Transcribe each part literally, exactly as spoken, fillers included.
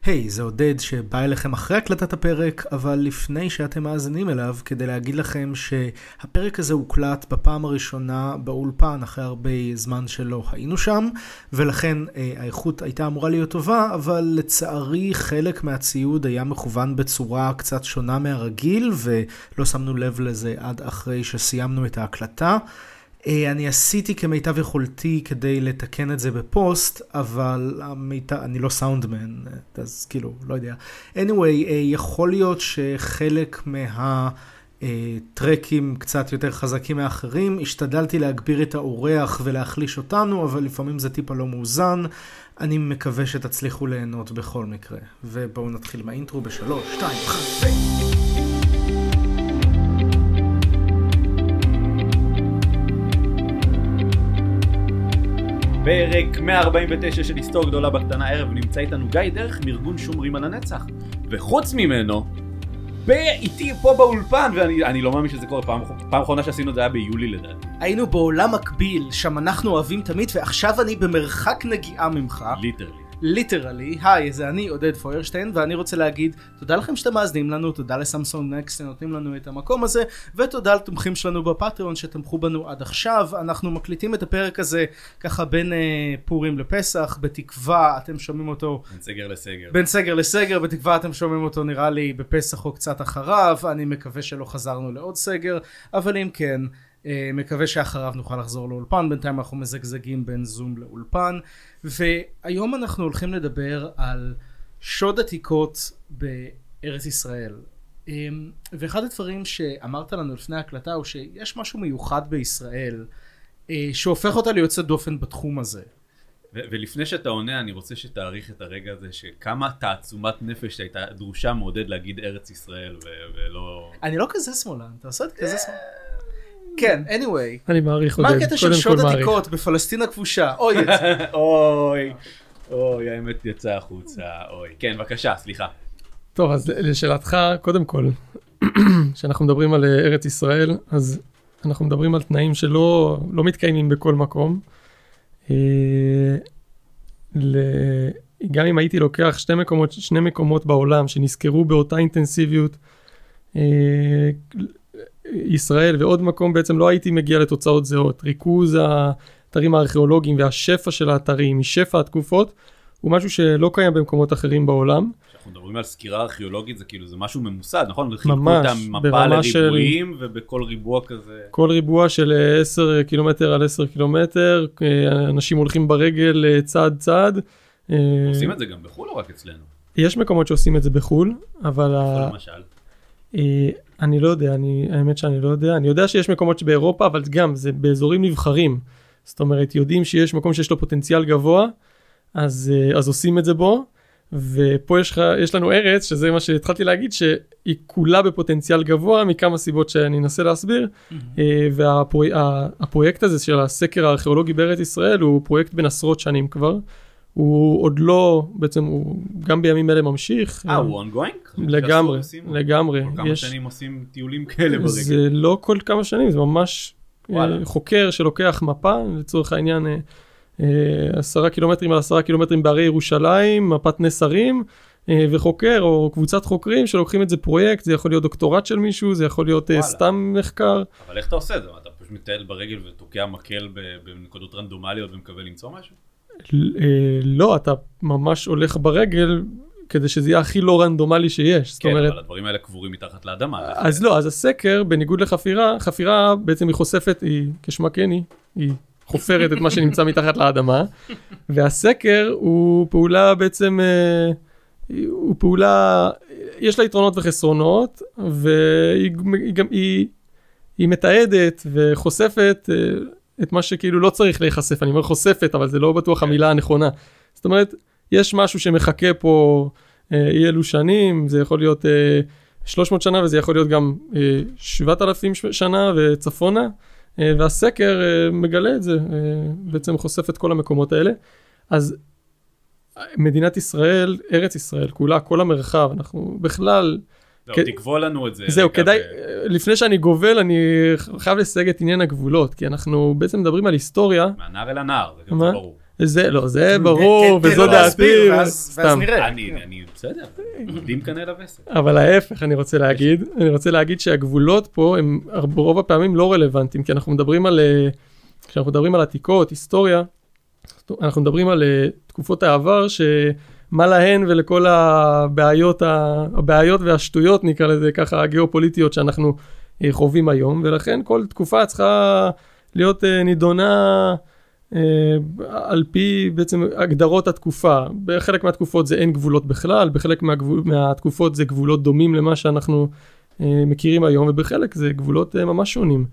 היי, hey, זה עודד שבא אליכם אחרי הקלטת הפרק, אבל לפני שאתם מאזינים אליו, כדי להגיד לכם שהפרק הזה הוקלט בפעם הראשונה באולפן, אחרי הרבה זמן שלא היינו שם, ולכן אה, האיכות הייתה אמורה להיות טובה, אבל לצערי חלק מהציוד היה מכוון בצורה קצת שונה מהרגיל, ולא שמנו לב לזה עד אחרי שסיימנו את ההקלטה. אני עשיתי כמיטב יכולתי כדי לתקן את זה בפוסט, אבל המיטב, אני לא סאונדמן, אז כאילו, לא יודע. anyway, יכול להיות שחלק מהטרקים קצת יותר חזקים מאחרים, השתדלתי להגביר את האורח ולהחליש אותנו, אבל לפעמים זה טיפה לא מאוזן. אני מקווה שתצליחו ליהנות בכל מקרה. ובואו נתחיל מהאינטרו בשלוש, שתיים, אחת, פרק מאה ארבעים ותשע של היסטוריה גדולה בקטנה ערב, נמצא איתנו גיא דרך מארגון שומרים על הנצח. וחוץ ממנו, איתי פה באולפן, ואני אני לא מאמין שזה קורה, פעם, פעם אחרונה שעשינו את זה היה ביולי לדעתי. היינו בעולם מקביל, שם אנחנו אוהבים תמיד, ועכשיו אני במרחק נגיעה ממך. ליטרלי. ליטרלי, היי, זה אני עודד פוירשטיין, ואני רוצה להגיד תודה לכם שאתם מאזינים לנו, תודה לסמסונג נקסט שנותנים לנו את המקום הזה, ותודה לתומכים שלנו בפטריון שתמכו בנו עד עכשיו. אנחנו מקליטים את הפרק הזה ככה בין אה, פורים לפסח, בתקווה אתם שומעים אותו בין סגר לסגר. בין סגר לסגר, בתקווה אתם שומעים אותו נראה לי בפסח או קצת אחריו. אני מקווה שלא חזרנו לעוד סגר, אבל אם כן, מקווה שאחריו נוכל לחזור לאולפן. בינתיים אנחנו מזגזגים בין זום לאולפן, והיום אנחנו הולכים לדבר על שוד עתיקות בארץ ישראל. ואחד הדברים שאמרת לנו לפני ההקלטה הוא שיש משהו מיוחד בישראל שהופך אותה ליוצא דופן בתחום הזה. ו- ולפני שאתה עונה, אני רוצה שתאריך את הרגע הזה, שכמה תעצומת נפש הייתה דרושה מעודד להגיד ארץ ישראל ו- ולא... אני לא כזה שמאלן, אתה עושה את כזה שמאלן. כן, anyway. אני מעריך עודד. מה הקטע של שוד עתיקות בפלסטין הכבושה? אוי, אוי, אוי, האמת יצא החוצה, אוי. כן, בבקשה, סליחה. טוב, אז לשאלתך, קודם כל, שאנחנו מדברים על ארץ ישראל, אז אנחנו מדברים על תנאים שלא לא מתקיימים בכל מקום. גם אם הייתי לוקח שני מקומות, שני מקומות בעולם שנזכרו באותה אינטנסיביות, ישראל ועוד מקום, בעצם לא הייתי מגיע לתוצאות זהות. ריכוז האתרים הארכיאולוגיים והשפע של האתרים, משפע התקופות, הוא משהו שלא קיים במקומות אחרים בעולם. כשאנחנו מדברים על סקירה ארכיאולוגית, זה כאילו, זה משהו ממוסד, נכון? ממש, מפה לריבועים, של... ובכל ריבוע כזה... כל ריבוע של עשרה קילומטר על עשרה קילומטר, אנשים הולכים ברגל צעד צעד. עושים את זה גם בחול או רק אצלנו? יש מקומות שעושים את זה בחול, אבל... בחול למשל. אני לא יודע, אני, האמת שאני לא יודע. אני יודע שיש מקומות שבאירופה, אבל גם זה באזורים נבחרים. זאת אומרת, יודעים שיש מקום שיש לו פוטנציאל גבוה, אז, אז עושים את זה בו. ופה יש, יש לנו ארץ, שזה מה שהתחלתי להגיד, שהיא כולה בפוטנציאל גבוה, מכמה סיבות שאני אנסה להסביר. Mm-hmm. והפרויקט הזה של הסקר הארכיאולוגי בארץ ישראל, הוא פרויקט בין עשרות שנים כבר. הוא עוד לא, בעצם הוא גם בימים אלה ממשיך. אה, הוא ongoing? לגמרי, לגמרי. כל כמה שנים עושים טיולים כאלה ברגע? זה לא כל כמה שנים, זה ממש חוקר שלוקח מפה, לצורך העניין עשרה קילומטרים על עשרה קילומטרים בערי ירושלים, מפת נסרים, וחוקר או קבוצת חוקרים שלוקחים את זה פרויקט, זה יכול להיות דוקטורט של מישהו, זה יכול להיות סתם מחקר. אבל איך אתה עושה את זה? אתה פשוט מטייל ברגל ותוקע מקל בנקודות רנדומליות ומקווה למצוא משהו? לא, אתה ממש הולך ברגל כדי שזה יהיה הכי לא רנדומלי שיש. כן, אבל הדברים האלה קבורים מתחת לאדמה. אז לא, אז הסקר, בניגוד לחפירה, חפירה בעצם היא חושפת, היא כשמה כן היא, היא חופרת את מה שנמצא מתחת לאדמה, והסקר הוא פעולה בעצם, הוא פעולה, יש לה יתרונות וחסרונות, והיא גם, היא, היא מתעדת וחושפת את מה שכאילו לא צריך להיחשף. אני אומר חושפת, אבל זה לא בטוח המילה הנכונה. זאת אומרת, יש משהו שמחכה פה אי אלו שנים, זה יכול להיות אה, שלוש מאות שנה, וזה יכול להיות גם אה, שבעת אלפים שנה וצפונה, אה, והסקר אה, מגלה את זה, אה, בעצם חושף את כל המקומות האלה. אז מדינת ישראל, ארץ ישראל, כולה, כל המרחב, אנחנו בכלל... לא, תקבוע לנו את זה. זהו, כדאי, לפני שאני גובל, אני חייב לסייג את עניין הגבולות, כי אנחנו בעצם מדברים על היסטוריה. מהנער אל הנער, זה גם ברור. זה, לא, זה ברור, וזו דעתי. ואז נראה. אני, בסדר, עובדים כאן אל הווסת. אבל ההפך, אני רוצה להגיד, אני רוצה להגיד שהגבולות פה, הם ברוב הפעמים לא רלוונטיים, כי אנחנו מדברים על, כשאנחנו מדברים על עתיקות, היסטוריה, אנחנו מדברים על תקופות העבר, שמה להן ולכל הבעיות, הבעיות והשטויות, נקרא לזה ככה, הגיאופוליטיות שאנחנו חווים היום, ולכן כל תקופה צריכה להיות נידונה על פי בעצם הגדרות התקופה. בחלק מהתקופות זה אין גבולות בכלל, בחלק מהגבול, מהתקופות זה גבולות דומים למה שאנחנו מכירים היום, ובחלק זה גבולות ממש שונים.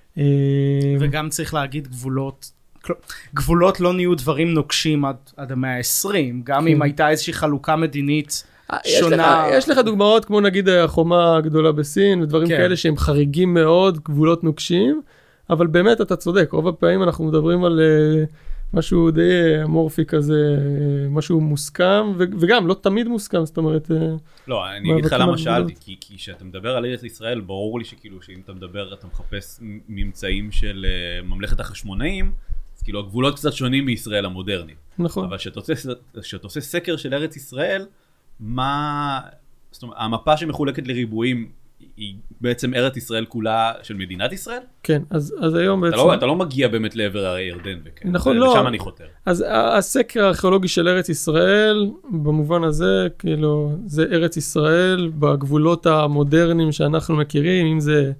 וגם צריך להגיד גבולות, גבולות לא נהיו דברים נוקשים עד, עד המאה ה-עשרים, גם אם הייתה איזושהי חלוקה מדינית שונה. יש לך, יש לך דוגמאות כמו נגיד החומה הגדולה בסין ודברים כן. כאלה שהם חריגים מאוד, גבולות נוקשים, אבל באמת אתה צודק, רוב הפעמים אנחנו מדברים על uh, משהו די אמורפי כזה, uh, משהו מוסכם, ו- וגם לא תמיד מוסכם, זאת אומרת... Uh, לא, אני אגיד לך למה שאלתי, כי, כי כשאתה מדבר על ארץ ישראל, ברור לי שכאילו שאם אתה מדבר, אתה מחפש ממצאים של uh, ממלכת החשמונאים, אז כאילו הגבולות קצת שונים מישראל המודרנית. נכון. אבל כשאתה עושה, כשאתה עושה סקר של ארץ ישראל, מה... זאת אומרת, המפה שמחולקת לריבועים, היא בעצם ארץ ישראל כולה של מדינת ישראל? כן, אז, אז היום בעצם... אתה לא, אתה לא מגיע באמת לעבר הרי ירדן וכן. נכון, זה, לא. לשם אני חותר. אז הסקר הארכיאולוגי של ארץ ישראל, במובן הזה, כאילו, זה ארץ ישראל בגבולות המודרניים שאנחנו מכירים, אם זה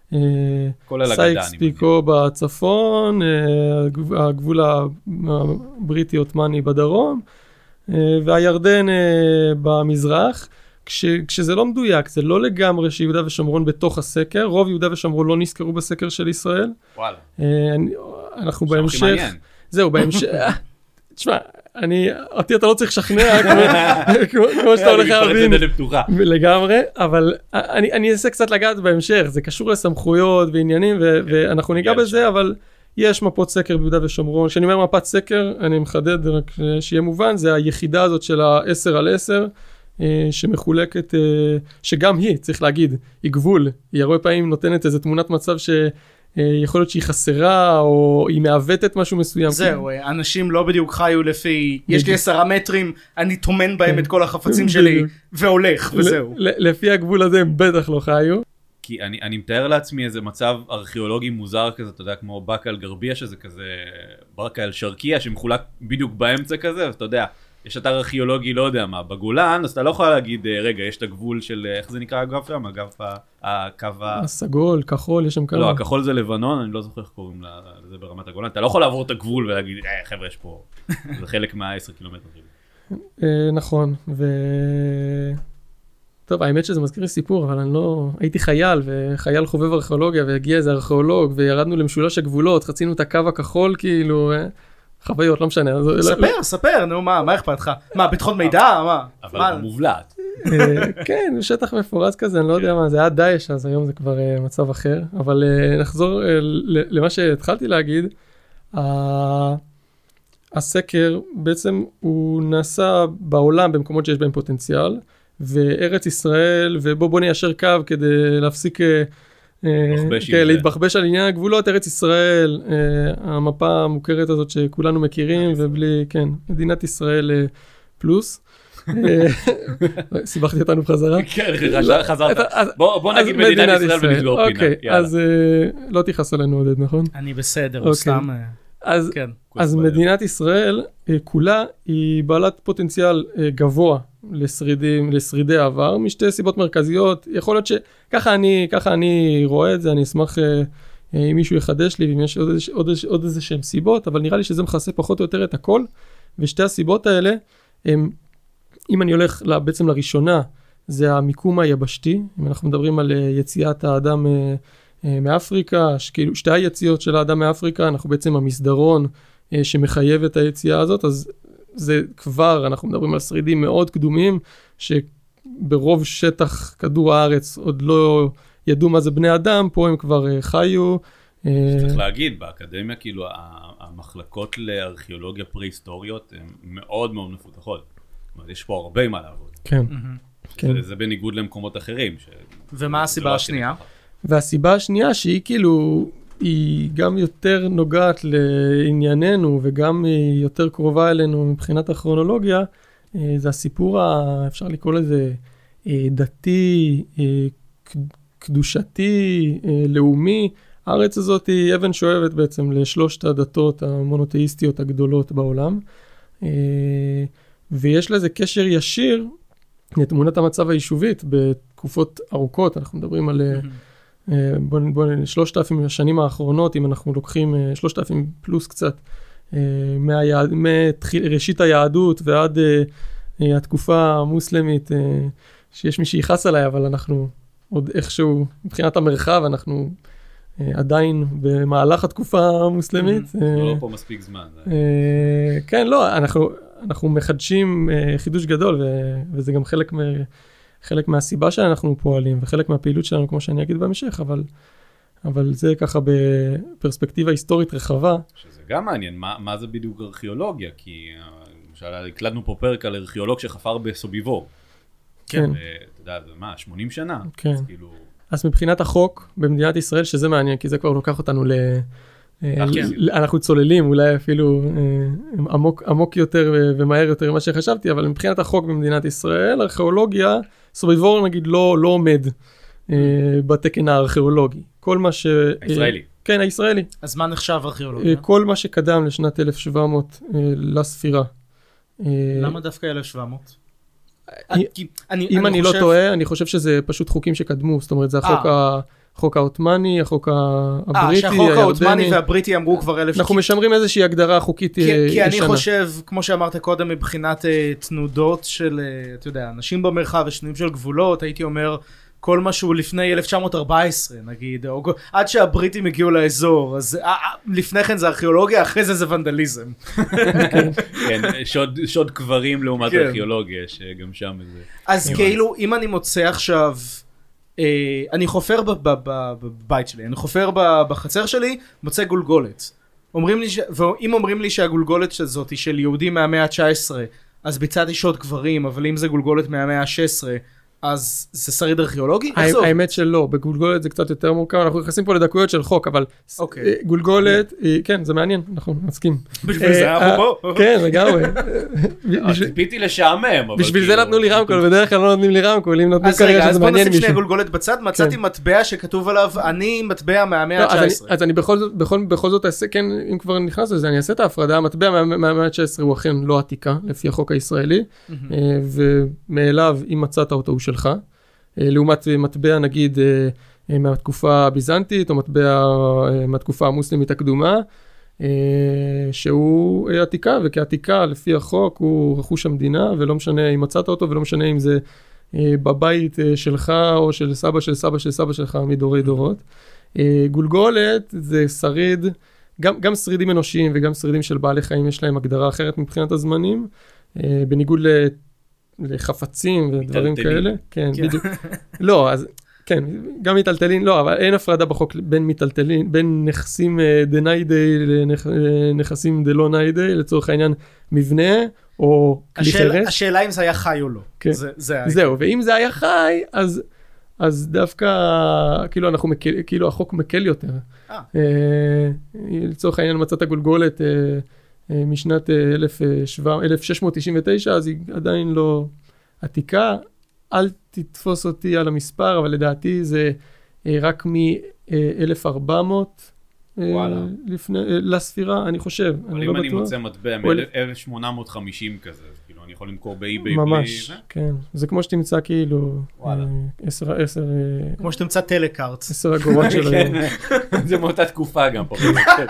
סייקס פיקו בצפון, הגבול הבריטי-אוטמני בדרום, והירדן במזרח. כש, כשזה לא מדויק, זה לא לגמרי שיהודה ושומרון בתוך הסקר, רוב יהודה ושומרון לא נזכרו בסקר של ישראל. וואלה. אנחנו בהמשך... זהו, בהמשך... תשמע, אני... אותי אתה לא צריך לשכנע, כמו שאתה הולך להבין. לגמרי, אבל אני אנסה קצת לגעת בהמשך, זה קשור לסמכויות ועניינים, ואנחנו ניגע בזה, אבל יש מפות סקר ביהודה ושומרון. כשאני אומר מפת סקר, אני מחדד רק שיהיה מובן, זה היחידה הזאת של ה-עשר על עשר, שמחולקת, שגם היא, צריך להגיד, היא גבול, היא הרבה פעמים נותנת איזו תמונת מצב שיכול להיות שהיא חסרה, או היא מעוותת משהו מסוים. זהו, אנשים לא בדיוק חיו לפי, יש לי עשרה מטרים, אני תומן בהם את כל החפצים שלי, והולך, וזהו. לפי הגבול הזה הם בטח לא חיו. כי אני, אני מתאר לעצמי איזה מצב ארכיאולוגי מוזר כזה, אתה יודע, כמו באקה אל גרבייה, שזה כזה, באקה אל שרקיה, שמחולק בדיוק באמצע כזה, ואתה יודע, יש אתר ארכיאולוגי, לא יודע מה, בגולן, אז אתה לא יכול להגיד, רגע, יש את הגבול של, איך זה נקרא הגב שם? הגב, הקו ה... הסגול, כחול, יש שם כמה. לא, הכחול זה לבנון, אני לא זוכר איך קוראים לזה ברמת הגולן. אתה לא יכול לעבור את הגבול ולהגיד, אה, חבר'ה, יש פה, זה חלק מה-עשרה קילומטר. נכון, ו... טוב, האמת שזה מזכיר לי סיפור, אבל אני לא... הייתי חייל, וחייל חובב ארכיאולוגיה, והגיע איזה ארכיאולוג, וירדנו למשולש הגבולות, חצינו את הקו הכחול, כאילו... חוויות, לא משנה. ספר, ספר, נו, מה, מה אכפת לך? מה, ביטחון מידע, מה? אבל מובלעת. כן, שטח מפורץ כזה, אני לא יודע מה, זה היה דאעש, אז היום זה כבר מצב אחר, אבל נחזור למה שהתחלתי להגיד, הסקר בעצם הוא נעשה בעולם במקומות שיש בהם פוטנציאל, וארץ ישראל, ובוא בוא ניישר קו כדי להפסיק... להתבחבש על עניין הגבולות, ארץ ישראל, המפה המוכרת הזאת שכולנו מכירים, ובלי, כן, מדינת ישראל פלוס. סיבכתי אותנו בחזרה. כן, חזרת. בוא נגיד מדינת ישראל ולסגור פינה. אוקיי, אז לא תיחס עלינו עודד, נכון? אני בסדר, סתם. אז מדינת ישראל כולה היא בעלת פוטנציאל גבוה לשרידים, לשרידי העבר, משתי סיבות מרכזיות. יכול להיות שככה אני, ככה אני רואה את זה, אני אשמח אם מישהו יחדש לי, ואם יש עוד, עוד, עוד איזה שהם סיבות, אבל נראה לי שזה מכסה פחות או יותר את הכל, ושתי הסיבות האלה, הם, אם אני הולך בעצם לראשונה, זה המיקום היבשתי, אם אנחנו מדברים על יציאת האדם מאפריקה, כאילו שתי היציאות של האדם מאפריקה, אנחנו בעצם המסדרון שמחייב את היציאה הזאת, אז זה כבר, אנחנו מדברים על שרידים מאוד קדומים, שברוב שטח כדור הארץ עוד לא ידעו מה זה בני אדם, פה הם כבר חיו. צריך להגיד, באקדמיה, כאילו, המחלקות לארכיאולוגיה פרה-היסטוריות הן מאוד מאוד מפותחות. זאת אומרת, יש פה הרבה מה לעבוד. כן. זה בניגוד למקומות אחרים. ומה הסיבה השנייה? והסיבה השנייה שהיא כאילו, היא גם יותר נוגעת לענייננו, וגם היא יותר קרובה אלינו מבחינת הכרונולוגיה, זה הסיפור, אפשר לקרוא לזה דתי, קדושתי, לאומי. הארץ הזאת היא אבן שואבת בעצם לשלושת הדתות המונותאיסטיות הגדולות בעולם, ויש לזה קשר ישיר לתמונת המצב היישובית בתקופות ארוכות. אנחנו מדברים על בוא, בוא, שלושת אלפים השנים האחרונות, אם אנחנו לוקחים שלושת אלפים פלוס קצת, מהיעד, מראשית היהדות ועד התקופה המוסלמית, שיש מי שיחס עליי, אבל אנחנו עוד איכשהו, מבחינת המרחב, אנחנו עדיין במהלך התקופה המוסלמית. לא פה מספיק זמן. כן, לא, אנחנו, אנחנו מחדשים חידוש גדול, וזה גם חלק, חלק מהסיבה שאנחנו פועלים, וחלק מהפעילות שלנו, כמו שאני אגיד בהמשך, אבל, אבל זה ככה בפרספקטיבה היסטורית רחבה. שזה גם מעניין, מה, מה זה בדיוק ארכיאולוגיה? כי למשל, הקלטנו פה פרק על ארכיאולוג שחפר בסוביבור. כן. אתה יודע, זה מה, שמונים שנה? כן. אז כאילו... אז מבחינת החוק במדינת ישראל, שזה מעניין, כי זה כבר לוקח אותנו ל... אנחנו צוללים, אולי אפילו עמוק, עמוק יותר ומהר יותר ממה שחשבתי, אבל מבחינת החוק במדינת ישראל, ארכיאולוגיה, סוביבור נגיד לא, לא עומד בתקן הארכיאולוגי. כל מה ש... הישראלי. כן, הישראלי. אז מה נחשב ארכיאולוגיה? כל מה שקדם לשנת אלף שבע מאות לספירה. למה דווקא אלף שבע מאות? אם אני לא טועה, אני חושב שזה פשוט חוקים שקדמו, זאת אומרת, זה החוק העות'מאני, החוק הבריטי, הירדני. שהחוק העות'מאני והבריטי אמרו כבר אלף... אנחנו משמרים איזושהי הגדרה חוקית ישנה. כי אני חושב, כמו שאמרת קודם, מבחינת תנודות של, אתה יודע, אנשים במרחב ושינויים של גבולות, הייתי אומר, כל משהו לפני אלף תשע מאות וארבע עשרה, נגיד, או, עד שהבריטים הגיעו לאזור, אז לפני כן זה ארכיאולוגיה, אחרי זה זה ונדליזם. כן, שוד, שוד קברים לעומת ארכיאולוגיה, שגם שם זה... אז כאילו, אם אני מוצא עכשיו, אה, אני חופר בבית שלי, אני חופר בחצר שלי, מוצא גולגולת. אומרים לי, ש... ואם אומרים לי שהגולגולת הזאת היא של יהודים מהמאה ה-תשע עשרה, אז ביצעתי שוד קברים, אבל אם זה גולגולת מהמאה ה-שש עשרה, אז זה שריד ארכיאולוגי? האמת שלא, בגולגולת זה קצת יותר מורכב, אנחנו נכנסים פה לדקויות של חוק, אבל גולגולת, כן, זה מעניין, אנחנו מסכים. בשביל זה אנחנו פה. כן, לגמרי. ציפיתי לשעמם. בשביל זה נתנו לי רמקול, בדרך כלל לא נותנים לי רמקול, אם נותנים כרגע שזה מעניין מישהו. אז רגע, אז בוא נשים שני גולגולת בצד, מצאתי מטבע שכתוב עליו, אני מטבע מהמאה ה-תשע עשרה. אז אני בכל זאת אעשה, כן, אם כבר נכנס לזה, אני אעשה את ההפרדה, המטבע מהמאה ה-תשע עשרה הוא אכן לא עתיקה, לפי החוק הישראלי, ומאליו, אם מצאת אותו, הוא שלך. לעומת מטבע, נגיד, מהתקופה הביזנטית, או מטבע מהתקופה המוסלמית הקדומה, שהוא עתיקה, וכעתיקה, לפי החוק, הוא רכוש המדינה, ולא משנה אם מצאת אותו, ולא משנה אם זה בבית שלך, או של סבא של סבא של סבא שלך, מדורי דורות. גולגולת זה שריד, גם, גם שרידים אנושיים, וגם שרידים של בעלי חיים, יש להם הגדרה אחרת מבחינת הזמנים, בניגוד ל... לחפצים ודברים כאלה. כן, בדיוק. לא, אז כן, גם מיטלטלין, לא, אבל אין הפרדה בחוק בין מיטלטלין, בין נכסים דניידי לנכסים דלא ניידי, לצורך העניין מבנה או כלי חרס. השאלה אם זה היה חי או לא. זהו, ואם זה היה חי, אז אז דווקא, כאילו אנחנו מקל, כאילו החוק מקל יותר. לצורך העניין מצאת הגולגולת משנת אלף שש מאות תשעים ותשע, אז היא עדיין לא עתיקה. אל תתפוס אותי על המספר, אבל לדעתי זה רק מ-אלף וארבע מאות לפני, לספירה, אני חושב. אבל אם אני מוצא מטבע מ-אלף שמונה מאות וחמישים כזה, כאילו אני יכול למכור באי-ביי. ממש, כן. זה כמו שתמצא כאילו עשר, עשר... כמו שתמצא טלקארט. עשר אגורות של היום. זה מאותה תקופה גם פה.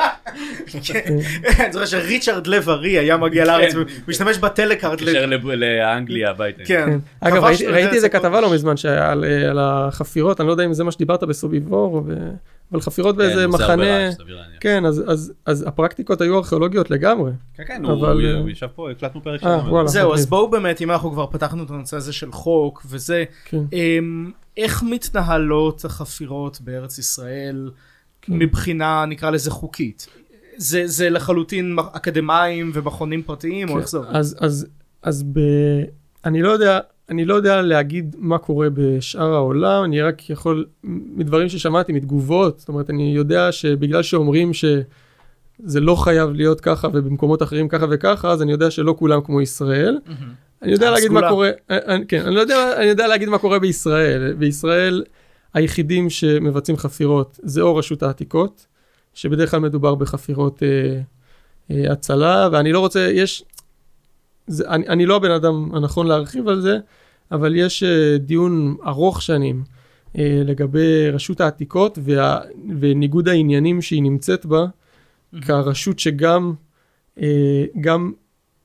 אני זוכר שריצ'רד לב-ארי היה מגיע לארץ ומשתמש בטלקארט. קשר לאנגליה הביתה. כן. אגב, ראיתי איזה כתבה לא מזמן על החפירות, אני לא יודע אם זה מה שדיברת בסוביבור, אבל חפירות באיזה מחנה, כן, אז הפרקטיקות היו ארכיאולוגיות לגמרי. כן, כן, הוא ישב פה, הקלטנו פרק שלנו. זהו, אז בואו באמת, אם אנחנו כבר פתחנו את הנושא הזה של חוק וזה, איך מתנהלות החפירות בארץ ישראל מבחינה, נקרא לזה חוקית? זה לחלוטין אקדמיים ומכונים פרטיים, או איך זה עובד? אז אני לא יודע אני לא יודע להגיד מה קורה בשאר העולם, אני רק יכול, מדברים ששמעתי, מתגובות, זאת אומרת, אני יודע שבגלל שאומרים שזה לא חייב להיות ככה, ובמקומות אחרים ככה וככה, אז אני יודע שלא כולם כמו ישראל. אני יודע להגיד מה קורה, כן, אני יודע, אני יודע להגיד מה קורה בישראל. בישראל, היחידים שמבצעים חפירות, זה או רשות העתיקות, שבדרך כלל מדובר בחפירות אה, אה, הצלה, ואני לא רוצה, יש, זה, אני, אני לא הבן אדם הנכון להרחיב על זה, אבל יש אה, דיון ארוך שנים אה, לגבי רשות העתיקות, וה, וניגוד העניינים שהיא נמצאת בה, mm-hmm. כרשות שגם אה, גם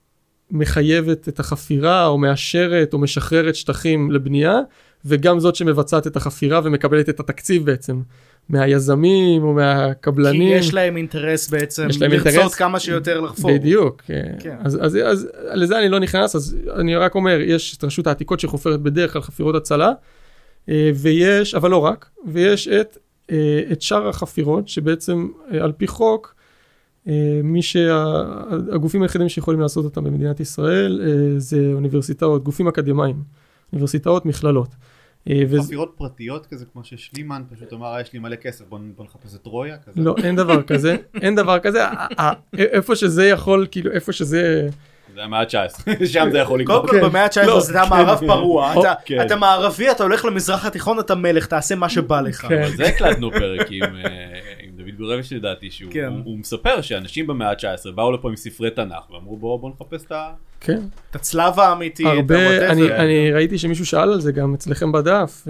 מחייבת את החפירה, או מאשרת, או משחררת שטחים לבנייה, וגם זאת שמבצעת את החפירה ומקבלת את התקציב בעצם, מהיזמים או מהקבלנים. כי יש להם אינטרס בעצם, להם לרצות אינטרס, כמה שיותר לחפור. בדיוק. כן. אז, אז, אז לזה אני לא נכנס, אז אני רק אומר, יש את רשות העתיקות שחופרת בדרך כלל חפירות הצלה, ויש, אבל לא רק, ויש את, את שאר החפירות, שבעצם על פי חוק, מי שהגופים היחידים שיכולים לעשות אותם במדינת ישראל, זה אוניברסיטאות, גופים אקדמיים, אוניברסיטאות, מכללות. חפירות פרטיות כזה, כמו ששלימן פשוט אמר, יש לי מלא כסף, בוא נחפש את רויה כזה. לא, אין דבר כזה, אין דבר כזה, איפה שזה יכול, כאילו, איפה שזה... זה המאה ה-תשע עשרה, שם זה יכול לקרות. קודם כל במאה ה-תשע עשרה זה מערב פרוע, אתה מערבי, אתה הולך למזרח התיכון, אתה מלך, תעשה מה שבא לך. זה הקלטנו פרק עם דוד גורביץ' לדעתי, שהוא מספר שאנשים במאה ה-תשע עשרה באו לפה עם ספרי תנ"ך, ואמרו בואו נחפש את הצלב האמיתי. אני ראיתי שמישהו שאל על זה גם אצלכם בדף,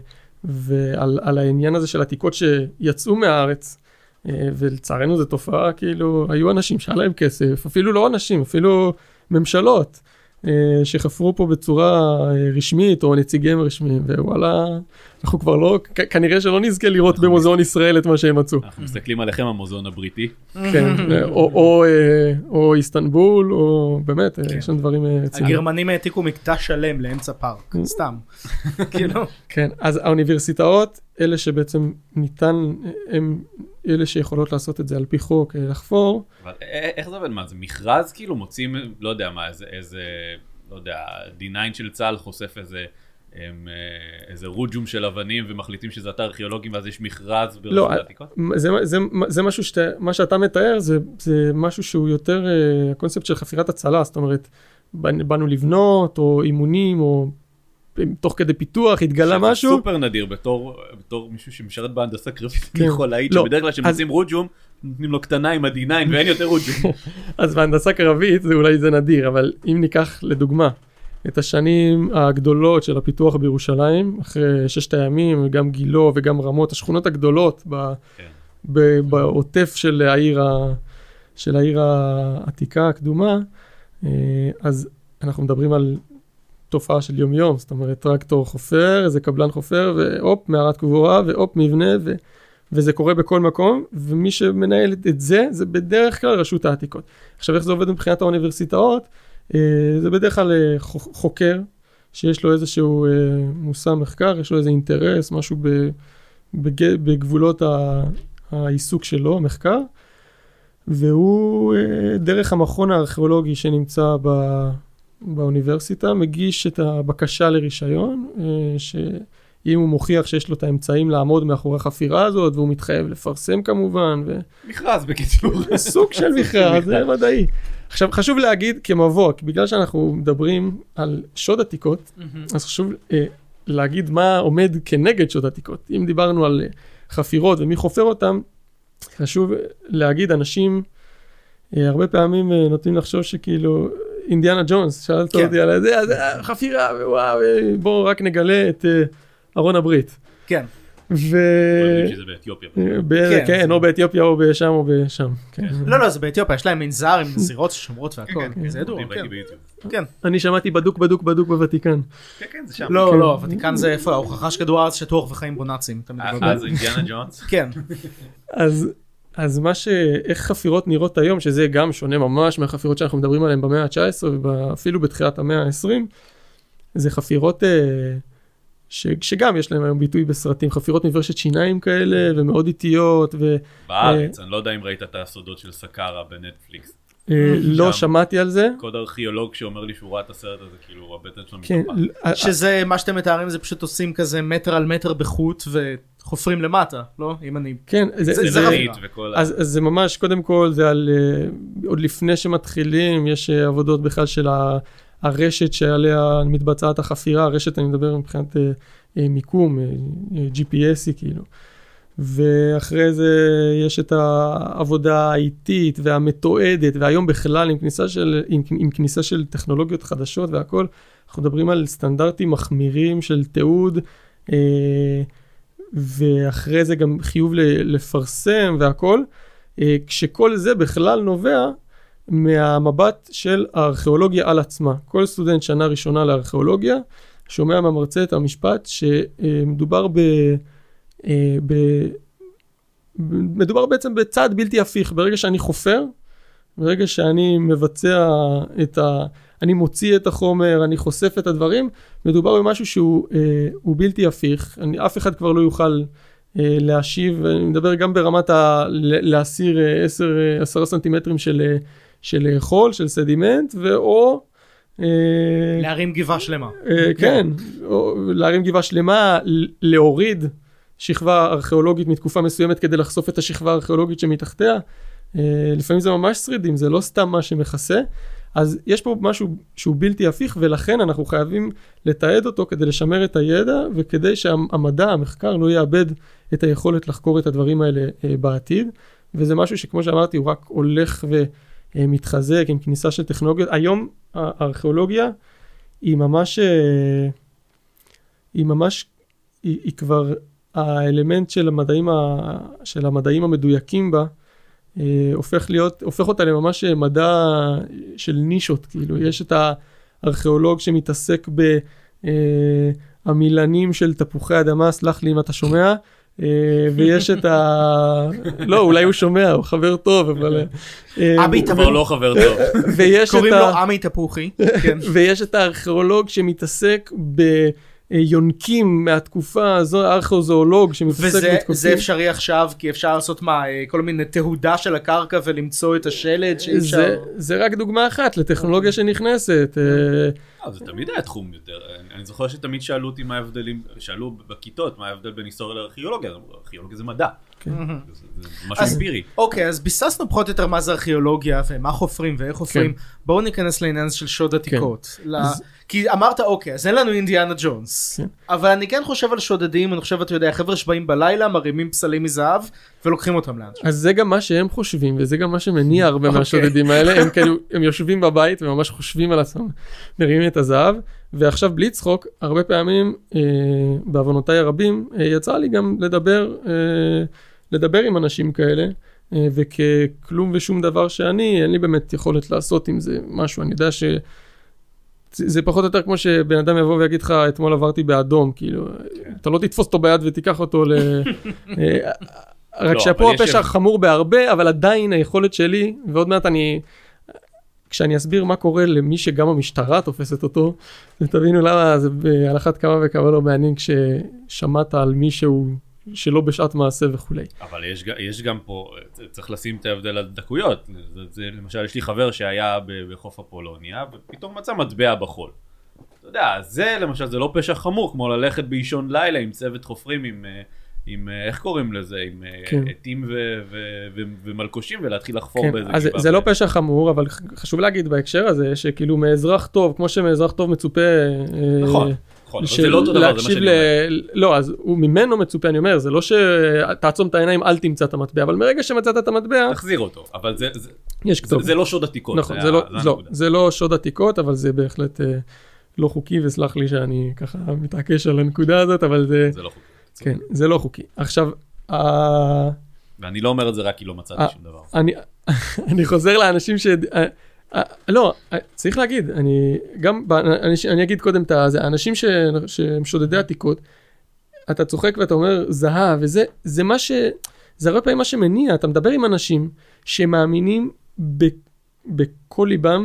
ועל העניין הזה של עתיקות שיצאו מהארץ, ולצערנו זו תופעה, כאילו, היו אנשים שהיה להם כסף, אפילו לא אנשים, אפילו ממשלות, שחפרו פה בצורה רשמית, או נציגים רשמיים, ווואלה, אנחנו כבר לא, כנראה שלא נזכה לראות במוזיאון ישראל את מה שהם מצאו. אנחנו מסתכלים עליכם המוזיאון הבריטי. כן, או איסטנבול, או באמת, יש שם דברים רציניים. הגרמנים העתיקו מקדש שלם לאמצע פארק, סתם. כן, אז האוניברסיטאות, אלה שבעצם ניתן, הם אלה שיכולות לעשות את זה על פי חוק, לחפור. אבל איך זה עובד? מה, זה מכרז כאילו? מוצאים, לא יודע מה, איזה, לא יודע, די ניין של צה"ל חושף איזה, איזה רוג'ום של אבנים ומחליטים שזה אתר ארכיאולוגים ואז יש מכרז ברשות העתיקות? זה, זה, זה משהו שאתה, מה שאתה מתאר זה, זה משהו שהוא יותר הקונספט של חפירת הצלה, זאת אומרת, באנו לבנות או אימונים או תוך כדי פיתוח, התגלה משהו. שזה סופר נדיר, בתור, בתור מישהו שמשרת בהנדסה קרבית, אני יכול להעיד שבדרך כלל שמוצאים רוג'ום, נותנים לו קטנה עם ה-די ניין ואין יותר רוג'ום. אז בהנדסה קרבית זה אולי זה נדיר, אבל אם ניקח לדוגמה את השנים הגדולות של הפיתוח בירושלים, אחרי ששת הימים, גם גילו וגם רמות, השכונות הגדולות בעוטף של העיר, של העיר העתיקה הקדומה, אז אנחנו מדברים על תופעה של יום יום, זאת אומרת, טרקטור חופר, איזה קבלן חופר, ואופ, מערת קבורה, ואופ, מבנה, ו... וזה קורה בכל מקום, ומי שמנהל את זה, זה בדרך כלל רשות העתיקות. עכשיו, איך זה עובד מבחינת האוניברסיטאות? זה בדרך כלל חוקר, שיש לו איזשהו מושא מחקר, יש לו איזה אינטרס, משהו בגבולות העיסוק שלו, המחקר, והוא דרך המכון הארכיאולוגי שנמצא ב... באוניברסיטה, מגיש את הבקשה לרישיון, שאם הוא מוכיח שיש לו את האמצעים לעמוד מאחורי החפירה הזאת, והוא מתחייב לפרסם כמובן. ו... מכרז בקיצור. סוג של מכרז, זה ודאי. עכשיו, חשוב להגיד כמבוא, בגלל שאנחנו מדברים על שוד עתיקות, אז חשוב אה, להגיד מה עומד כנגד שוד עתיקות. אם דיברנו על חפירות ומי חופר אותם, חשוב להגיד, אנשים אה, הרבה פעמים אה, נוטים לחשוב שכאילו, אינדיאנה ג'ונס, שאלת אותי על זה, אז חפירה, וואו, בואו רק נגלה את ארון הברית. כן. ו... שזה באתיופיה. כן, או באתיופיה או בשם או בשם. לא, לא, זה באתיופיה, יש להם מנזר עם זירות שומרות והכל. זה ידוע, כן. אני שמעתי בדוק, בדוק, בדוק בוותיקן. כן, כן, זה שם. לא, לא, הוותיקן זה איפה, ההוכחה שכדור הארץ שטוח וחיים בו נאצים. אז אינדיאנה ג'ונס? כן. אז... אז מה ש... איך חפירות נראות היום, שזה גם שונה ממש מהחפירות שאנחנו מדברים עליהן במאה ה-תשע עשרה, ואפילו בתחילת המאה ה-עשרים, זה חפירות ש... שגם יש להם היום ביטוי בסרטים, חפירות מברשת שיניים כאלה, ומאוד איטיות. ו... בארץ, אני לא יודע אם ראית את הסודות של סקארה בנטפליקס. לא שמעתי על זה. קוד ארכיאולוג שאומר לי שהוא ראה את הסרט הזה, כאילו הבטן שלו מתהפך. שזה מה שאתם מתארים, זה פשוט עושים כזה מטר על מטר בחוט וחופרים למטה, לא? אם אני... כן, זה רבית וכל... אז זה ממש, קודם כל, זה על... עוד לפני שמתחילים, יש עבודות בכלל של הרשת שעליה מתבצעת החפירה, הרשת אני מדבר מבחינת מיקום, ג'י פי אס כאילו. ואחרי זה יש את העבודה האיטית והמתועדת, והיום בכלל עם כניסה של, עם, עם כניסה של טכנולוגיות חדשות והכל, אנחנו מדברים על סטנדרטים מחמירים של תיעוד, אה, ואחרי זה גם חיוב לפרסם והכל, אה, כשכל זה בכלל נובע מהמבט של הארכיאולוגיה על עצמה. כל סטודנט שנה ראשונה לארכיאולוגיה, שומע מהמרצה את המשפט שמדובר ב... ב... מדובר בעצם בצעד בלתי הפיך. ברגע שאני חופר, ברגע שאני מבצע את ה... אני מוציא את החומר, אני חושף את הדברים, מדובר במשהו שהוא אה, הוא בלתי הפיך. אני, אף אחד כבר לא יוכל אה, להשיב, אני מדבר גם ברמת ה... להסיר אה, עשר, אה, עשרה סנטימטרים של, אה, של חול, של סדימנט, ואו... אה, להרים גבעה שלמה. אה, כן, או, להרים גבעה שלמה, להוריד שכבה ארכיאולוגית מתקופה מסוימת כדי לחשוף את השכבה הארכיאולוגית שמתחתיה. לפעמים זה ממש שרידים, זה לא סתם מה שמכסה. אז יש פה משהו שהוא בלתי הפיך, ולכן אנחנו חייבים לתעד אותו כדי לשמר את הידע, וכדי שהמדע, המחקר, לא יאבד את היכולת לחקור את הדברים האלה בעתיד. וזה משהו שכמו שאמרתי, הוא רק הולך ומתחזק עם כניסה של טכנולוגיות. היום הארכיאולוגיה היא ממש, היא ממש, היא, היא כבר... האלמנט של המדעים, ה... של המדעים המדויקים בה, אה, הופך להיות, הופך אותה לממש מדע של נישות, כאילו, יש את הארכיאולוג שמתעסק במילנים של תפוחי אדמה, סלח לי אם אתה שומע, אה, ויש את ה... לא, אולי הוא שומע, הוא חבר טוב, אבל... אבי תפוחי. הוא לא חבר טוב. קוראים לו עמי תפוחי. ויש את הארכיאולוג שמתעסק ב... יונקים מהתקופה הזו, הארכיאוזואולוג שמתעסק בתקופים. וזה אפשרי עכשיו, כי אפשר לעשות מה, כל מיני תהודה של הקרקע ולמצוא את השלד שאפשר... זה רק דוגמה אחת לטכנולוגיה שנכנסת. זה תמיד היה תחום יותר. אני זוכר שתמיד שאלו אותי מה ההבדלים, שאלו בכיתות מה ההבדל בין היסטוריה לארכיאולוגיה. ארכיאולוגיה זה מדע. זה משהו אמפירי. אוקיי, אז ביססנו פחות או יותר מה זה ארכיאולוגיה, ומה חופרים ואיך חופרים. בואו ניכנס לעניין של שוד עתיקות. כי אמרת, אוקיי, אז אין לנו אינדיאנה ג'ונס. אבל אני כן חושב על שודדים, אני חושב, אתה יודע, חבר'ה שבאים בלילה, מרימים פסלים מזהב, ולוקחים אותם לאן. אז זה גם מה שהם חושבים, וזה גם מה שמניע הרבה מהשודדים האלה. הם כאילו, הם יושבים בבית, וממש חושבים על עצמם, מרימים את הזהב, ועכשיו בלי צחוק, הרבה פעמים, בעוונותיי הרבים, יצא לי גם לדבר, לדבר עם אנשים כאלה, וככלום ושום דבר שאני, אין לי באמת יכולת לעשות עם זה משהו. אני יודע ש... זה פחות או יותר כמו שבן אדם יבוא ויגיד לך, אתמול עברתי באדום, כאילו, אתה לא תתפוס אותו ביד ותיקח אותו ל... רק שפה הפשע חמור בהרבה, אבל עדיין היכולת שלי, ועוד מעט אני... כשאני אסביר מה קורה למי שגם המשטרה תופסת אותו, תבינו למה זה בהלכת כמה וכמה לא מעניין כששמעת על מישהו שלא בשעת מעשה וכו'. אבל יש, יש גם פה, צריך לשים את ההבדל על דקויות. זה, זה, למשל, יש לי חבר שהיה בחוף אפולוניה, ופתאום מצא מטבע בחול. אתה יודע, זה למשל, זה לא פשע חמור, כמו ללכת באישון לילה עם צוות חופרים, עם, עם איך קוראים לזה, עם כן. עטים ו, ו, ו, ומלקושים, ולהתחיל לחפור כן. באיזה אז זה, זה לא פשע חמור, אבל חשוב להגיד בהקשר הזה, שכאילו מאזרח טוב, כמו שמאזרח טוב מצופה... נכון. זה לא אותו דבר, זה מה שאני אומר. לא, אז הוא ממנו מצופה, אני אומר, זה לא שתעצום את העיניים, אל תמצא את המטבע, אבל מרגע שמצאת את המטבע... תחזיר אותו, אבל זה... יש כתוב. זה לא שוד עתיקות. נכון, זה לא שוד עתיקות, אבל זה בהחלט לא חוקי, וסלח לי שאני ככה מתעקש על הנקודה הזאת, אבל זה... זה לא חוקי. כן, זה לא חוקי. עכשיו... ואני לא אומר את זה רק כי לא מצאתי שום דבר. אני חוזר לאנשים ש... לא, צריך להגיד, אני גם, אני אגיד קודם את זה, האנשים שהם שודדי עתיקות, אתה צוחק ואתה אומר זהב, וזה, זה מה ש, זה הרבה פעמים מה שמניע, אתה מדבר עם אנשים שמאמינים בכל ליבם,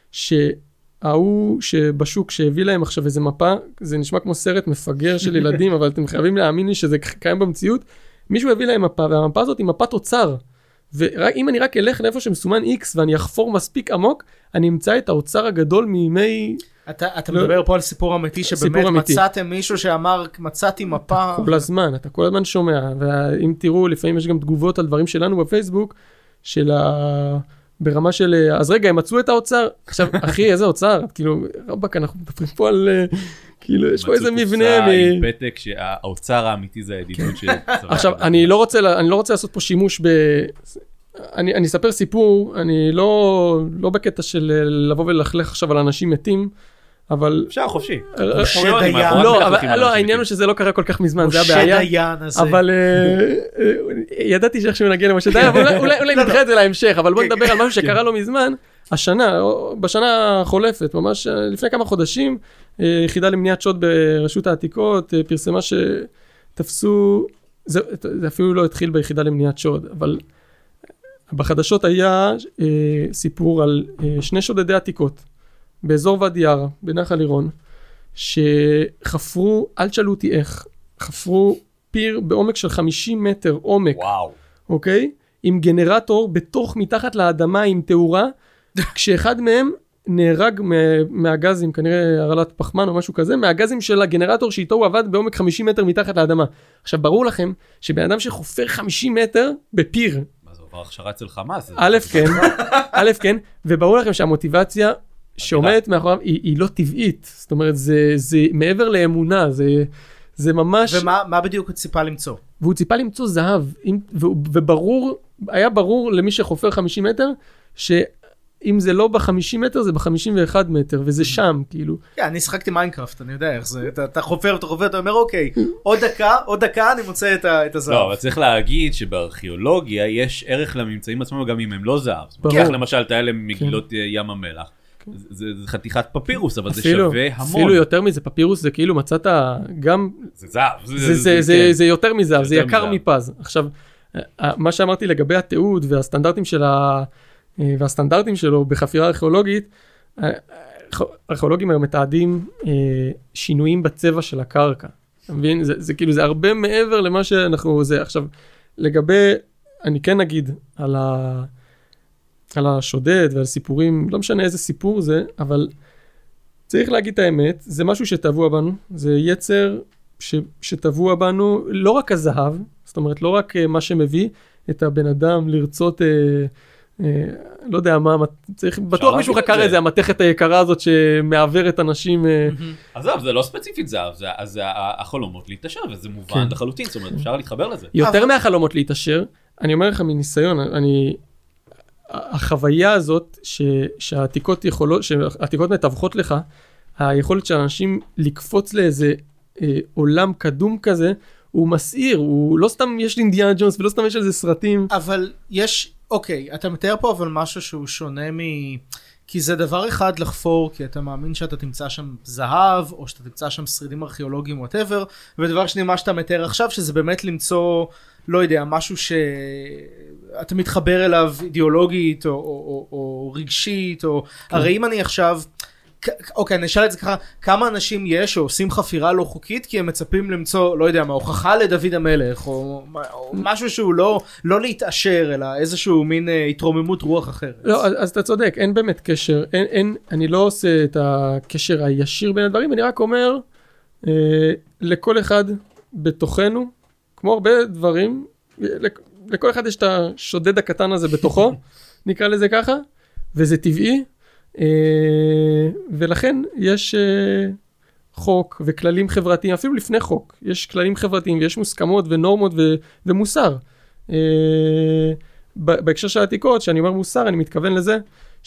שההוא שבשוק שהביא להם עכשיו איזה מפה, זה נשמע כמו סרט מפגר של ילדים, אבל אתם חייבים להאמין לי שזה קיים במציאות, מישהו הביא להם מפה, והמפה הזאת היא מפת אוצר, ואם אני רק אלך לאיפה שמסומן X ואני אחפור מספיק עמוק, אני אמצא את האוצר הגדול מימי... אתה, אתה לא... מדבר פה על סיפור אמיתי, שבאמת אמיתי. מצאתם מישהו שאמר, מצאתי מפה... כל הזמן, אתה כל הזמן שומע, ואם תראו, לפעמים יש גם תגובות על דברים שלנו בפייסבוק, של ה... ברמה של, אז רגע, הם מצאו את האוצר, עכשיו, אחי, איזה אוצר? כאילו, רבק, אנחנו מדברים פה על, כאילו, יש פה איזה מבנה... מצאו קופסה עם פתק שהאוצר האמיתי זה הידידות של... עכשיו, אני לא רוצה, אני לא רוצה לעשות פה שימוש ב... אני, אני אספר סיפור, אני לא, לא בקטע של לבוא ולחלך עכשיו על אנשים מתים, אבל... אפשר חופשי. לא, אבל לא, העניין הוא שזה לא קרה כל כך מזמן, זה הבעיה. משה דיין הזה. אבל ידעתי שאיכשהו נגיע למשה דיין, אבל אולי נדחה את זה להמשך, אבל בוא נדבר על משהו שקרה לו מזמן, השנה, בשנה החולפת, ממש לפני כמה חודשים, יחידה למניעת שוד ברשות העתיקות, פרסמה שתפסו, זה אפילו לא התחיל ביחידה למניעת שוד, אבל בחדשות היה סיפור על שני שודדי עתיקות, באזור ואדי ערה, בנחל עירון, שחפרו, אל תשאלו אותי איך, חפרו פיר בעומק של חמישים מטר עומק, וואו. אוקיי? עם גנרטור בתוך מתחת לאדמה עם תאורה, כשאחד מהם נהרג מהגזים, כנראה הרעלת פחמן או משהו כזה, מהגזים של הגנרטור שאיתו הוא עבד בעומק חמישים מטר מתחת לאדמה. עכשיו, ברור לכם שבן אדם שחופר חמישים מטר בפיר, מה זה עובר הכשרה אצל חמאס? א' כן, א' כן, וברור לכם שהמוטיבציה שעומדת מאחוריו היא, היא לא טבעית, זאת אומרת, זה, זה מעבר לאמונה, זה, זה ממש... ומה מה בדיוק הוא ציפה למצוא? והוא ציפה למצוא זהב, ו, וברור, היה ברור למי שחופר חמישים מטר, שאם זה לא ב-חמישים מטר, זה ב-חמישים ואחד מטר, וזה שם, כאילו. כן, אני שחקתי מיינקראפט, אני יודע איך זה, אתה, אתה חופר, אתה חופר, אתה אומר, אוקיי, עוד דקה, עוד דקה אני מוצא את, ה, את הזהב. לא, אבל צריך להגיד שבארכיאולוגיה יש ערך לממצאים עצמם, גם אם הם לא זהב. ברור. למשל, את האלה מגילות ים המלח. זה, זה חתיכת פפירוס, אבל אפילו, זה שווה המון. אפילו יותר מזה, פפירוס זה כאילו מצאת גם... זה זהב. זה, זה, זה, זה, כן. זה יותר מזהב, זה, זה יקר מפז. עכשיו, מה שאמרתי לגבי התיעוד והסטנדרטים של ה... והסטנדרטים שלו בחפירה ארכיאולוגית, ארכיאולוגים היום מתעדים שינויים בצבע של הקרקע. אתה מבין? זה, זה כאילו, זה הרבה מעבר למה שאנחנו... זה. עכשיו, לגבי, אני כן אגיד על ה... על השודד ועל סיפורים, לא משנה איזה סיפור זה, אבל צריך להגיד את האמת, זה משהו שטבוע בנו, זה יצר ש, שטבוע בנו, לא רק הזהב, זאת אומרת, לא רק מה שמביא את הבן אדם לרצות, אה, אה, לא יודע מה, צריך, בטוח מישהו חקר את זה, המתכת היקרה הזאת שמעברת אנשים. אה, עזוב, זה לא ספציפית זהב, זה, זה החלומות להתאשר, וזה מובן לחלוטין, זאת אומרת, אפשר להתחבר לזה. יותר מהחלומות להתאשר, אני אומר לך מניסיון, אני... החוויה הזאת ש, שהעתיקות יכולות, שהעתיקות מתווכות לך, היכולת של אנשים לקפוץ לאיזה אה, עולם קדום כזה, הוא מסעיר, הוא לא סתם יש לי אינדיאנה ג'ונס, ולא סתם יש על זה סרטים. אבל יש, אוקיי, אתה מתאר פה אבל משהו שהוא שונה מ... כי זה דבר אחד לחפור, כי אתה מאמין שאתה תמצא שם זהב, או שאתה תמצא שם שרידים ארכיאולוגיים, whatever, ודבר שני, מה שאתה מתאר עכשיו, שזה באמת למצוא, לא יודע, משהו שאתה מתחבר אליו אידיאולוגית, או, או, או, או רגשית, או... כן. הרי אם אני עכשיו... אוקיי, אני אשאל את זה ככה, כמה אנשים יש שעושים חפירה לא חוקית, כי הם מצפים למצוא, לא יודע מה, הוכחה לדוד המלך, או, או משהו שהוא לא, לא להתאשר, אלא איזשהו מין אה, התרוממות רוח אחרת. לא, אז, אז אתה צודק, אין באמת קשר, אין, אין, אני לא עושה את הקשר הישיר בין הדברים, אני רק אומר, אה, לכל אחד בתוכנו, כמו הרבה דברים, לכ, לכל אחד יש את השודד הקטן הזה בתוכו, נקרא לזה ככה, וזה טבעי, Uh, ולכן יש uh, חוק וכללים חברתיים, אפילו לפני חוק, יש כללים חברתיים ויש מוסכמות ונורמות ו- ומוסר. Uh, בהקשר של העתיקות, שאני אומר מוסר, אני מתכוון לזה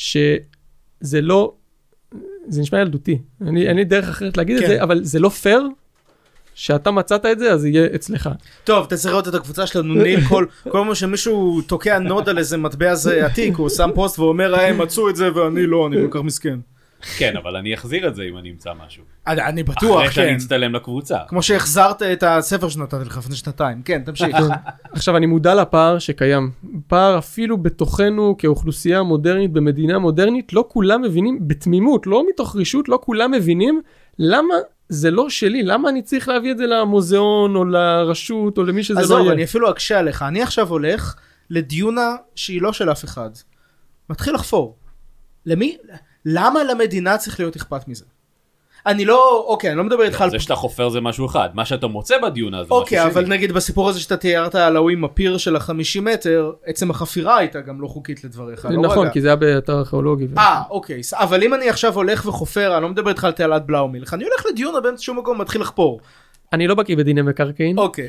שזה לא, זה נשמע ילדותי, אני, אין לי דרך אחרת להגיד כן. את זה, אבל זה לא פייר, שאתה מצאת את זה, אז יהיה אצלך. טוב, אתה צריך לראות את הקבוצה שלנו, ניל, כל, כל מה שמישהו תוקע נוד על איזה מטבע זה עתיק, הוא שם פוסט ואומר, הם מצאו את זה ואני לא, אני כל כך מסכן. כן, אבל אני אחזיר את זה אם אני אמצא משהו. אני, אני בטוח, אחרי שאני אצטלם לקבוצה. כמו שהחזרת את הספר שנתתי לך לפני שנתיים. כן, תמשיך. עכשיו, אני מודע לפער שקיים. פער אפילו בתוכנו כאוכלוסייה מודרנית, במדינה מודרנית, לא כולם מבינים, בתמימות, לא מתוך רישות, לא כולם מבינים למה זה לא שלי, למה אני צריך להביא את זה למוזיאון או לרשות או למי שזה לא יהיה? עזוב, אני אפילו אקשה עליך, אני עכשיו הולך לדיונה שהיא לא של אף אחד, מתחיל לחפור. למי? למה למדינה צריך להיות אכפת מזה? אני לא, אוקיי, אני לא מדבר איתך על... זה שאתה חופר זה משהו אחד, מה שאתה מוצא בדיונה זה משהו שני. אוקיי, אבל נגיד בסיפור הזה שאתה תיארת על ההוא עם הפיר של החמישים מטר, עצם החפירה הייתה גם לא חוקית לדבריך. נכון, כי זה היה באתר ארכיאולוגי. אה, אוקיי, אבל אם אני עכשיו הולך וחופר, אני לא מדבר איתך על תעלת בלאומילך, אני הולך לדיונה באמצע שום מקום, מתחיל לחפור. אני לא בקיא בדיני מקרקעין. אוקיי.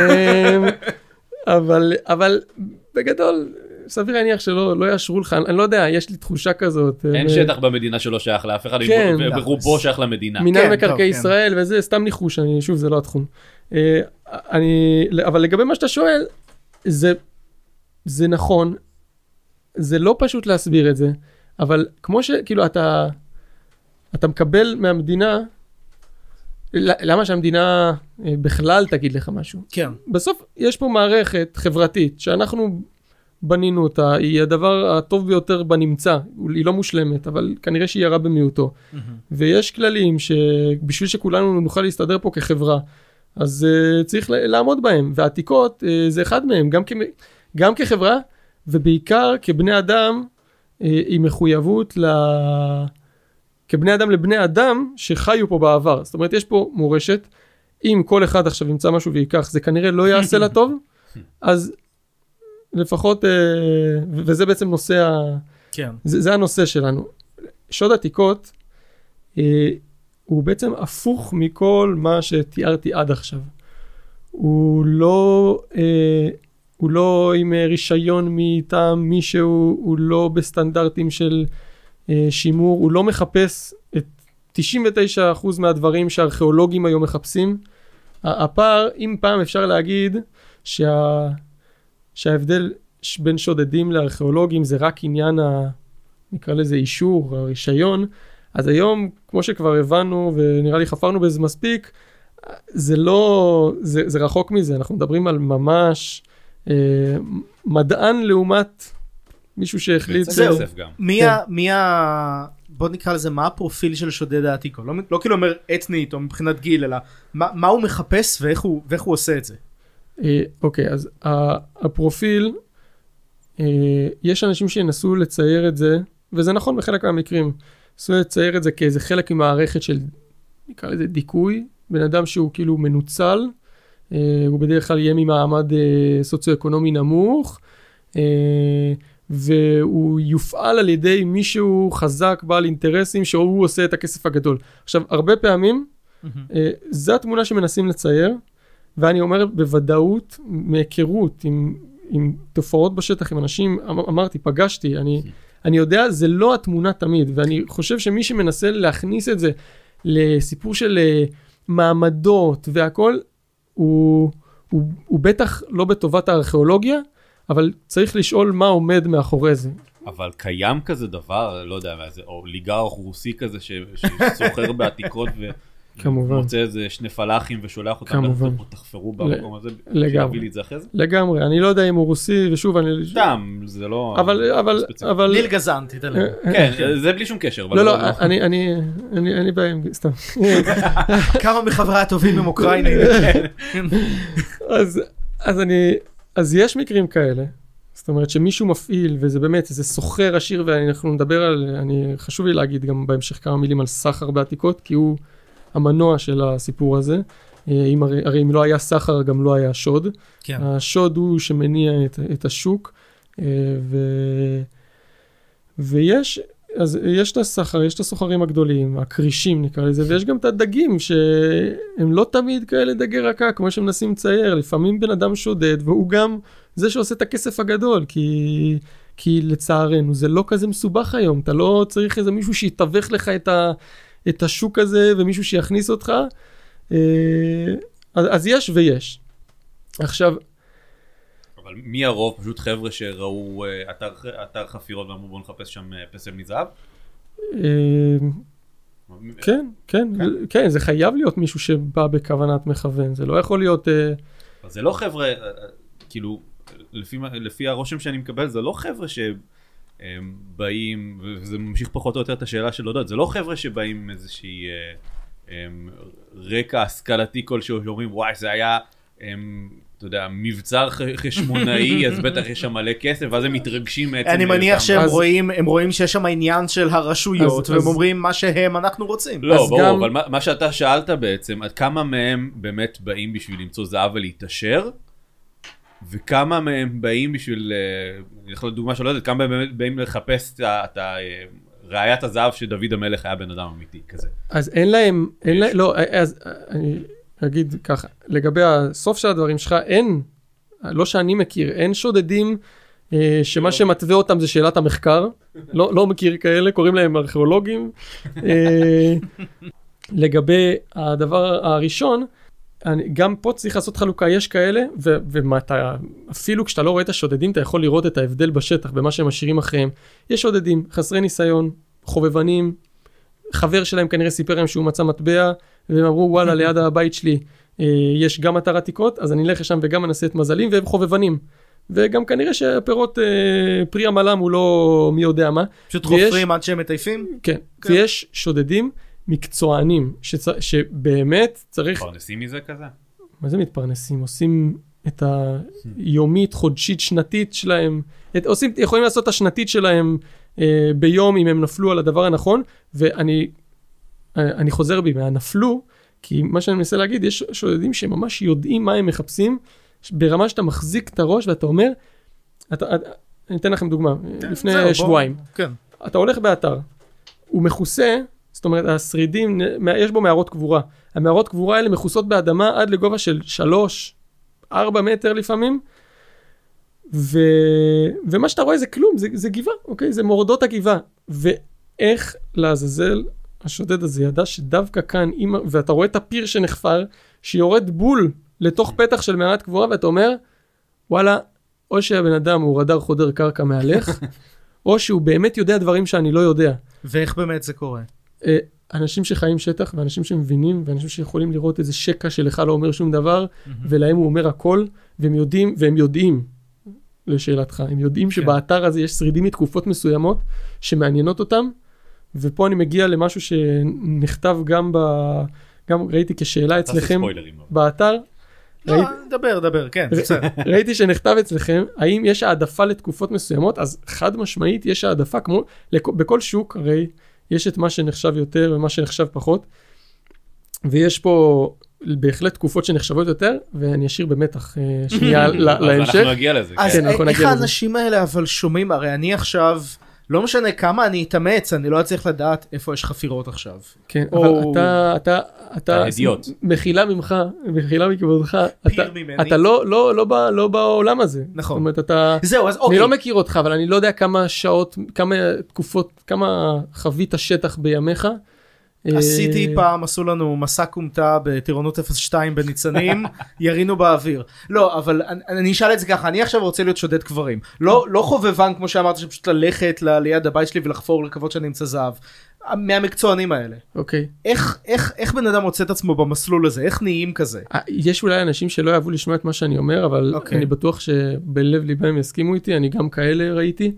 אבל, אבל בגדול, סביר להניח שלא לא יאשרו לך, אני לא יודע, יש לי תחושה כזאת. אין שטח במדינה שלא שייך לאף אחד, ברובו שייך למדינה. מינהל מקרקעי ישראל, וזה סתם ניחוש, שוב, זה לא התחום. אני, אבל לגבי מה שאתה שואל, זה, זה נכון, זה לא פשוט להסביר את זה, אבל כמו שכאילו אתה, אתה מקבל מהמדינה, למה שהמדינה בכלל תגיד לך משהו? כן. בסוף יש פה מערכת חברתית שאנחנו בנינו אותה, היא הדבר הטוב ביותר בנמצא, היא לא מושלמת, אבל כנראה שהיא ירה במיעוטו. Mm-hmm. ויש כללים שבשביל שכולנו נוכל להסתדר פה כחברה, אז uh, צריך לעמוד בהם, והעתיקות uh, זה אחד מהם, גם, כ- גם כחברה, ובעיקר כבני אדם, uh, עם מחויבות ל... כבני אדם לבני אדם שחיו פה בעבר. זאת אומרת, יש פה מורשת, אם כל אחד עכשיו ימצא משהו ויקח, זה כנראה לא יעשה לה טוב, אז לפחות, וזה בעצם נושא, כן. זה, זה הנושא שלנו. שוד עתיקות, הוא בעצם הפוך מכל מה שתיארתי עד עכשיו. הוא לא, הוא לא עם רישיון מטעם מישהו, הוא לא בסטנדרטים של שימור, הוא לא מחפש את תשעים ותשעה אחוז מהדברים שהארכיאולוגים היום מחפשים. הפער, אם פעם אפשר להגיד שה, שההבדל בין שודדים לארכיאולוגים זה רק עניין ה, נקרא לזה אישור, הרישיון, אז היום, כמו שכבר הבנו ונראה לי חפרנו בזה מספיק, זה לא, זה, זה רחוק מזה, אנחנו מדברים על ממש אה, מדען לעומת מישהו שהחליט... זהו, מי ה... מי ה... בוא נקרא לזה, מה הפרופיל של שודד העתיקו? לא, לא כאילו אומר אתנית או מבחינת גיל, אלא מה, מה הוא מחפש ואיך הוא, ואיך הוא עושה את זה? אה, אוקיי, אז הפרופיל, אה, יש אנשים שינסו לצייר את זה, וזה נכון בחלק מהמקרים, ניסו לצייר את זה כאיזה חלק ממערכת של, נקרא לזה דיכוי, בן אדם שהוא כאילו מנוצל, אה, הוא בדרך כלל יהיה ממעמד אה, סוציו-אקונומי נמוך, אה, והוא יופעל על ידי מישהו חזק, בעל אינטרסים, שהוא עושה את הכסף הגדול. עכשיו, הרבה פעמים, mm-hmm. אה, זו התמונה שמנסים לצייר, ואני אומר בוודאות, מהיכרות עם, עם תופעות בשטח, עם אנשים, אמרתי, פגשתי, אני, אני יודע, זה לא התמונה תמיד, ואני חושב שמי שמנסה להכניס את זה לסיפור של מעמדות והכל, הוא, הוא, הוא בטח לא בטובת הארכיאולוגיה, אבל צריך לשאול מה עומד מאחורי זה. אבל קיים כזה דבר, לא יודע, אוליגרך רוסי כזה שסוחר בעתיקות ומוצא איזה שני פלאחים ושולח אותם, תחפרו במקום הזה, שיביא לי את זה אחרי זה? לגמרי, אני לא יודע אם הוא רוסי, ושוב אני... סתם, זה לא... אבל... ניל גזן, תיתן לי. כן, זה בלי שום קשר. לא, לא, אני בא עם... סתם. כמה מחברי הטובים הם אוקראינים. אז אני... אז יש מקרים כאלה, זאת אומרת שמישהו מפעיל, וזה באמת איזה סוחר עשיר, ואנחנו נדבר על, אני, חשוב לי להגיד גם בהמשך כמה מילים על סחר בעתיקות, כי הוא המנוע של הסיפור הזה. אם, הרי אם לא היה סחר, גם לא היה שוד. כן. השוד הוא שמניע את, את השוק, ו, ויש, אז יש את הסחר, יש את הסוחרים הגדולים, הקרישים נקרא לזה, ויש גם את הדגים שהם לא תמיד כאלה דגי רקה, כמו שמנסים לצייר, לפעמים בן אדם שודד, והוא גם זה שעושה את הכסף הגדול, כי, כי לצערנו זה לא כזה מסובך היום, אתה לא צריך איזה מישהו שיתווך לך את, ה, את השוק הזה, ומישהו שיכניס אותך, אז, אז יש ויש. עכשיו, אבל מי הרוב? פשוט חבר'ה שראו אתר, אתר חפירות ואמרו בוא נחפש שם פסל מזהב? כן, כן, כן, זה חייב להיות מישהו שבא בכוונת מכוון, זה לא יכול להיות... זה לא חבר'ה, כאילו, לפי, לפי הרושם שאני מקבל, זה לא חבר'ה שבאים, וזה ממשיך פחות או יותר את השאלה של הודות, זה לא חבר'ה שבאים איזושהי רקע השכלתי כלשהו, שאומרים וואי זה היה... הם, אתה יודע, מבצר חשמונאי, אז בטח יש שם מלא כסף, ואז הם מתרגשים מעצם... אני מניח שהם רואים, הם רואים שיש שם העניין של הרשויות, והם אומרים מה שהם אנחנו רוצים. לא, ברור, אבל מה שאתה שאלת בעצם, עד כמה מהם באמת באים בשביל למצוא זהב ולהתאשר, וכמה מהם באים בשביל, אני יכול לדוגמה שלא יודעת, כמה מהם באים לחפש את ראיית הזהב שדוד המלך היה בן אדם אמיתי, כזה. אז אין להם, אין להם, לא, אז אני אגיד ככה, לגבי הסוף של הדברים שלך, אין, לא שאני מכיר, אין שודדים שמה שמתווה אותם זה שאלת המחקר, לא, לא מכיר כאלה, קוראים להם ארכיאולוגים. לגבי הדבר הראשון, אני, גם פה צריך לעשות חלוקה, יש כאלה, ו, ומה אתה, אפילו כשאתה לא רואה את השודדים, אתה יכול לראות את ההבדל בשטח, במה שהם משאירים אחריהם. יש שודדים, חסרי ניסיון, חובבנים, חבר שלהם כנראה סיפר להם שהוא מצא מטבע, והם אמרו, וואלה, ליד הבית שלי אה, יש גם אתר עתיקות, אז אני אלך לשם וגם אנסה את מזלים, והם חובבנים. וגם כנראה שהפירות אה, פרי המלם הוא לא מי יודע מה. פשוט ויש, חופרים עד שהם מטייפים? כן, כן. ויש שודדים, מקצוענים, שצ... שבאמת צריך... מתפרנסים מזה כזה? מה זה מתפרנסים? עושים את היומית, חודשית, שנתית שלהם, את... עושים, יכולים לעשות את השנתית שלהם אה, ביום אם הם נפלו על הדבר הנכון, ואני אה, אני חוזר בי מהנפלו, כי מה שאני מנסה להגיד, יש שודדים שממש יודעים מה הם מחפשים, ברמה שאתה מחזיק את הראש ואתה אומר, אתה, אתה, אני אתן לכם דוגמה, כן, לפני זהו, שבועיים, בוא. כן. אתה הולך באתר, הוא מכוסה, זאת אומרת, השרידים, יש בו מערות קבורה. המערות קבורה האלה מכוסות באדמה עד לגובה של שלוש, ארבע מטר לפעמים, ו... ומה שאתה רואה זה כלום, זה, זה גבעה, אוקיי? זה מורדות הגבעה. ואיך לעזאזל, השודד הזה ידע שדווקא כאן, ואתה רואה את הפיר שנחפר, שיורד בול לתוך פתח של מערת קבורה, ואתה אומר, וואלה, או שהבן אדם הוא רדר חודר קרקע מהלך, או שהוא באמת יודע דברים שאני לא יודע. ואיך באמת זה קורה? אנשים שחיים שטח, ואנשים שמבינים, ואנשים שיכולים לראות איזה שקע שלך לא אומר שום דבר, ולהם הוא אומר הכל, והם יודעים, והם יודעים, לשאלתך, הם יודעים שבאתר הזה יש שרידים מתקופות מסוימות, שמעניינות אותם, ופה אני מגיע למשהו שנכתב גם ב... גם ראיתי כשאלה אצלכם באתר. לא, דבר, דבר, כן, בסדר. ראיתי שנכתב אצלכם, האם יש העדפה לתקופות מסוימות, אז חד משמעית יש העדפה, כמו בכל שוק, הרי יש את מה שנחשב יותר ומה שנחשב פחות, ויש פה בהחלט תקופות שנחשבות יותר, ואני אשאיר במתח שנייה להמשך. אנחנו נגיע לזה. אז איך האנשים האלה אבל שומעים, הרי אני עכשיו... לא משנה כמה אני אתאמץ, אני לא אצליח לדעת איפה יש חפירות עכשיו. כן, אבל אתה, אתה, אתה, מחילה ממך, מחילה מכבודך, אתה לא, לא, לא, לא בעולם הזה. נכון. זאת אומרת, אתה, זהו, אז אוקיי. אני לא מכיר אותך, אבל אני לא יודע כמה שעות, כמה תקופות, כמה חווית השטח בימיך. עשיתי פעם, עשו לנו מסע קומטה בטירונות אפס שתיים בניצנים, ירינו באוויר. לא, אבל אני אשאל את זה ככה, אני עכשיו רוצה להיות שודד קברים. לא, לא חובבן, כמו שאמרת, שפשוט ללכת ליד הבית שלי ולחפור לקוות שאני אמצא זהב. מהמקצוענים האלה. אוקיי. איך, איך, איך בן אדם מוצא את עצמו במסלול הזה? איך נהיים כזה? יש אולי אנשים שלא אהבו לשמוע את מה שאני אומר, אבל אני בטוח שבלב ליבם יסכימו איתי, אני גם כאלה ראיתי.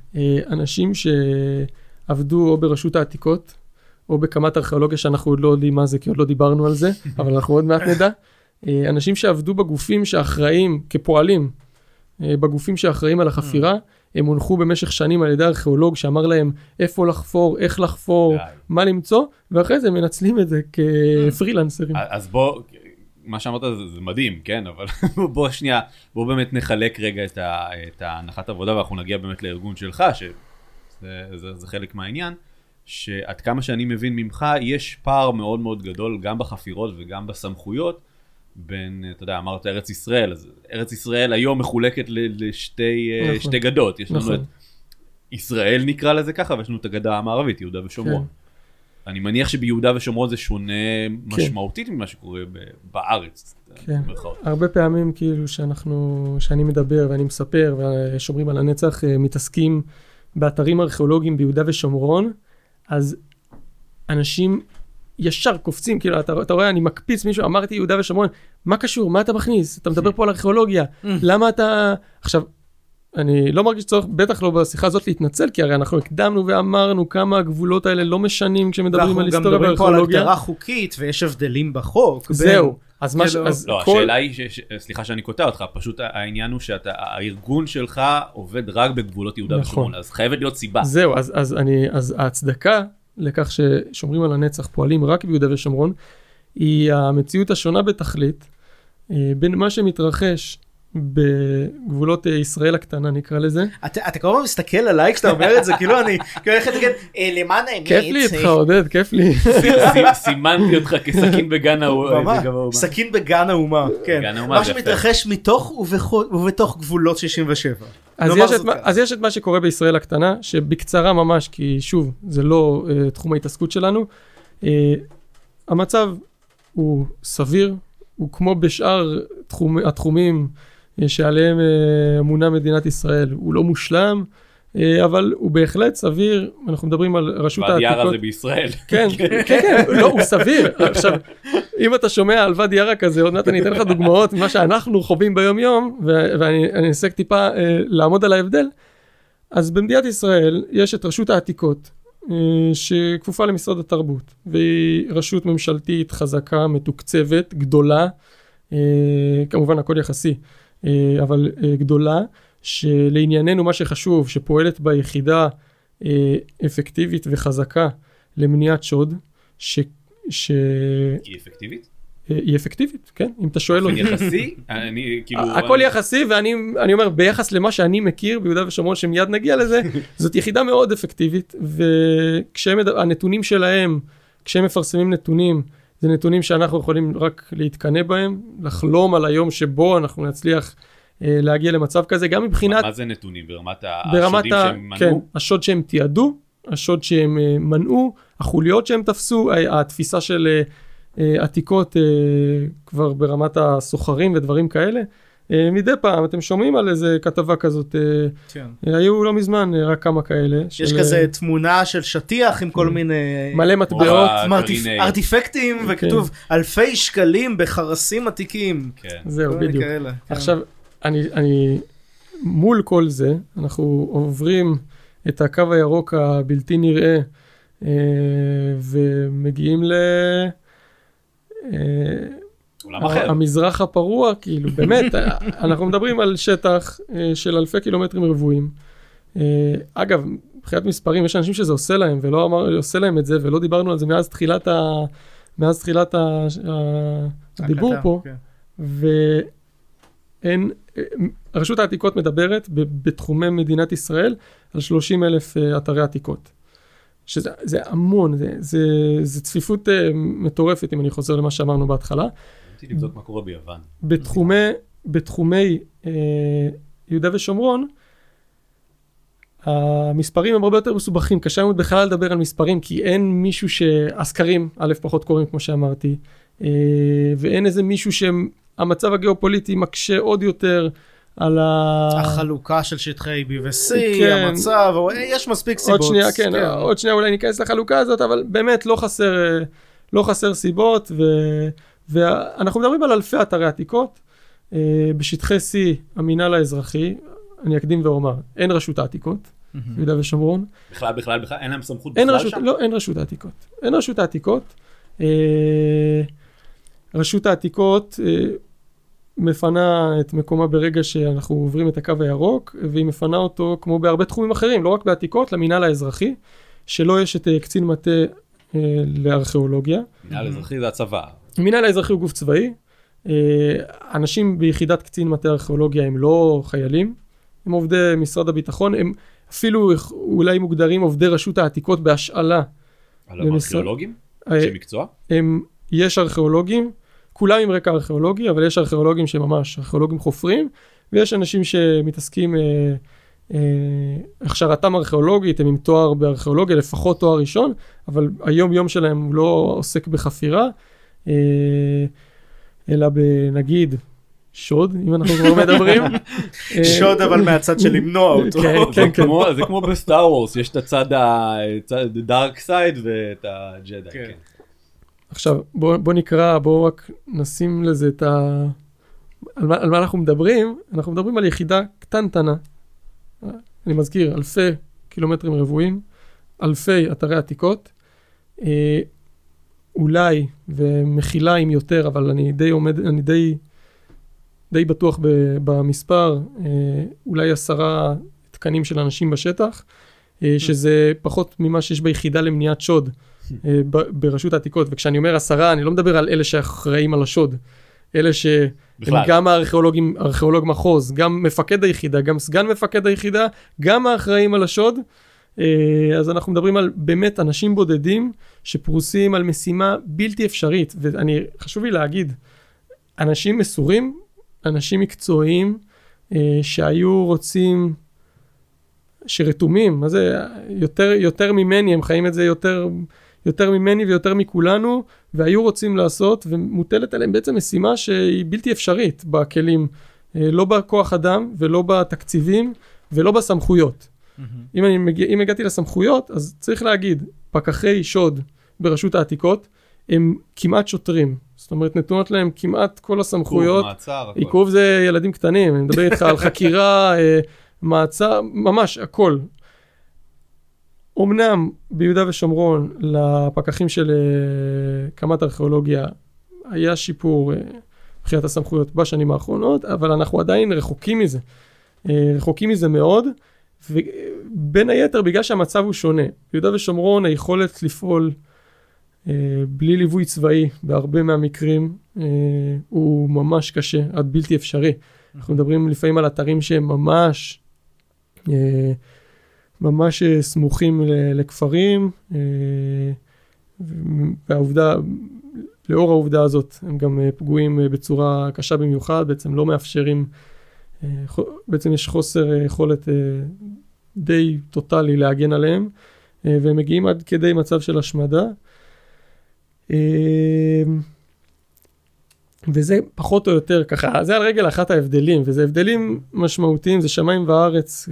אנשים שעבדו או ברשות העתיקות, או בקמת ארכיאולוגיה שאנחנו עוד לא יודעים מה זה, כי עוד לא דיברנו על זה, אבל אנחנו עוד מעט נדע. אנשים שעבדו בגופים שאחראים, כפועלים, בגופים שאחראים על החפירה, הם הונחו במשך שנים על ידי ארכיאולוג שאמר להם איפה לחפור, איך לחפור, מה למצוא, ואחרי זה מנצלים את זה כפרילנסרים. אז בוא, מה שאמרת זה מדהים, כן? אבל בוא שנייה, בוא באמת נחלק רגע את ההנחת עבודה, ואנחנו נגיע באמת לארגון שלך, שזה חלק מהעניין. שעד כמה שאני מבין ממך, יש פער מאוד מאוד גדול, גם בחפירות וגם בסמכויות, בין, אתה יודע, אמרת ארץ ישראל, אז ארץ ישראל היום מחולקת לשתי נכון. שתי גדות, יש נכון. לנו את ישראל נקרא לזה ככה, ויש לנו את הגדה המערבית, יהודה ושומרון. כן. אני מניח שביהודה ושומרון זה שונה כן. משמעותית ממה שקורה בארץ. כן. הרבה פעמים כאילו שאנחנו, שאני מדבר ואני מספר, ושומרים על הנצח, מתעסקים באתרים ארכיאולוגיים ביהודה ושומרון, אז אנשים ישר קופצים, כאילו, אתה, אתה רואה, אני מקפיץ מישהו, אמרתי יהודה ושומרון, מה קשור? מה אתה מכניס? אתה מדבר פה על ארכיאולוגיה, למה אתה... עכשיו, אני לא מרגיש צורך, בטח לא בשיחה הזאת להתנצל, כי הרי אנחנו הקדמנו ואמרנו כמה הגבולות האלה לא משנים כשמדברים על היסטוריה וארכיאולוגיה. אנחנו גם מדברים פה על הגדרה חוקית, ויש הבדלים בחוק. זהו, אז מה ש... אז לא, כל... השאלה היא, ש... ש... סליחה שאני קוטע אותך, פשוט העניין הוא שהארגון שלך עובד רק בגבולות יהודה נכון. ושומרון, אז חייבת להיות סיבה. זהו, אז, אז, אני, אז ההצדקה לכך ששומרים על הנצח פועלים רק ביהודה ושומרון, היא המציאות השונה בתכלית, בין מה שמתרחש בגבולות ישראל הקטנה, נקרא לזה. אתה כל הזמן מסתכל עליי כשאתה אומר את זה, כאילו אני, כאילו איך תגיד, למען האמת. כיף לי איתך, עודד, כיף לי. סימנתי אותך כסכין בגן האומה. סכין בגן האומה, כן. מה שמתרחש מתוך ובתוך גבולות שישים ושבע. אז יש את מה שקורה בישראל הקטנה, שבקצרה ממש, כי שוב, זה לא תחום ההתעסקות שלנו, המצב הוא סביר, הוא כמו בשאר התחומים שעליהם אמונה מדינת ישראל, הוא לא מושלם, אבל הוא בהחלט סביר, אנחנו מדברים על רשות העתיקות. ואדי ערה זה בישראל. כן, כן, כן, לא, הוא סביר. עכשיו, אם אתה שומע על ואדי ערה כזה, עוד מעט אני אתן לך דוגמאות ממה שאנחנו חווים ביום יום, ואני אנסה טיפה לעמוד על ההבדל, אז במדינת ישראל יש את רשות העתיקות, שכפופה למשרד התרבות, והיא רשות ממשלתית חזקה, מתוקצבת, גדולה, כמובן הכל יחסי, אבל גדולה, שלענייננו מה שחשוב, שפועלת ביחידה אפקטיבית וחזקה למניעת שוד, ש... ש... היא אפקטיבית? היא אפקטיבית, כן, אם אתה שואל אותי. יחסי? אני כאילו... הכל יחסי, ואני אני אומר, ביחס למה שאני מכיר ביהודה ושומרון, שמיד נגיע לזה, זאת יחידה מאוד אפקטיבית, וכשהנתונים שלהם, כשהם מפרסמים נתונים, זה נתונים שאנחנו יכולים רק להתקנא בהם, לחלום על היום שבו אנחנו נצליח להגיע למצב כזה, גם מבחינת... מה זה נתונים? ברמת השודים שהם מנעו? כן, השוד שהם תיעדו, השוד שהם מנעו, החוליות שהם תפסו, התפיסה של עתיקות כבר ברמת הסוחרים ודברים כאלה. מדי פעם, אתם שומעים על איזה כתבה כזאת, כן. היו לא מזמן רק כמה כאלה. יש של... כזה תמונה של שטיח עם כל מיני... מלא מטבעות. מרטיפ... ארטיפקטים, וכתוב כן. אלפי שקלים בחרסים עתיקים. כן. זהו, בדיוק. כאלה, כן. עכשיו, אני, אני, מול כל זה, אנחנו עוברים את הקו הירוק הבלתי נראה, ומגיעים ל... עולם אחר. המזרח הפרוע, כאילו, באמת, אנחנו מדברים על שטח של אלפי קילומטרים רבועים. אגב, מבחינת מספרים, יש אנשים שזה עושה להם, ולא אמר, עושה להם את זה, ולא דיברנו על זה מאז תחילת ה... מאז תחילת ה... הדיבור פה, ואין... רשות העתיקות מדברת בתחומי מדינת ישראל על שלושים אלף אתרי עתיקות. שזה זה המון, זה, זה, זה צפיפות uh, מטורפת, אם אני חוזר למה שאמרנו בהתחלה. רציתי לבדוק מה קורה ביוון. בתחומי, בתחומי uh, יהודה ושומרון, המספרים הם הרבה יותר מסובכים, קשה מאוד בכלל לדבר על מספרים, כי אין מישהו שהסקרים, א' פחות קוראים כמו שאמרתי, uh, ואין איזה מישהו שהמצב הגיאופוליטי מקשה עוד יותר, על ה... החלוקה של שטחי B ו-C, כן. המצב, יש מספיק סיבות. עוד שנייה, כן, כן. עוד שנייה אולי ניכנס לחלוקה הזאת, אבל באמת לא חסר, לא חסר סיבות, ו... ואנחנו מדברים על אלפי אתרי עתיקות, בשטחי C, המינהל האזרחי, אני אקדים ואומר, אין רשות העתיקות, יהודה ושומרון. בכלל, בכלל, בכלל, אין להם סמכות אין בכלל רשות, שם? לא, אין רשות העתיקות. אין רשות העתיקות. רשות העתיקות, מפנה את מקומה ברגע שאנחנו עוברים את הקו הירוק, והיא מפנה אותו כמו בהרבה תחומים אחרים, לא רק בעתיקות, למינהל האזרחי, שלא יש את קצין מטה אה, לארכיאולוגיה. מינהל האזרחי זה הצבא. מינהל האזרחי הוא גוף צבאי, אה, אנשים ביחידת קצין מטה ארכיאולוגיה הם לא חיילים, הם עובדי משרד הביטחון, הם אפילו אולי מוגדרים עובדי רשות העתיקות בהשאלה. על הארכיאולוגים? אנשי מקצוע? הם, יש ארכיאולוגים, כולם עם רקע ארכיאולוגי, אבל יש ארכיאולוגים שממש, ארכיאולוגים חופרים, ויש אנשים שמתעסקים, אה, אה, הכשרתם ארכיאולוגית, הם עם תואר בארכיאולוגיה, לפחות תואר ראשון, אבל היום יום שלהם הוא לא עוסק בחפירה, אה, אלא בנגיד שוד, אם אנחנו כבר מדברים. שוד אבל מהצד של למנוע אותו. כן, כן, כן. זה כמו בסטאר וורס, יש את הצד הדארק סייד ואת הג'די, כן. עכשיו, בוא, בוא נקרא, בוא רק נשים לזה את ה... על מה, על מה אנחנו מדברים? אנחנו מדברים על יחידה קטנטנה. אני מזכיר, אלפי קילומטרים רבועים, אלפי אתרי עתיקות. אה, אולי, ומכילה עם יותר, אבל אני די עומד, אני די, די בטוח במספר, אולי עשרה תקנים של אנשים בשטח, שזה פחות ממה שיש ביחידה למניעת שוד ברשות העתיקות, וכשאני אומר עשרה, אני לא מדבר על אלה שאחראים על השוד, אלה שהם גם הארכיאולוגים, ארכיאולוג מחוז, גם מפקד היחידה, גם סגן מפקד היחידה, גם האחראים על השוד, אז אנחנו מדברים על באמת אנשים בודדים שפרוסים על משימה בלתי אפשרית, ואני חשוב לי להגיד, אנשים מסורים, אנשים מקצועיים, שהיו רוצים, שרתומים, מה זה, יותר, יותר ממני, הם חיים את זה יותר, יותר ממני ויותר מכולנו, והיו רוצים לעשות, ומוטלת עליהם בעצם משימה שהיא בלתי אפשרית בכלים, לא בכוח אדם ולא בתקציבים ולא בסמכויות. Mm-hmm. אם אני מגיע, אם הגעתי לסמכויות, אז צריך להגיד, פקחי שוד ברשות העתיקות, הם כמעט שוטרים. זאת אומרת, נתונות להם כמעט כל הסמכויות. עיכוב, מעצר, הכל. עיכוב זה ילדים קטנים, אני מדבר איתך על חקירה, מעצר, ממש הכל. אמנם ביהודה ושומרון, לפקחים של קמת ארכיאולוגיה, היה שיפור מבחינת הסמכויות בשנים האחרונות, אבל אנחנו עדיין רחוקים מזה. רחוקים מזה מאוד, ובין היתר, בגלל שהמצב הוא שונה. ביהודה ושומרון, היכולת לפעול בלי ליווי צבאי, בהרבה מהמקרים, הוא ממש קשה, עד בלתי אפשרי. אנחנו מדברים לפעמים על אתרים שהם ממש... ממש סמוכים לכפרים, והעובדה, לאור העובדה הזאת, הם גם פגועים בצורה קשה במיוחד, בעצם לא מאפשרים, בעצם יש חוסר יכולת די טוטלי להגן עליהם, והם מגיעים עד כדי מצב של השמדה, וזה פחות או יותר ככה, זה על רגל אחת ההבדלים, וזה הבדלים משמעותיים, זה שמיים וארץ,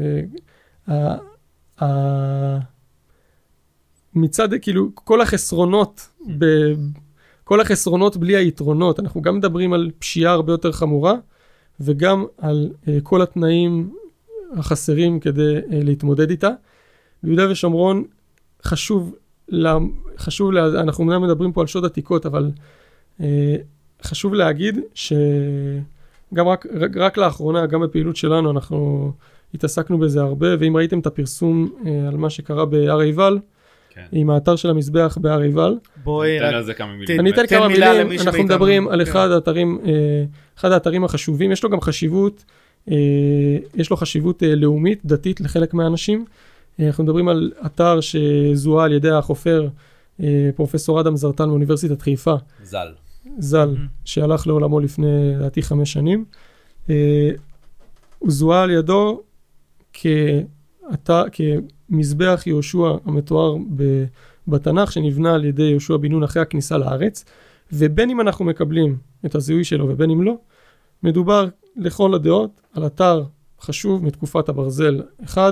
מצד, כאילו, כל החסרונות, כל החסרונות בלי היתרונות, אנחנו גם מדברים על פשיעה הרבה יותר חמורה, וגם על כל התנאים החסרים כדי להתמודד איתה. ביהודה ושומרון חשוב, חשוב, אנחנו אמנם מדברים פה על שוד עתיקות, אבל חשוב להגיד שגם רק, רק לאחרונה, גם בפעילות שלנו, אנחנו התעסקנו בזה הרבה, ואם ראיתם את הפרסום אה, על מה שקרה בהר עיבל, כן. עם האתר של המזבח בהר עיבל. בואי, תן על זה כמה מילים. אני אתן כמה מילים, אנחנו מדברים על אחד האתרים, אה, אחד האתרים החשובים, יש לו גם חשיבות, אה, יש לו חשיבות אה, לאומית, דתית לחלק מהאנשים. אה, אנחנו מדברים על אתר שזוהה על ידי החופר, אה, פרופסור אדם זרטן מאוניברסיטת חיפה. זל. זל, mm-hmm. שהלך לעולמו לפני, לדעתי, חמש שנים. אה, הוא זוהה על ידו, כאתה, כמזבח יהושע המתואר בתנ"ך, שנבנה על ידי יהושע בן נון אחרי הכניסה לארץ, ובין אם אנחנו מקבלים את הזיהוי שלו ובין אם לא, מדובר לכל הדעות על אתר חשוב מתקופת הברזל אחד,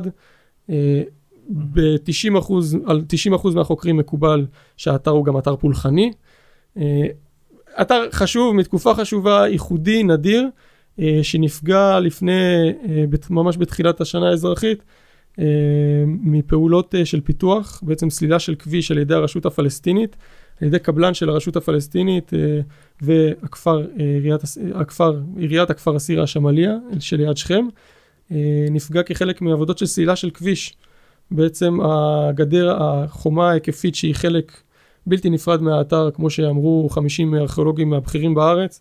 ב-תשעים אחוז, על תשעים אחוז מהחוקרים מקובל שהאתר הוא גם אתר פולחני, אתר חשוב, מתקופה חשובה, ייחודי, נדיר, שנפגע לפני, ממש בתחילת השנה האזרחית, מפעולות של פיתוח, בעצם סלילה של כביש על ידי הרשות הפלסטינית, על ידי קבלן של הרשות הפלסטינית, והכפר, עיריית, הכפר, עיריית הכפר הסירה השמליה, של יד שכם, נפגע כחלק מעבודות של סלילה של כביש. בעצם הגדר, החומה ההיקפית שהיא חלק בלתי נפרד מהאתר, כמו שאמרו חמישים ארכיאולוגים מהבכירים בארץ,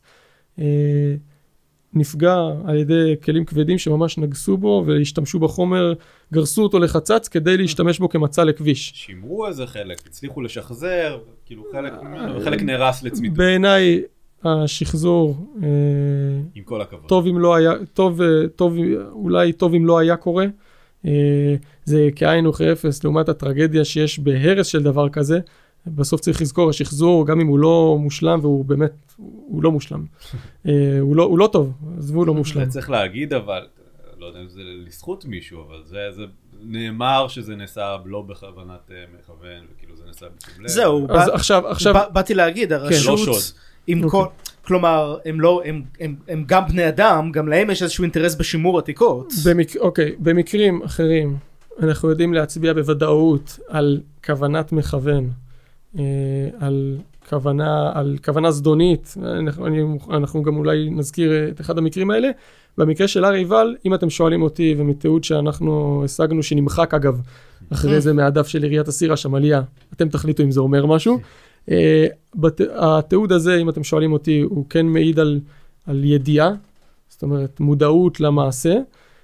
נפגע על ידי כלים כבדים שממש נגסו בו והשתמשו בחומר, גרסו אותו לחצץ כדי להשתמש בו כמצע לכביש. שימרו איזה חלק, הצליחו לשחזר, כאילו חלק, חלק נרס לצמיתות. בעיניי השחזור, עם כל הכבוד. טוב אם לא היה, טוב, טוב, אולי טוב אם לא היה קורה. זה כעין וכאפס לעומת הטרגדיה שיש בהרס של דבר כזה. בסוף צריך לזכור, השחזור, גם אם הוא לא מושלם, והוא באמת, הוא לא מושלם. הוא לא, הוא לא טוב, אז הוא לא מושלם. זה צריך להגיד, אבל, לא יודע אם זה לזכות מישהו, אבל זה, זה נאמר שזה נעשה לא בכוונת מכוון, וכאילו זה נעשה בשביל... זהו, אז עכשיו, עכשיו... באתי להגיד, הרשות, עם כל... כלומר, הם לא, הם, הם, הם גם בני אדם, גם להם יש איזשהו אינטרס בשימור עתיקות. במק... אוקיי, במקרים אחרים, אנחנו יודעים להצביע בוודאות על כוונת מכוון, על כוונה, על כוונה זדונית, אנחנו, אני, אנחנו גם אולי נזכיר את אחד המקרים האלה. במקרה של הר עיבל, אם אתם שואלים אותי, ומתיעוד שאנחנו השגנו, שנמחק אגב, אחרי זה מהדף של עיריית הסירה, שמליה, אתם תחליטו אם זה אומר משהו. התיעוד הזה, אם אתם שואלים אותי, הוא כן מעיד על, על ידיעה, זאת אומרת, מודעות למעשה,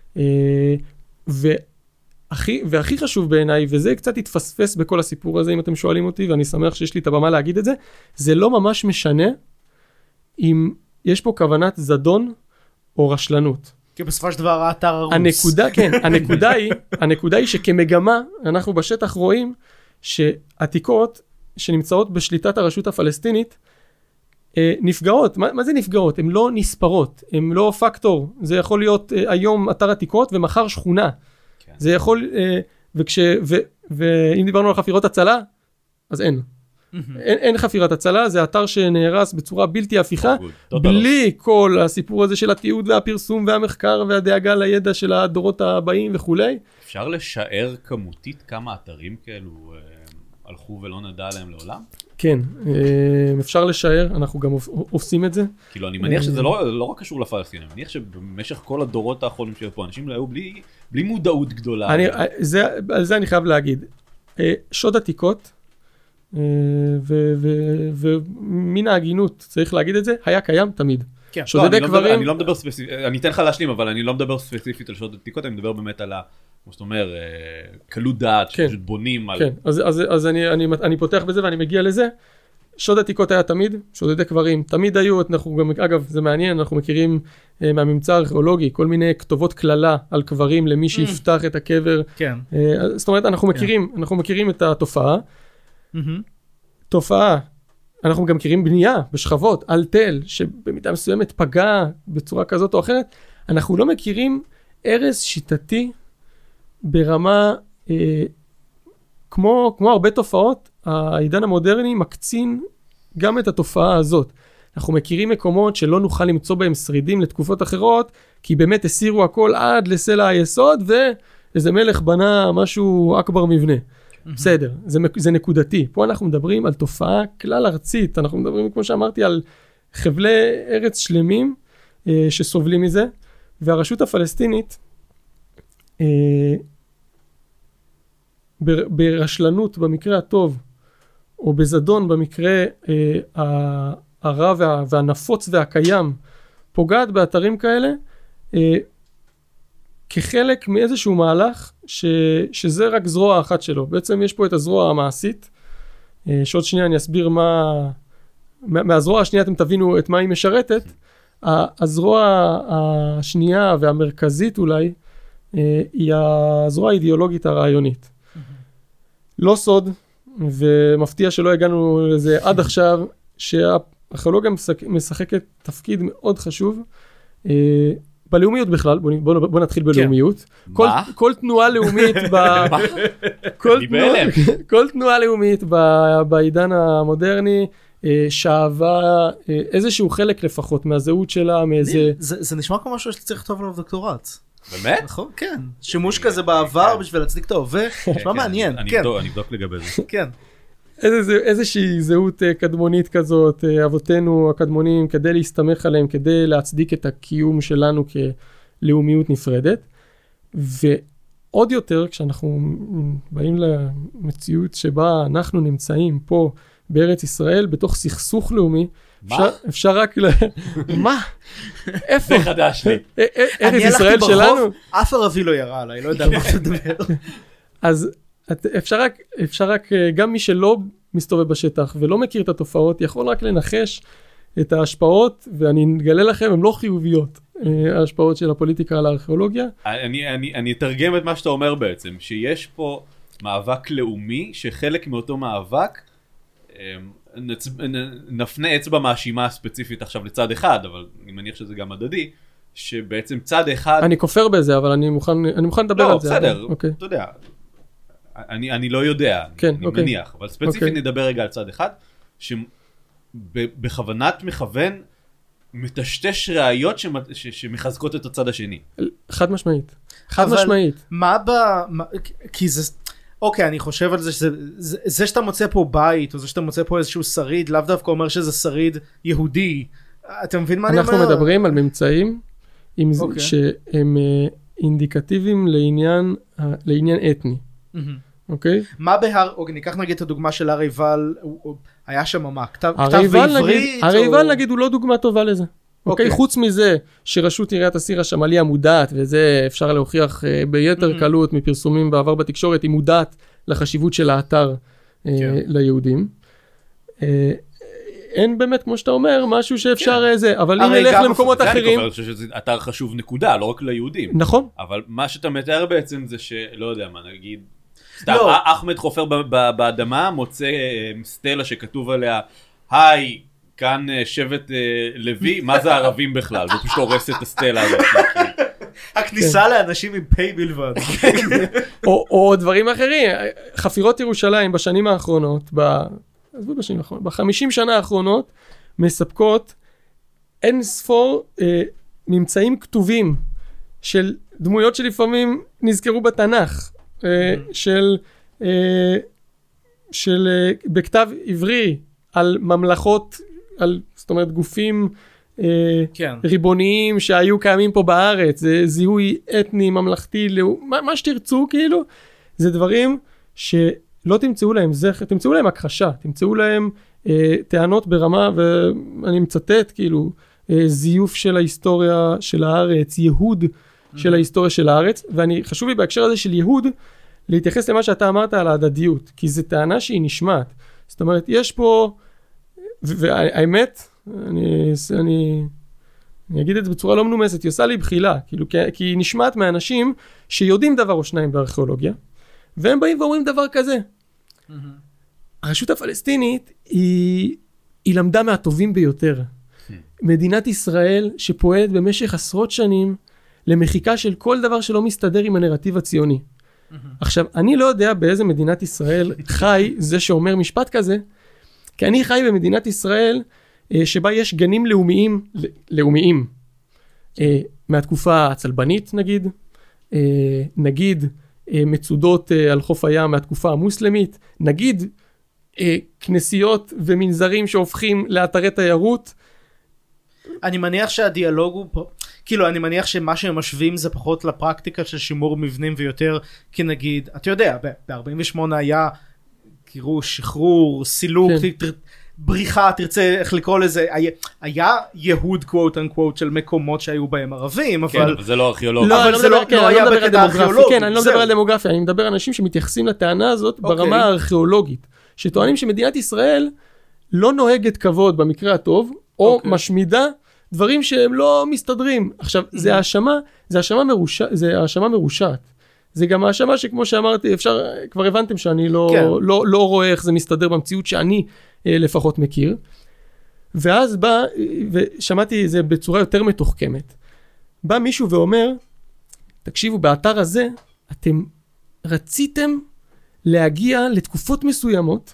והכי, והכי חשוב בעיניי, וזה קצת התפספס בכל הסיפור הזה, אם אתם שואלים אותי, ואני שמח שיש לי את הבמה להגיד את זה, זה לא ממש משנה אם יש פה כוונת זדון או רשלנות. כי בסופו של דבר האתר הרוס. הנקודה, כן, הנקודה היא, הנקודה היא שכמגמה, אנחנו בשטח רואים שעתיקות שנמצאות בשליטת הרשות הפלסטינית, אה, נפגעות. מה, מה זה נפגעות? הן לא נספרות, הן לא פקטור. זה יכול להיות אה, היום אתר עתיקות ומחר שכונה. כן. זה יכול, אה, וכש, ו, ואם דיברנו על חפירות הצלה, אז אין. אין, אין חפירת הצלה, זה אתר שנהרס בצורה בלתי הפיכה, בלי כל הסיפור הזה של התיעוד והפרסום והמחקר והדאגה לידע של הדורות הבאים וכולי. אפשר לשער כמותית כמה אתרים כאלו אה, הלכו ולא נדע עליהם לעולם? כן, אה, אפשר לשער, אנחנו גם עושים את זה. כאילו אני מניח שזה לא, לא רק קשור לפלסטינים, אני מניח שבמשך כל הדורות האחרונים שהיו פה, אנשים לא היו בלי, בלי מודעות גדולה. אני, זה, על זה אני חייב להגיד, אה, שוד עתיקות, ומן ההגינות, צריך להגיד את זה, היה קיים תמיד. שודדי קברים... אני לא מדבר ספציפית, אני אתן לך להשלים, אבל אני לא מדבר ספציפית על שוד עתיקות, אני מדבר באמת על, כמו שאתה אומר, קלות דעת, שפשוט בונים על... כן, אז אני פותח בזה ואני מגיע לזה. שוד עתיקות היה תמיד, שודדי קברים תמיד היו, אגב, זה מעניין, אנחנו מכירים מהממצא הארכיאולוגי, כל מיני כתובות כללה על קברים למי שיפתח את הקבר. זאת אומרת, אנחנו מכירים, אנחנו מכירים את התופעה. Mm-hmm. תופעה, אנחנו גם מכירים בנייה בשכבות, על תל, שבמידה מסוימת פגע בצורה כזאת או אחרת, אנחנו לא מכירים הרס שיטתי ברמה, אה, כמו, כמו הרבה תופעות, העידן המודרני מקצין גם את התופעה הזאת. אנחנו מכירים מקומות שלא נוכל למצוא בהם שרידים לתקופות אחרות, כי באמת הסירו הכל עד לסלע היסוד, ואיזה מלך בנה משהו אכבר מבנה. בסדר, זה, זה נקודתי. פה אנחנו מדברים על תופעה כלל ארצית, אנחנו מדברים, כמו שאמרתי, על חבלי ארץ שלמים אה, שסובלים מזה, והרשות הפלסטינית, אה, בר, ברשלנות במקרה הטוב, או בזדון במקרה אה, הרע וה, והנפוץ והקיים, פוגעת באתרים כאלה, אה, כחלק מאיזשהו מהלך ש, שזה רק זרוע אחת שלו. בעצם יש פה את הזרוע המעשית, שעוד שנייה אני אסביר מה, מהזרוע השנייה אתם תבינו את מה היא משרתת. הזרוע השנייה והמרכזית אולי, היא הזרוע האידיאולוגית הרעיונית. לא סוד, ומפתיע שלא הגענו לזה עד עכשיו, שהארכיאולוגיה משחקת תפקיד מאוד חשוב, בלאומיות בכלל, בוא, בוא, בוא נתחיל בלאומיות. כל, כל תנועה לאומית, ב... כל, תנוע... כל תנועה לאומית ב... בעידן המודרני, שאהבה איזשהו חלק לפחות מהזהות שלה, מאיזה... זה, זה נשמע כמו משהו שצריך לכתוב עליו דוקטורט. באמת? נכון, כן. שימוש כזה בעבר בשביל להצדיק את ההווה, נשמע מעניין. אני אבדוק לגבי זה. כן. איזושהי זהות קדמונית כזאת, אבותינו הקדמונים, כדי להסתמך עליהם, כדי להצדיק את הקיום שלנו כלאומיות נפרדת. ועוד יותר, כשאנחנו באים למציאות שבה אנחנו נמצאים פה בארץ ישראל, בתוך סכסוך לאומי, אפשר, אפשר רק ל... מה? איפה? זה חדש לי. ארץ ישראל שלנו? אף ערבי לא יראה עליי, לא יודע על מה אתה מדבר. אז אפשר רק, אפשר רק, גם מי שלא מסתובב בשטח ולא מכיר את התופעות, יכול רק לנחש את ההשפעות, ואני אגלה לכם, הן לא חיוביות, ההשפעות של הפוליטיקה על הארכיאולוגיה. אני, אני, אני אתרגם את מה שאתה אומר בעצם, שיש פה מאבק לאומי, שחלק מאותו מאבק, נצ... נפנה אצבע מאשימה ספציפית עכשיו לצד אחד, אבל אני מניח שזה גם מדדי, שבעצם צד אחד... אני כופר בזה, אבל אני מוכן, אני מוכן לדבר לא, על זה. לא, בסדר, אבל... okay. אתה יודע. אני, אני לא יודע, כן, אני אוקיי. מניח, אבל ספציפית אוקיי. נדבר רגע על צד אחד, שבכוונת מכוון מטשטש ראיות שמ... ש... שמחזקות את הצד השני. חד משמעית. חד משמעית. מה ב... מה... כי זה... אוקיי, אני חושב על זה, שזה, זה, זה שאתה מוצא פה בית, או זה שאתה מוצא פה איזשהו שריד, לאו דווקא אומר שזה שריד יהודי. אתה מבין מה אני אומר? אנחנו מדברים על ממצאים, עם זה, אוקיי. שהם אינדיקטיביים לעניין, לעניין אתני. אוקיי? מה בהר, אוקיי, ניקח נגיד את הדוגמה של הר עיבל, הוא- הוא- היה שם מה, כתב כתב הר עיבל בעברית? נגיד, הר או- עיבל נגיד הוא לא דוגמה טובה לזה. אוקיי, אוקיי. חוץ מזה שרשות עיריית הסירה שם עלייה מודעת, וזה אפשר להוכיח אה, ביתר Mhm. קלות מפרסומים בעבר בתקשורת, היא מודעת לחשיבות של האתר אה, כן. ליהודים. אה, אין באמת, כמו שאתה אומר, משהו שאפשר כן. איזה, אבל אם הרי נלך גם למקומות זה אני אחרים, כופר, שזה אתר חשוב נקודה, לא רק ליהודים. נכון, אבל מה שאתה מתאר בעצם זה שלא יודע מה, נגיד, סתם, לא. א- אחמד חופר ב- ב- באדמה, מוצא אה, סטלה שכתוב עליה, היי, כאן אה, שבט אה, לוי, מה זה ערבים בכלל? והוא פשוט הורס את הסטלה הזאת. הכניסה לאנשים עם פי בלבד. או, או דברים אחרים. חפירות ירושלים בשנים האחרונות, ב... עזבו בשנים האחרונות, בחמישים שנה האחרונות, מספקות אין ספור אה, ממצאים כתובים של דמויות שלפעמים נזכרו בתנ"ך, אה, של, אה, של אה, בכתב עברי על ממלכות, על, זאת אומרת, גופים אה, כן. ריבוניים שהיו קיימים פה בארץ, זה זיהוי אתני, ממלכתי, לאו, מה, מה שתרצו כאילו, זה דברים שלא תמצאו להם זכר, תמצאו להם הכחשה, תמצאו להם אה, טענות ברמה, ואני מצטט כאילו, אה, זיוף של ההיסטוריה של הארץ, יהוד של ההיסטוריה של הארץ, ואני חשוב לי בהקשר הזה של יהוד, להתייחס למה שאתה אמרת על ההדדיות, כי זו טענה שהיא נשמעת, זאת אומרת, יש פה, והאמת, אני, אני, אני אגיד את זה בצורה לא מנומסת, היא עושה לי בחילה, כאילו, כי, כי היא נשמעת מאנשים שיודעים דבר או שניים בארכיאולוגיה, והם באים ואומרים דבר כזה. הרשות הפלסטינית היא, היא למדה מהטובים ביותר. מדינת ישראל שפועלת במשך עשרות שנים למחיקה של כל דבר שלא מסתדר עם הנרטיב הציוני. עכשיו, אני לא יודע באיזה מדינת ישראל חי זה שאומר משפט כזה, כי אני חי במדינת ישראל שבה יש גנים לאומיים, לאומיים, מהתקופה הצלבנית נגיד, נגיד מצודות על חוף הים מהתקופה המוסלמית, נגיד כנסיות ומנזרים שהופכים לאתרי תיירות. אני מניח שהדיאלוג הוא פה, כאילו אני מניח שמה שהם משווים זה פחות לפרקטיקה של שימור מבנים ויותר, כי נגיד, אתה יודע, ב-ארבעים ושמונה היה גירוש, שחרור, סילוק, כן. ת, ת, בריחה, תרצה איך לקרוא לזה, היה, היה יהוד קוואט אנקוואט של מקומות שהיו בהם ערבים, כן, אבל... אבל זה לא ארכיאולוגיה. לא, אבל זה לא- כן, לא אני היה מדבר על בקטע דמוגרפי. ארכיאולוגי, כן, אני לא זהו. מדבר על דמוגרפיה, אני מדבר על אנשים שמתייחסים לטענה הזאת אוקיי. ברמה הארכיאולוגית, שטוענים שמדינת ישראל לא נוהגת כבוד במקרה הטוב, או אוקיי. משמידה דברים שהם לא מסתדרים. עכשיו, זה האשמה, זה האשמה מרושע, זה האשמה מרושעת. זה גם האשמה שכמו שאמרתי, אפשר, כבר הבנתם שאני לא, כן. לא, לא רואה איך זה מסתדר במציאות שאני אה, לפחות מכיר. ואז בא, ושמעתי זה בצורה יותר מתוחכמת, בא מישהו ואומר, תקשיבו, באתר הזה, אתם רציתם להגיע לתקופות מסוימות,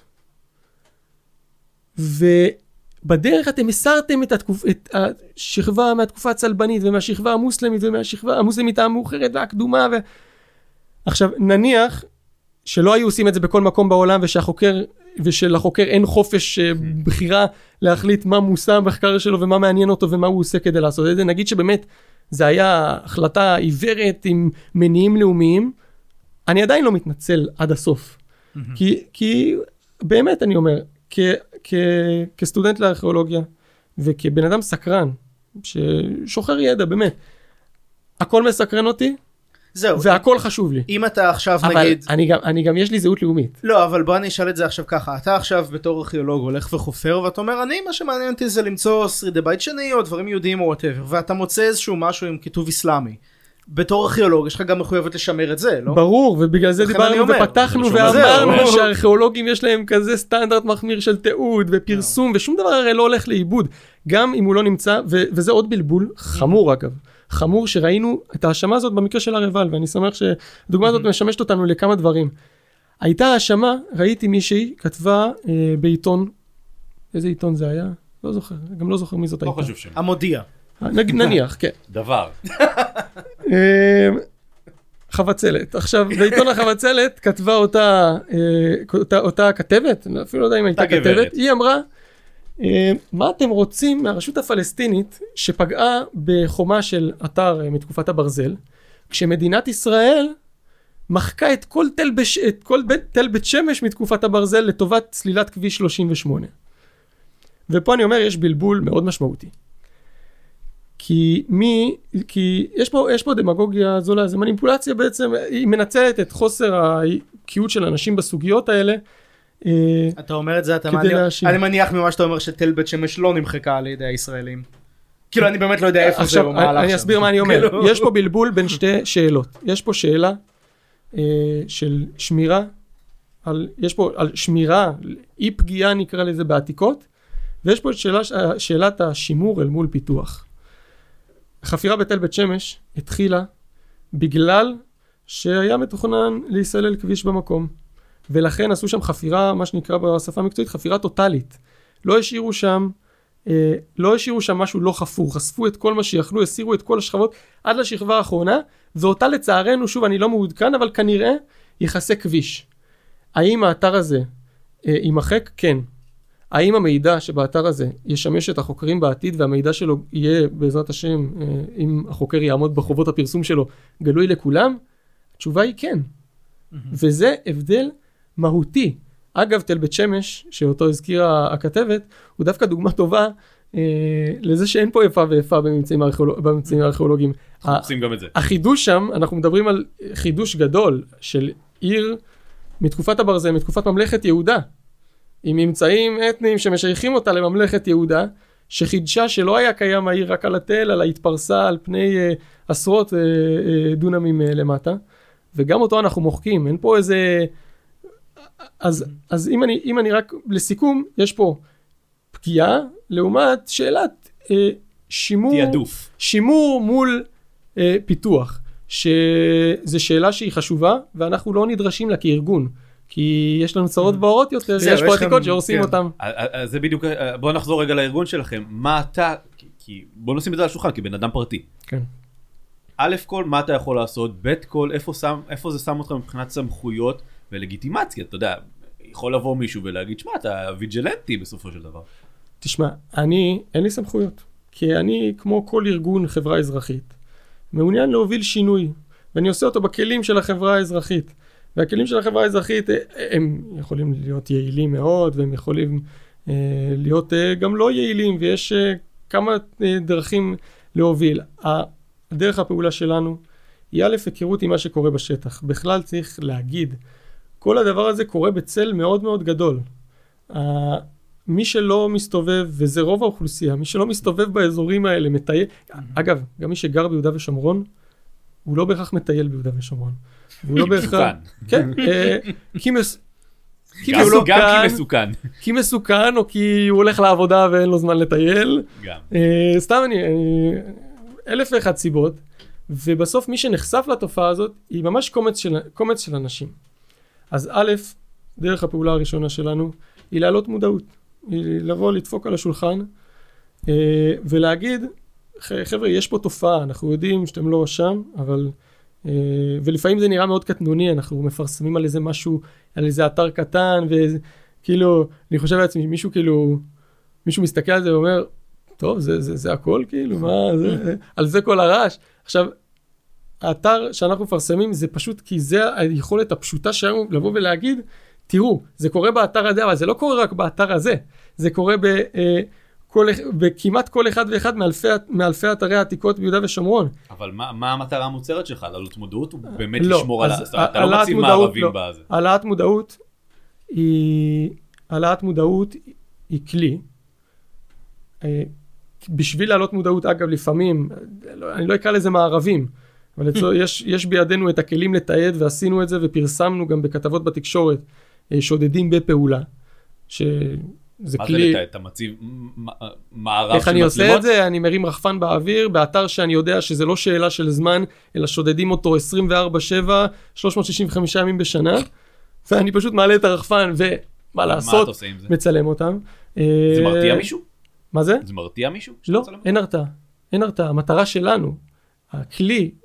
ובדרך אתם הסרתם את, התקופ... את השכבה מהתקופה הצלבנית, ומהשכבה המוסלמית, ומהשכבה המוסלמית המאוחרת והקדומה, ו... עכשיו, נניח שלא היו עושים את זה בכל מקום בעולם, ושהחוקר, ושלחוקר אין חופש בחירה להחליט מה מושא המחקר שלו, ומה מעניין אותו, ומה הוא עושה כדי לעשות את זה. נגיד שבאמת זה היה החלטה עיוורת עם מניעים לאומיים, אני עדיין לא מתנצל עד הסוף. כי, כי באמת אני אומר, כ, כ, כסטודנט לארכיאולוגיה, וכבן אדם סקרן, ששוחר ידע, באמת, הכל מסקרן אותי, זהו, והכל חשוב לי. אם אתה עכשיו אבל נגיד... אני גם, אני גם יש לי זהות לאומית. לא, אבל בוא אני אשאל את זה עכשיו ככה, אתה עכשיו בתור ארכיאולוג הולך וחופר, ואתה אומר, אני, מה שמעניין אותי זה למצוא שרידי בית שני, או דברים יהודיים או whatever, ואתה מוצא איזשהו משהו עם כיתוב אסלאמי. בתור ארכיאולוג, יש לך גם מחויבת לשמר את זה, לא? ברור, ובגלל זה לכן דיברנו אני אומר, ופתחנו זה משהו ואמרנו מזהו. שהארכיאולוגים יש להם כזה סטנדרט מחמיר של תיעוד ופרסום, ושום דבר הרי לא הולך לאיבוד, גם אם הוא לא נמצא, ו- וזה עוד בלבול, חמור אגב, חמור שראינו את ההאשמה הזאת במקרה של הר עיבל, ואני שמח שהדוגמה הזאת משמשת אותנו לכמה דברים. הייתה האשמה, ראיתי מישהי כתבה אה, בעיתון, איזה עיתון זה היה? לא זוכר, גם לא זוכר מי זאת לא הייתה. חשוב שם. המודיע. נ- נניח, כן. דבר. אה, חבצלת. עכשיו, בעיתון החבצלת כתבה אותה, אותה, אותה כתבת, אפילו לא יודע אם הייתה כתבת, היא אמרה, מה אתם רוצים מהרשות הפלסטינית שפגעה בחומה של אתר מתקופת הברזל, כשמדינת ישראל מחקה את כל תל, בש... את כל בית, תל בית שמש מתקופת הברזל לטובת סלילת כביש שלושים ושמונה. ופה אני אומר, יש בלבול מאוד משמעותי. כי מי, כי יש פה, יש פה דמגוגיה זולה, זה מניפולציה בעצם, היא מנצלת את חוסר הקיאות של אנשים בסוגיות האלה. אתה אומר את זה, אתה מניח, אני מניח ממה שאתה אומר שתל בית שמש לא נמחקה על ידי הישראלים. כאילו אני באמת לא יודע איפה זה או מה הלך שם. אני אסביר מה אני אומר. יש פה בלבול בין שתי שאלות. יש פה שאלה של שמירה, על, יש פה על שמירה, אי פגיעה נקרא לזה בעתיקות, ויש פה שאלה, שאלת השימור אל מול פיתוח. החפירה בתל בית שמש התחילה בגלל שהיה מתוכנן להיסלל כביש במקום, ולכן עשו שם חפירה, מה שנקרא בשפה המקצועית, חפירה טוטלית. לא השאירו שם, אה, לא השאירו שם משהו לא חפור, חשפו את כל מה שיכלו, הסירו את כל השכבות עד לשכבה האחרונה, ואותה לצערנו, שוב אני לא מעודכן, אבל כנראה יחסה כביש. האם האתר הזה אה, יימחק? כן. האם המידע שבאתר הזה ישמש את החוקרים בעתיד, והמידע שלו יהיה בעזרת השם, אה, אם החוקר יעמוד בחובות הפרסום שלו, גלוי לכולם? התשובה היא כן. Mm-hmm. וזה הבדל מהותי. אגב, תל בית שמש, שאותו הזכירה הכתבת, הוא דווקא דוגמה טובה אה, לזה שאין פה איפה ואיפה בממצאים הארכיאולוג... בממצאים הארכיאולוגיים. אנחנו עושים גם את זה. החידוש שם, אנחנו מדברים על חידוש גדול של עיר מתקופת הברזל, מתקופת ממלכת יהודה, עם ממצאים אתניים שמשייכים אותה לממלכת יהודה, שחידשה שלא היה קיים העיר רק על התל, אלא התפרסה על פני אה, עשרות אה, אה, דונמים אה, למטה, וגם אותו אנחנו מוחקים. אין פה איזה... אז, אז אם אני, אם אני רק לסיכום, יש פה פגיעה לעומת שאלת אה, שימור, תיעדוף. שימור מול אה, פיתוח, שזו שאלה שהיא חשובה, ואנחנו לא נדרשים לה כארגון, כי יש לנו צרות בוערות יותר, יש פה עתיקות שהורסים אותם. אז זה בדיוק, בואו נחזור רגע לארגון שלכם, מה אתה, כי בואו נשים את זה על השולחן, כבן אדם פרטי. כן. א' כל, מה אתה יכול לעשות, ב' כל, איפה, שם, איפה זה שם אותך מבחינת סמכויות ולגיטימציה, אתה יודע, יכול לבוא מישהו ולהגיד, שמה, אתה ויג'לנטי בסופו של דבר. תשמע, אני, אין לי סמכויות, כי אני, כמו כל ארגון חברה אזרחית, מעוניין להוביל שינוי, ואני עושה אותו בכלים של החברה האזרחית, והכלים של החברה האזרחית, הם יכולים להיות יעילים מאוד, והם יכולים אה, להיות אה, גם לא יעילים, ויש אה, כמה אה, דרכים להוביל. הדרך הפעולה שלנו, היא א' היכרות עם מה שקורה בשטח. בכלל צריך להגיד, כל הדבר הזה קורה בצל מאוד מאוד גדול. Uh, מי שלא מסתובב, וזה רוב האוכלוסייה, מי שלא מסתובב באזורים האלה, מטייל, mm-hmm. אגב, גם מי שגר ביהודה ושומרון, הוא לא בהכרח מטייל ביהודה ושומרון. הוא לא בהכרח... כן, uh, כי מס... גם, מסוכן, גם כי מסוכן. כי מסוכן, או כי הוא הולך לעבודה ואין לו זמן לטייל. גם. Uh, סתם אני... אני אלף ואחת סיבות, ובסוף מי שנחשף לתופעה הזאת, היא ממש קומץ של, קומץ של אנשים. אז א', דרך הפעולה הראשונה שלנו, היא להעלות מודעות. היא לבוא, לדפוק על השולחן, אה, ולהגיד, חבר'ה, יש פה תופעה, אנחנו יודעים שאתם לא שם, אבל, אה, ולפעמים זה נראה מאוד קטנוני, אנחנו מפרסמים על איזה משהו, על איזה אתר קטן, וכאילו, אני חושב לעצמי, מישהו כאילו, מישהו מסתכל על זה ואומר, טוב, זה, זה, זה הכל כאילו, מה, זה, על זה כל הרעש. עכשיו, האתר שאנחנו מפרסמים זה פשוט כי זה היכולת הפשוטה שלנו לבוא ולהגיד, תראו, זה קורה באתר הזה, אבל זה לא קורה רק באתר הזה, זה קורה ב, אה, כל, בכמעט כל אחד ואחד מאלפי, מאלפי אתרי העתיקות ביהודה ושומרון. אבל מה, מה המטרה המוצרת שלך? לעלות מודעות? הוא באמת לא, לשמור על... אתה לא מציב מערבים לא. בזה. העלאת מודעות היא... העלאת מודעות היא כלי. אה, בשביל לעלות מודעות, אגב, לפעמים, אני לא אקרא לזה מערבים, אבל יש, יש בידינו את הכלים לתעד, ועשינו את זה, ופרסמנו גם בכתבות בתקשורת, שודדים בפעולה, שזה כלי... מה זה אתה מציב מערב של מצלמות? איך אני עושה את זה? אני מרים רחפן באוויר, באתר שאני יודע שזה לא שאלה של זמן, אלא שודדים אותו עשרים וארבע שבע, שלוש מאות שישים וחמישה ימים בשנה, ואני פשוט מעלה את הרחפן, ומה לעשות, מצלם אותם. זה מרתיע מישהו? מה זה? זה מרתיע מישהו? לא, אין הרתעה. אין הרתעה. המטרה שלנו, הכלי,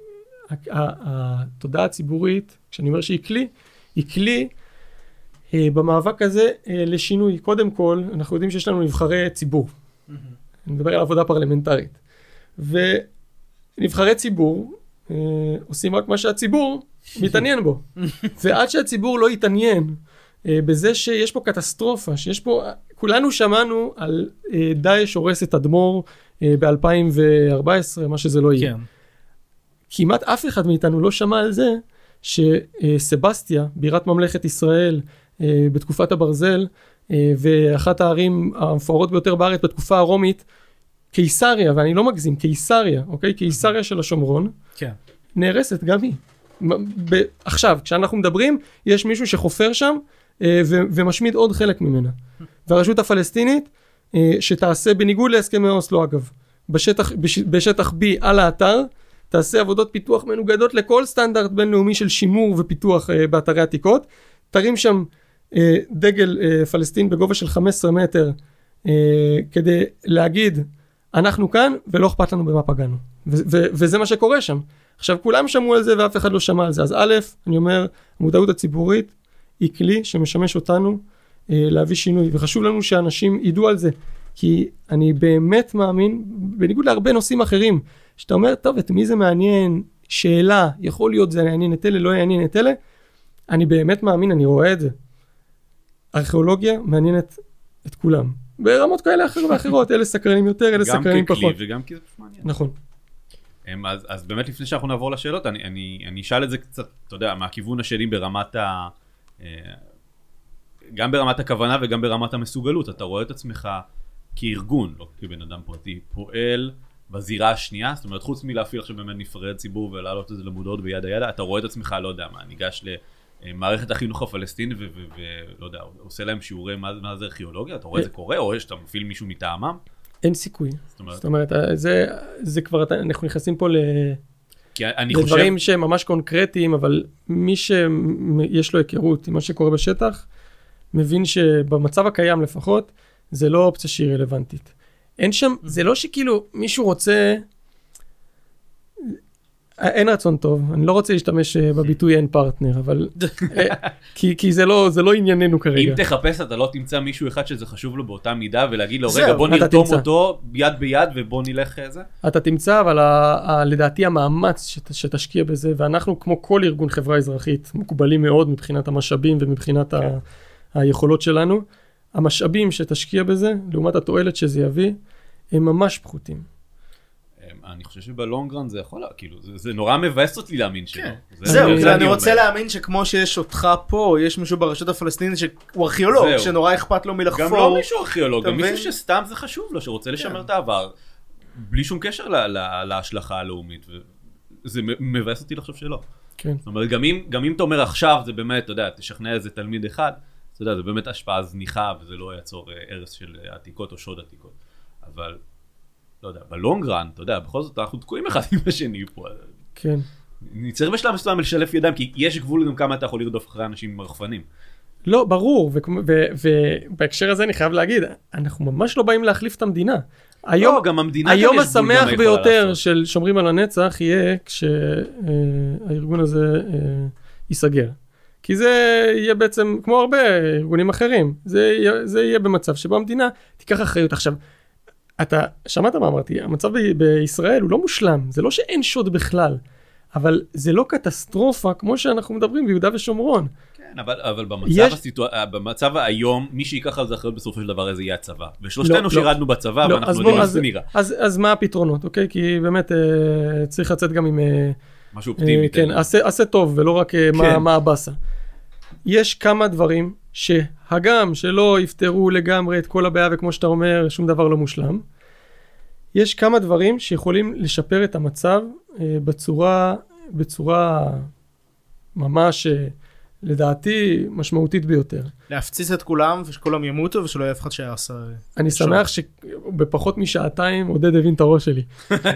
התודעה הציבורית, כשאני אומר שהיא כלי, היא כלי במאבק הזה לשינוי. קודם כל, אנחנו יודעים שיש לנו נבחרי ציבור. אני מדבר על עבודה פרלמנטרית. ונבחרי ציבור עושים רק מה שהציבור מתעניין בו. ועד שהציבור לא יתעניין בזה שיש פה קטסטרופה, שיש פה, כולנו שמענו על דאעש הורס את אדמו"ר ב-אלפיים וארבע עשרה, מה שזה לא יהיה. כן. כמעט אף אחד מאיתנו לא שמע על זה שסבסטיה, בירת ממלכת ישראל בתקופת הברזל, ואחת הערים המפוארות ביותר בארץ בתקופה הרומית, קיסריה, ואני לא מגזים, קיסריה, אוקיי? קיסריה של השומרון, כן. נהרסת גם היא. עכשיו, כשאנחנו מדברים, יש מישהו שחופר שם, ו- ומשמיד עוד חלק ממנה. והרשות הפלסטינית, שתעשה בניגוד להסכמי אוסלו, אגב, בשטח, בש- בשטח B על האתר, תעשה עבודות פיתוח מנוגדות לכל סטנדרט בינלאומי של שימור ופיתוח באתרי עתיקות, תרים שם דגל פלסטין בגובה של חמישה עשר מטר, כדי להגיד, אנחנו כאן ולא אכפת לנו במה פגענו. ו- ו- וזה מה שקורה שם. עכשיו, כולם שמעו על זה ואף אחד לא שמע על זה. אז א', אני אומר, המודעות הציבורית היא כלי שמשמש אותנו אה, להביא שינוי. וחשוב לנו שאנשים ידעו על זה. כי אני באמת מאמין, בניגוד להרבה נושאים אחרים, שאתה אומר, טוב, את מי זה מעניין? שאלה, יכול להיות זה יעניין את אלה, לא יעניין את אלה. אני באמת מאמין, אני רואה את זה. ארכיאולוגיה מעניינת את כולם. ברמות כאלה אחרות ואחרות, אלה סקרנים יותר, אלה סקרנים פחות. גם ככלי וגם כי זה פשוט מעניין. נכון. אז, אז באמת לפני שאנחנו נעבור לשאלות, אני, אני, אני אשאל את זה קצת, אתה יודע, מהכיוון השני ברמת ה... גם ברמת הכוונה וגם ברמת המסוגלות. אתה רואה את עצמך כארגון, לא כבן אדם פרטי, פועל בזירה השנייה, זאת אומרת, חוץ מלהפעיל עכשיו באמת נפרד ציבור ולהעלות את זה למודעות ביד הידה, אתה רואה את עצמך, לא יודע מה, ניגש למערכת החינוך הפלסטינית ולא יודע, עושה להם שיעורי מה, מה זה ארכיאולוגיה, אתה רואה את זה קורה, או שאתה מפעיל מישהו מטעמם? אין סיכוי. זאת אומרת, זאת אומרת זה, זה כבר, אנחנו נכנסים פה ל... לדברים חושב... שהם ממש קונקרטיים, אבל מי שיש לו היכרות עם מה שקורה בשטח, מבין שבמצב הקיים לפחות, זה לא אופציה שהיא רלוונטית. אין שם, זה לא שכאילו מישהו רוצה, אין רצון טוב, אני לא רוצה להשתמש בביטוי אין פרטנר, אבל, כי, כי זה לא, זה לא ענייננו כרגע. אם תחפש, אתה לא תמצא מישהו אחד שזה חשוב לו באותה מידה, ולהגיד לו, רגע, בוא נרתום אותו יד ביד, ובוא נלך זה. אתה תמצא, אבל לדעתי המאמץ שתשקיע בזה, ואנחנו כמו כל ארגון חברה אזרחית, מוגבלים מאוד מבחינת המשאבים ומבחינת היכולות שלנו, המשאבים שתשקיע בזה, לעומת התועלת שזה יביא, הם ממש פחותים. אני חושב שבלונגרן זה יכול, כאילו, זה נורא מבאס אותי להאמין שלא. זהו, אני רוצה להאמין שכמו שיש אותך פה, יש מישהו ברשות הפלסטינית שהוא ארכיאולוג, שנורא אכפת לו מלחפור. גם לא מישהו ארכיאולוג, גם מישהו שסתם זה חשוב לו, שרוצה לשמר את העבר, בלי שום קשר להשלכה הלאומית, וזה מבאס אותי לחשוב שלא. זאת אומרת, גם אם אתה אומר עכשיו, זה באמת, אתה יודע, תשכנע איזה תלמיד אחד, אתה יודע, זה באמת השפעה זניחה, וזה לא יעצור הרס של עתיקות או שוד עתיקות. אבל, לא יודע, בלונגרן, אתה יודע, בכל זאת אנחנו תקועים אחד עם השני פה. כן. נצטרך בשלב מסוים לשלף ידיים, כי יש גבול גם כמה אתה יכול לרדוף אחרי אנשים מרחפנים. לא, ברור, ובהקשר הזה אני חייב להגיד, אנחנו ממש לא באים להחליף את המדינה. לא, גם המדינה היום השמח ביותר של שומרים על הנצח יהיה כשהארגון הזה ייסגר. כי זה יהיה בעצם, כמו הרבה ארגונים אחרים, זה יהיה, זה יהיה במצב שבו המדינה תיקח אחריות. עכשיו, אתה שמעת מה אמרתי, המצב ב- בישראל הוא לא מושלם, זה לא שאין שוד בכלל, אבל זה לא קטסטרופה כמו שאנחנו מדברים ביהודה ושומרון. כן, אבל, אבל במצב, יש... הסיטוא... במצב היום, מי שיקח על זה אחריות בסופו של דבר הזה יהיה הצבא. ושלושתנו לא, שירדנו לא. בצבא, לא, ואנחנו יודעים איך זה נראה. אז, אז מה הפתרונות, אוקיי? כי באמת אה, צריך לצאת גם עם... אה, משהו אופטימי. כן, עשה, עשה טוב, ולא רק כן. מה, מה הבאסה. יש כמה דברים שהגם שלא יפתרו לגמרי את כל הבעיה, וכמו שאתה אומר, שום דבר לא מושלם. יש כמה דברים שיכולים לשפר את המצב בצורה, בצורה ממש, לדעתי, משמעותית ביותר. להפציץ את כולם, ושכולם ימותו, ושלא יהיה אף אחד שיעשה... אני שמח שבפחות משעתיים עודד הבין את הראש שלי.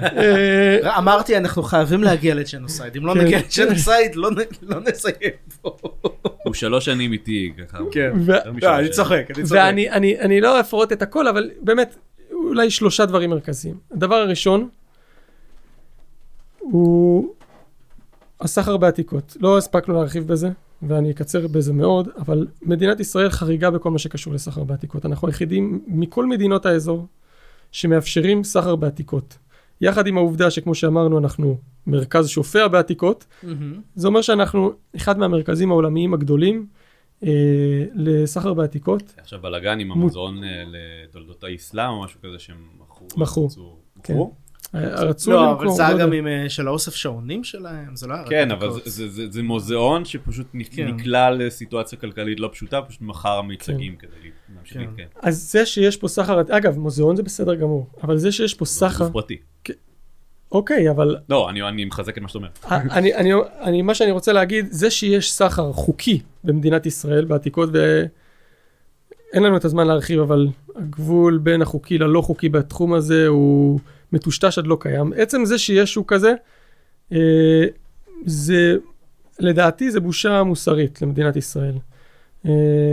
אמרתי, אנחנו חייבים להגיע לג'נוסייד. אם לא נגיע לג'נוסייד, לא נסיים פה. הוא שלוש שנים איתי, ככה. כן, אני צוחק, אני צוחק. ואני לא אפרוט את הכל, אבל באמת, אולי שלושה דברים מרכזיים. הדבר הראשון, הוא הסחר בעתיקות, לא הספקנו להרחיב בזה, ואני אקצר בזה מאוד, אבל מדינת ישראל חריגה בכל מה שקשור לסחר בעתיקות. אנחנו היחידים מכל מדינות האזור שמאפשרים סחר בעתיקות. יחד עם העובדה שכמו שאמרנו, אנחנו מרכז שופע בעתיקות, mm-hmm. זה אומר שאנחנו אחד מהמרכזים העולמיים הגדולים אה, לסחר בעתיקות. עכשיו בלגן עם המוזיאון אה, לתולדות האסלאם או משהו כזה שהם מכרו. מכרו. כן. רצו לא, למכור, אבל זה היה לא גם יודע. עם אה, של האוסף שעונים שלהם, זה לא היה כן, רק אבל עתיקות. זה- זה- זה זה מוזיאון שפשוט כן. נקלע לסיטואציה כלכלית לא פשוטה, פשוט מכר מיצגים כדי להמשיך כן. להתקיים. אז זה שיש פה סחר, אגב, מוזיאון זה בסדר גמור, אבל זה שיש פה סחר, גוף פרטי. אוקיי, אבל לא, אני- אני מחזק את מה שאתה אומר. אני, אני, אני, מה שאני רוצה להגיד, זה שיש סחר חוקי במדינת ישראל בעתיקות, ואין לנו את הזמן להרחיב, אבל הגבול בין החוקי ללא חוקי בתחום הזה הוא מטושטש עד לא קיים. עצם זה שיש שוק כזה, אה, זה, לדעתי זה בושה מוסרית למדינת ישראל. אה,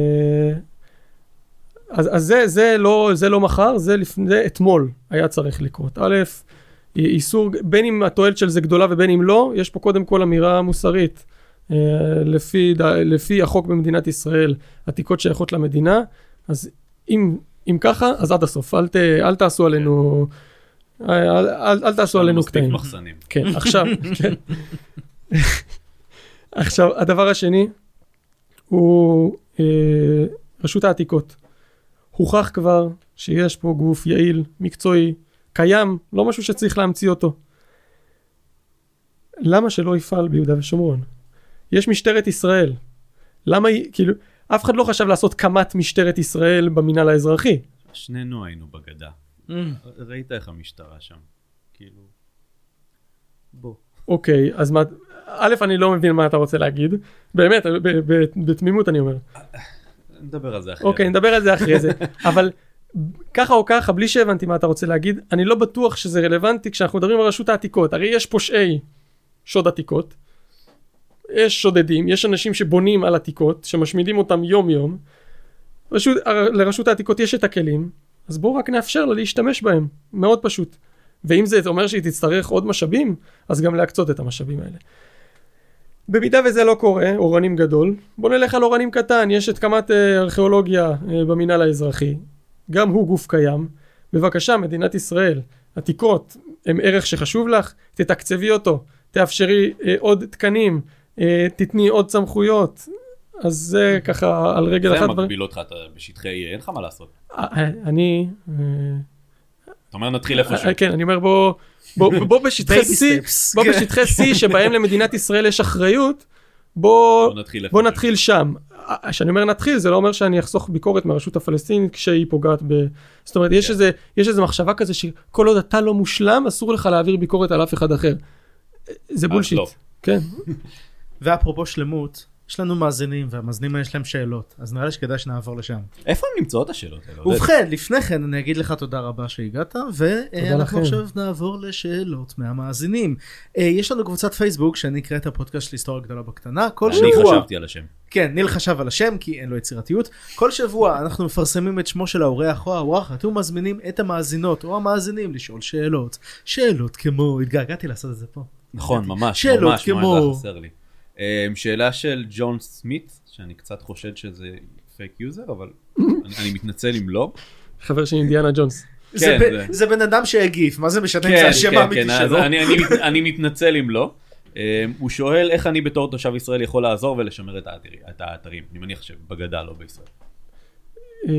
אז, אז זה, זה לא, זה לא מחר, זה לפני, זה אתמול היה צריך לקרות. א', איסור, בין אם התועלת של זה גדולה ובין אם לא, יש פה קודם כל אמירה מוסרית. אה, לפי, לפי החוק במדינת ישראל, עתיקות שייכות למדינה, אז אם, אם ככה, אז עד הסוף, אל, ת, אל תעשו עלינו, אל, אל, אל תעשו עלינו מספיק קטעים. מחסנים. כן, עכשיו, כן. עכשיו, הדבר השני הוא אה, רשות העתיקות. הוכח כבר שיש פה גוף יעיל, מקצועי, קיים, לא משהו שצריך להמציא אותו. למה שלא יפעל ביהודה ושומרון? יש משטרת ישראל. למה היא, כאילו, אף אחד לא חשב לעשות קמת משטרת ישראל במינהל האזרחי. שנינו היינו בגדה. ראית איך המשטרה שם. כאילו... בוא. אוקיי, אז מה, א', אני לא מבין מה אתה רוצה להגיד. באמת, ב- ב- בתמימות אני אומר. נדבר על זה אחרי. אוקיי, נדבר על זה אחרי זה. אבל ככה או ככה, בלי שהבנתי מה אתה רוצה להגיד, אני לא בטוח שזה רלוונטי כשאנחנו מדברים על רשות העתיקות. הרי יש פושעי שוד עתיקות, יש שודדים, יש אנשים שבונים על עתיקות, שמשמידים אותם יום יום. רשות, לרשות העתיקות יש את הכלים, אז בואו רק נאפשר לה להשתמש בהם. מאוד פשוט. ואם זה אומר שהיא תצטרך עוד משאבים, אז גם להקצות את המשאבים האלה. במידה וזה לא קורה, אורנים גדול, בוא נלך על אורנים קטן, יש את קמת ארכיאולוגיה במינהל האזרחי, גם הוא גוף קיים. בבקשה, מדינת ישראל, עתיקות הם ערך שחשוב לך, תתקצבי אותו, תאפשרי אה, עוד תקנים, אה, תתני עוד סמכויות, אז זה ככה על רגל אחת. זה מגביל אותך אתה בשטחי, אין לך מה לעשות. אה, אני... אה, אתה אומר נתחיל איפשהו. אה, כן, אני אומר בוא, בוא, בוא בשטחי Baby C, steps. בוא בשטחי C שבהם למדינת ישראל יש אחריות, בוא, בוא נתחיל בוא איפשהו. נתחיל שם. כשאני אומר נתחיל, זה לא אומר שאני אחסוך ביקורת מהרשות הפלסטינית כשהיא פוגעת ב... זאת אומרת, יש איזה, יש איזה מחשבה כזה שכל עוד אתה לא מושלם, אסור לך להעביר ביקורת על אף אחד אחר. זה בולשיט. לא. כן. ואפרופו שלמות, יש לנו מאזינים, והמאזינים האלה יש להם שאלות, אז נראה לי שכדאי שנעבור לשם. איפה הם נמצאות השאלות האלה? ובכן, לפני כן אני אגיד לך תודה רבה שהגעת, ואנחנו לכם. עכשיו נעבור לשאלות מהמאזינים. אה, יש לנו קבוצת פייסבוק שנקראת הפודקאסט של היסטוריה גדולה בקטנה, כל אני שבוע, חשבתי על השם. כן, ניל חשב על השם כי אין לו יצירתיות, כל שבוע אנחנו מפרסמים את שמו של האורח או האורחת, ומזמינים את המאזינות או המאזינים לשאול שאלות, שאלות כמו, התגעגעתי לעשות את זה פה. נכון, ממש, שאלות ממש, כמו- ממש, זה חסר לי. אמ, שאלה של ג'ון סמית, שאני קצת חושד שזה פייק יוזר, אבל אני אני מתנצל אם לא. חבר של אינדיאנה ג'ונס. זה כן, ב- זה- זה בן אדם שהגיף, מה זה משנה אם זה כן, השם כן, האמיתי כן, אז שלו? אני- אני מת- אני מתנצל אם לא. אמ, הוא שואל איך אני בתור תושב ישראל יכול לעזור ולשמר את האתרי- את האתרים. אני מניח שבגדה, לא בישראל. אה,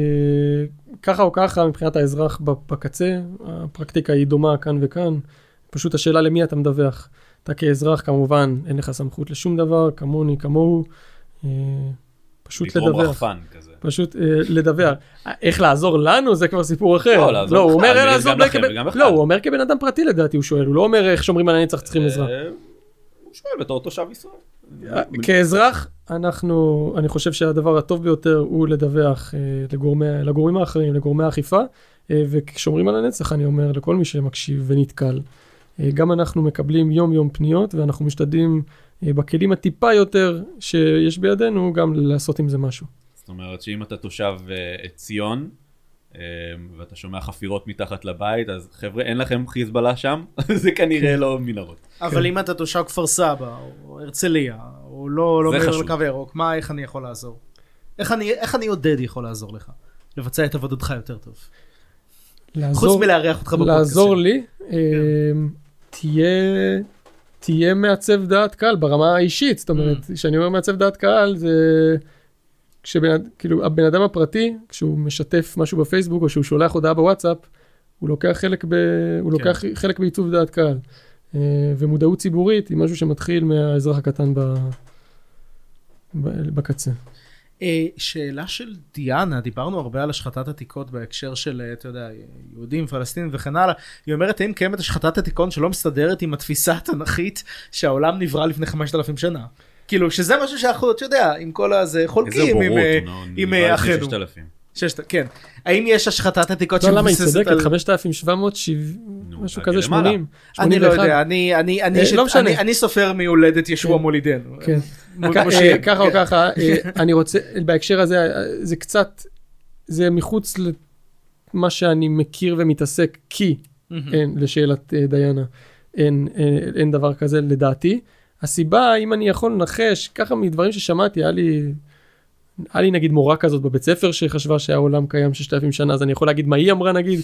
ככה או ככה, מבחינת האזרח בקצה, הפרקטיקה היא דומה כאן וכאן. פשוט השאלה למי אתה מדווח. אתה כאזרח כמובן אין לך סמכות לשום דבר, כמוני, כמוהו. אה, פשוט לתרום לדווח. רחפן כזה. פשוט אה, לדווח. איך לעזור לנו זה כבר סיפור אחר. לא, לעזור הוא לך, אומר אני- לעזור גם בלי לכם כבן- וגם לך. לא, הוא אומר כבן אדם פרטי לדעתי, הוא שואל. הוא לא אומר איך שומרים על הנצח צריכים עזרה. אה, הוא שואל בתור תושב ישראל. כאזרח, אנחנו, אני חושב שהדבר הטוב ביותר הוא לדווח אה, לגורמי, לגורמים האחרים, לגורמי האכיפה, אה, וכשומרים על הנצח, אני אומר לכל מי שמקשיב ונתקל, אה, גם אנחנו מקבלים יום יום פניות, ואנחנו משתדלים אה, בכלים הטיפה יותר שיש בידינו, גם לעשות עם זה משהו. זאת אומרת שאם אתה תושב אה, ציון, ואתה שומע חפירות מתחת לבית, אז חבר'ה, אין לכם חיזבאללה שם, זה כנראה לא מנהרות. אבל אם אתה תושב כפר סבא, או הרצליה, או לא מעבר לקו הירוק, מה, איך אני יכול לעזור? איך אני עודד יכול לעזור לך? לבצע את עבודתך יותר טוב. חוץ מלארח אותך בפודקאסט. לעזור לי, תהיה מעצב דעת קהל ברמה האישית, זאת אומרת, כשאני אומר מעצב דעת קהל, זה כאילו הבן אדם הפרטי, כשהוא משתף משהו בפייסבוק, או שהוא שולח הודעה בוואטסאפ, הוא לוקח חלק ב... הוא לוקח חלק בעיצוב דעת קהל. ומודעות ציבורית היא משהו שמתחיל מהאזרח הקטן בקצה. שאלה של דיאנה, דיברנו הרבה על השחטת עתיקות בהקשר של, אתה יודע, יהודים, פלסטינים וכן הלאה. היא אומרת, האם קיימת השחטת עתיקון שלא מסתדרת עם התפיסה התנ"כית שהעולם נברא לפני חמשת אלפים שנה? כאילו, שזה משהו שאנחנו, אתה יודע, עם כל הזה, חולקים עם אחינו. כן. האם יש השחטת עתיקות שמבוססת על... לא, למה היא צודקת? חמשת אלפים שבע מאות משהו כזה, שמונים. אני לא יודע, אני סופר מיולדת ישוע מולידנו. כן. ככה או ככה, אני רוצה, בהקשר הזה, זה קצת, זה מחוץ למה שאני מכיר ומתעסק, כי, לשאלת דיינה, אין דבר כזה לדעתי. הסיבה, אם אני יכול לנחש, ככה מדברים ששמעתי, היה לי... היה לי נגיד מורה כזאת בבית ספר שחשבה שהעולם קיים ששת אלפים שנה, אז אני יכול להגיד מה היא אמרה נגיד,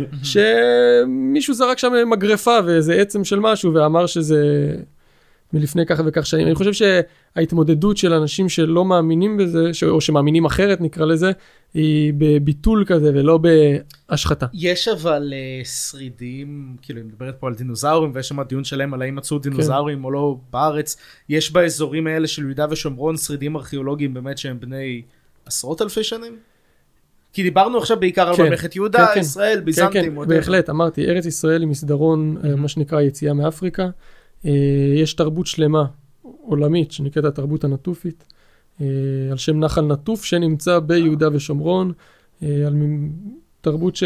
שמישהו זרק שם מגרפה ואיזה עצם של משהו ואמר שזה מלפני ככה וכך שנים. אני חושב שההתמודדות של אנשים שלא מאמינים בזה, או שמאמינים אחרת נקרא לזה, היא בביטול כזה ולא בהשחתה. יש אבל שרידים, כאילו היא מדברת פה על דינוזאורים, ויש שם דיון שלהם על האם מצאו דינוזאורים כן. או לא בארץ. יש באזורים האלה של יהודה ושומרון שרידים ארכיאולוגיים באמת שהם בני עשרות אלפי שנים? כי דיברנו עכשיו בעיקר כן. על ממלכת יהודה, כן, ישראל, כן. ביזנטים. כן, כן. בהחלט, אמרתי, ארץ ישראל היא מסדרון, mm-hmm. מה שנקרא יציאה מאפריקה. יש תרבות שלמה עולמית שנקראת התרבות הנטופית, על שם נחל נטוף שנמצא ביהודה ושומרון, על תרבות, ש...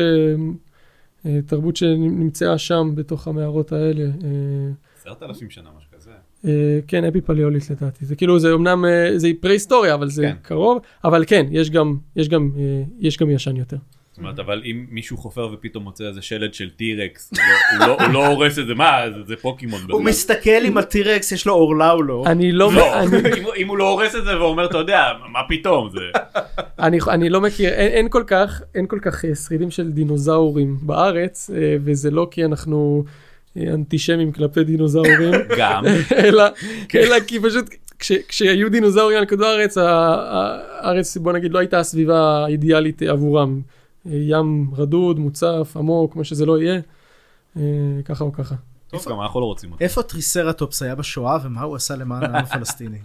תרבות שנמצאה שם בתוך המערות האלה. עשרת אלפים שנה, משהו כזה. כן, אפי פליאוליט לדעתי. זה כאילו, זה אמנם, זה פרה-היסטוריה, אבל זה כן. קרוב, אבל כן, יש גם, יש גם, יש גם ישן יותר. זאת אומרת, אבל אם מישהו חופר ופתאום מוצא איזה שלד של טירקס, הוא לא הורס את זה, מה? זה פוקימון. הוא מסתכל אם הטירקס יש לו אורלה או לא. אני לא... אם הוא לא הורס את זה ואומר, אתה יודע, מה פתאום זה? אני לא מכיר, אין כל כך, אין כל כך שרידים של דינוזאורים בארץ, וזה לא כי אנחנו אנטישמים כלפי דינוזאורים. גם. אלא כי פשוט... כשהיו דינוזאורים על כדור הארץ, הארץ, בוא נגיד, לא הייתה הסביבה האידיאלית עבורם. ים רדוד, מוצף, עמוק, מה שזה לא יהיה, ככה או ככה. טוב, גם אנחנו לא רוצים אותו. איפה טריסרטופס היה בשואה, ומה הוא עשה למען העם הפלסטיני?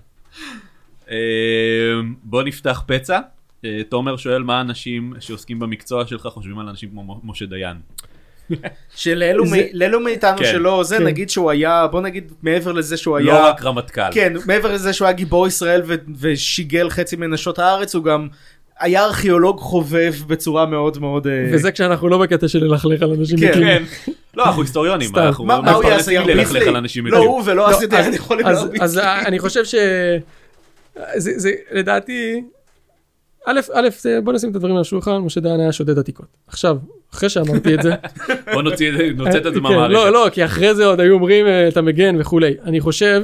בוא נפתח פצע. תומר שואל מה האנשים שעוסקים במקצוע שלך חושבים על אנשים כמו משה דיין. שלאלו מאיתנו שלא, זה נגיד שהוא היה, בוא נגיד מעבר לזה שהוא היה... לא רק רמטכ"ל. כן, מעבר לזה שהוא היה גיבור ישראל ושיגל חצי מנשות הארץ, הוא גם... היה ארכיאולוג חובב בצורה מאוד מאוד... וזה כשאנחנו לא בקטע של ללכלך על אנשים מתים. כן, לא, אנחנו היסטוריונים. מה הוא יעשה? ירביץ לי? לא הוא ולא עשיתי, אני יכול להרביץ לי. אז אני חושב ש... זה לדעתי... א', א', בוא נשים את הדברים על השולחן, משה דיין היה שודד עתיקות. עכשיו, אחרי שאמרתי את זה... בוא נוציא את זה מהמערכת. לא, לא, כי אחרי זה עוד היו אומרים את המגן וכולי. אני חושב...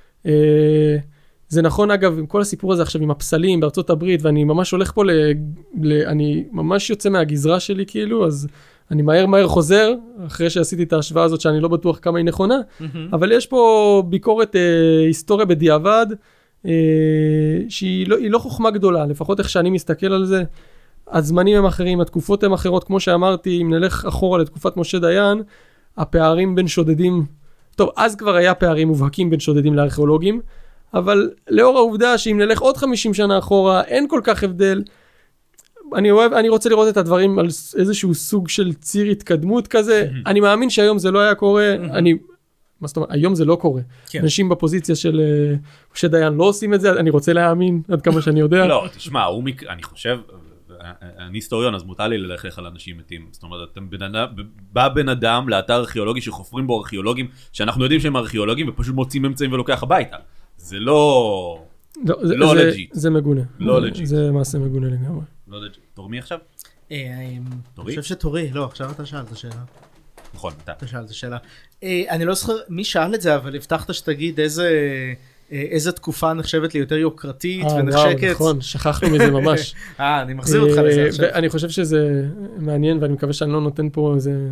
זה נכון אגב, עם כל הסיפור הזה עכשיו עם הפסלים בארצות הברית, ואני ממש הולך פה ל... ל... אני ממש יוצא מהגזרה שלי כאילו, אז אני מהר מהר חוזר, אחרי שעשיתי את ההשוואה הזאת שאני לא בטוח כמה היא נכונה, mm-hmm. אבל יש פה ביקורת אה, היסטוריה בדיעבד, אה, שהיא לא, לא חוכמה גדולה, לפחות איך שאני מסתכל על זה, הזמנים הם אחרים, התקופות הם אחרות, כמו שאמרתי, אם נלך אחורה לתקופת משה דיין, הפערים בין שודדים, טוב, אז כבר היה פערים מובהקים בין שודדים לארכיאולוגים, אבל לאור העובדה שאם נלך עוד חמישים שנה אחורה, אין כל כך הבדל. אני אוהב, אני רוצה לראות את הדברים על איזשהו סוג של ציר התקדמות כזה. אני מאמין שהיום זה לא היה קורה. אני, מה זאת אומרת, היום זה לא קורה. אנשים בפוזיציה של משה דיין לא עושים את זה, אני רוצה להאמין עד כמה שאני יודע. לא, תשמע, אני חושב, אני היסטוריון, אז מותר לי ללכלך על אנשים מתים. זאת אומרת, בא בן אדם לאתר ארכיאולוגי שחופרים בו ארכיאולוגים, שאנחנו יודעים שהם ארכיאולוגים ופשוט מוצאים אמצעים ולוקח הביתה. זה לא... לא לג'יט. זה מגונה. לא לג'יט. זה מעשה מגונה לגמרי. לא לג'יט. תורמי עכשיו? אני תורי? חושב שתורי, לא, עכשיו אתה שאלת שאלה. נכון, אתה. אתה שאלת שאלה. אני לא זוכר מי שאל את זה, אבל הבטחת שתגיד איזה... איזה תקופה נחשבת לי יותר יוקרתית ונחשקת. נכון, שכחנו מזה ממש. אה, אני מחזיר אותך לזה עכשיו. ואני חושב שזה מעניין, ואני מקווה שאני לא נותן פה איזה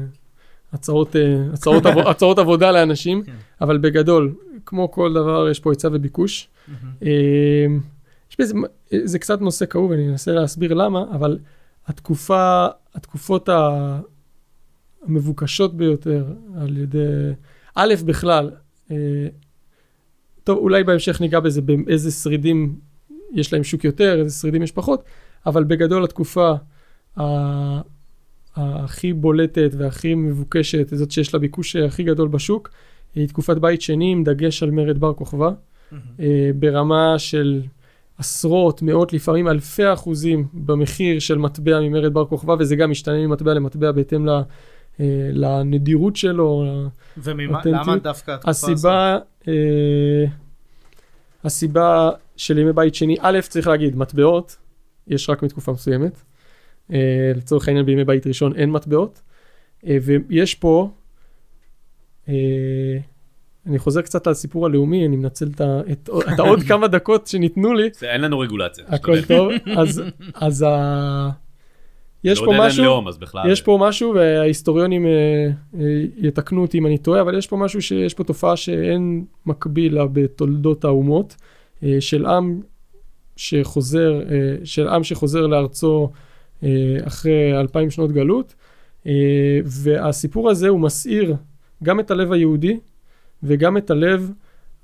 הצעות עבודה לאנשים, אבל בגדול, כמו כל דבר, יש פה היצע וביקוש. זה קצת נושא כאוב, אני אנסה להסביר למה, אבל התקופה, התקופות המבוקשות ביותר על ידי, א' בכלל, טוב, אולי בהמשך ניגע בזה, באיזה שרידים יש להם שוק יותר, איזה שרידים יש פחות, אבל בגדול התקופה הכי בולטת והכי מבוקשת, זאת שיש לה ביקוש הכי גדול בשוק, היא תקופת בית שני עם דגש על מרד בר כוכבא, ברמה של עשרות, מאות, לפעמים אלפי אחוזים במחיר של מטבע ממרד בר כוכבא, וזה גם משתנה ממטבע למטבע בהתאם ל... לנדירות שלו. ולמה דווקא התקופה הזאת? הסיבה, הסיבה של ימי בית שני, א', צריך להגיד, מטבעות, יש רק מתקופה מסוימת. לצורך העניין בימי בית ראשון אין מטבעות. ויש פה, אני חוזר קצת על הסיפור הלאומי, אני מנצל את העוד כמה דקות שניתנו לי. אין לנו רגולציה. הכל טוב. אז ה... יש פה משהו, יש פה משהו, וההיסטוריונים יתקנו אותי אם אני טועה, אבל יש פה משהו שיש פה תופעה שאין מקבילה בתולדות האומות, של עם שחוזר, של עם שחוזר לארצו אחרי אלפיים שנות גלות, והסיפור הזה הוא מסעיר גם את הלב היהודי, וגם את הלב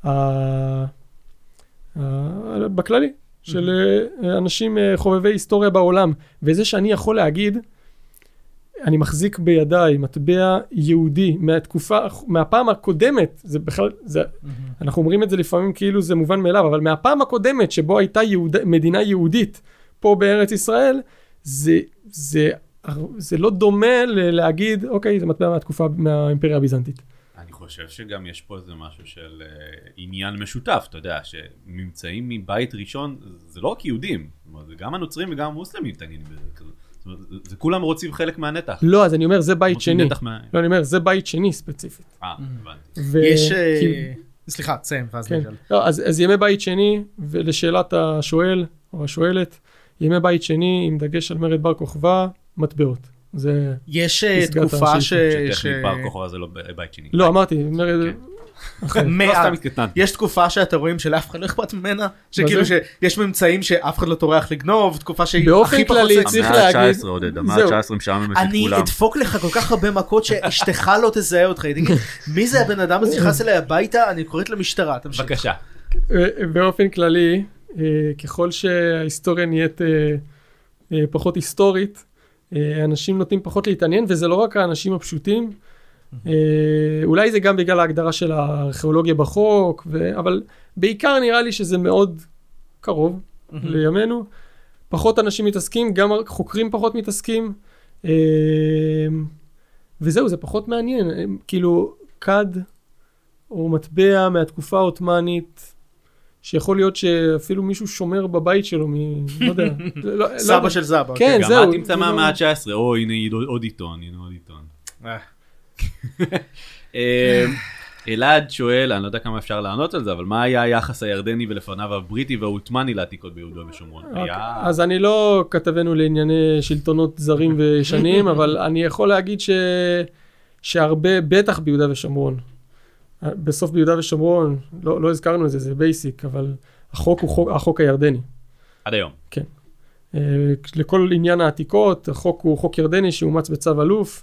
בכללי. של אנשים חובבי היסטוריה בעולם, וזה שאני יכול להגיד, אני מחזיק בידיי מטבע יהודי מהתקופה, מהפעם הקודמת, זה בכלל, זה, אנחנו אומרים את זה לפעמים כאילו זה מובן מאליו, אבל מהפעם הקודמת שבו הייתה יהוד, מדינה יהודית פה בארץ ישראל, זה, זה, זה לא דומה להגיד, אוקיי, זה מטבע מהתקופה מהאימפריה הביזנטית. אני חושב שגם יש פה איזה משהו של uh, עניין משותף, אתה יודע, שממצאים מבית ראשון, זה לא רק יהודים, זה גם הנוצרים וגם המוסלמים תעניינים בזה, זאת אומרת, זה כולם רוצים חלק מהנתח. לא, אז אני אומר, זה בית שני. מה... לא, אני אומר, זה בית שני ספציפית. אה, הבנתי. ו... יש... כי... סליחה, תסיים, ואז כן. נגל. לא, אז, אז ימי בית שני, ולשאלת השואל, או השואלת, ימי בית שני, עם דגש על מרד בר כוכבא, מטבעות. זה יש תקופה ש... שטכנית בר כוכבא זה לא בית שני. לא, אמרתי, מרד... יש תקופה שאתה רואים שלאף אחד לא אכפת ממנה, שכאילו שיש ממצאים שאף אחד לא טורח לגנוב, תקופה שהיא הכי פחות סקסית. המאה ה-תשע עשרה עודד, המאה ה-תשע עשרה משעממת את כולם. אני אדפוק לך כל כך הרבה מכות שאשתך לא תזהה אותך, מי זה הבן אדם הזה נכנס אליי הביתה, אני קוראת למשטרה, תמשיך. בבקשה. באופן כללי, ככל שההיסטוריה נהיית פחות היסטורית, אנשים נוטים פחות להתעניין, וזה לא רק האנשים הפשוטים, אולי זה גם בגלל ההגדרה של הארכיאולוגיה בחוק, אבל בעיקר נראה לי שזה מאוד קרוב לימינו. פחות אנשים מתעסקים, גם חוקרים פחות מתעסקים, וזהו, זה פחות מעניין. כאילו, קד או מטבע מהתקופה העות'מאנית, שיכול להיות שאפילו מישהו שומר בבית שלו, לא יודע. סבא של סבא. כן, זהו. גם תמצא מהמאה ה-תשע עשרה, או הנה עוד עיתון, הנה עוד עיתון. אלעד שואל, אני לא יודע כמה אפשר לענות על זה, אבל מה היה היחס הירדני ולפניו הבריטי והעות'מאני לעתיקות ביהודה ושומרון? אז אני לא כתבנו לענייני שלטונות זרים ושנים, אבל אני יכול להגיד שהרבה, בטח ביהודה ושומרון, בסוף ביהודה ושומרון, לא הזכרנו את זה, זה בייסיק, אבל החוק הוא החוק הירדני. עד היום. כן. לכל עניין העתיקות, החוק הוא חוק ירדני שאומץ בצו אלוף,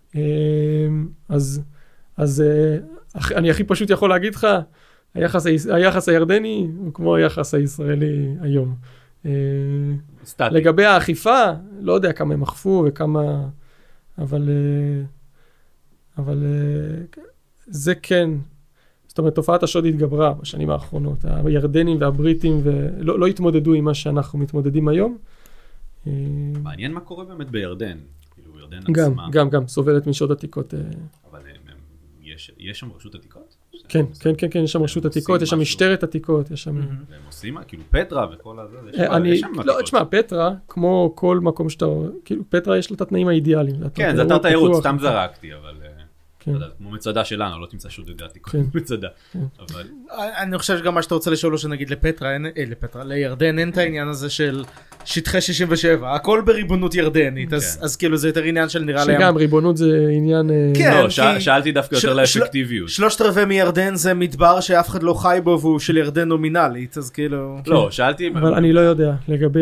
אז, אז אני הכי פשוט יכול להגיד לך, היחס, היחס הירדני הוא כמו היחס הישראלי היום. סטטי. לגבי האכיפה, לא יודע כמה הם אכפו וכמה, אבל, אבל זה כן, זאת אומרת, תופעת השוד התגברה בשנים האחרונות. הירדנים והבריטים ולא, לא התמודדו עם מה שאנחנו מתמודדים היום. מעניין מה קורה באמת בירדן. גם, גם, גם, סובלת משוד עתיקות. אבל יש שם רשות עתיקות? כן, כן, כן, כן, יש שם רשות עתיקות, יש שם משטרת עתיקות, יש שם... והם עושים מה? כאילו פטרה וכל הזה? אני, לא, תשמע, פטרה, כמו כל מקום שאתה... כאילו, פטרה יש לה את התנאים האידיאליים. כן, זה אתר תיירות, סתם זרקתי, אבל... כמו מצדה שלנו, לא תמצא שודדי עתיקות, מצדה. אני חושב שגם מה שאתה רוצה לשאול לו שנגיד לפטרה, לפטרה, לירדן, אין את העניין הזה של שטחי שישים ושבע, הכל בריבונות ירדנית, אז כאילו זה יותר עניין של נראה להם. שגם ריבונות זה עניין... לא, שאלתי דווקא יותר לאפקטיביות. שלושת רבעי מירדן זה מדבר שאף אחד לא חי בו והוא של ירדן נומינלית, אז כאילו... לא, שאלתי... אבל אני לא יודע,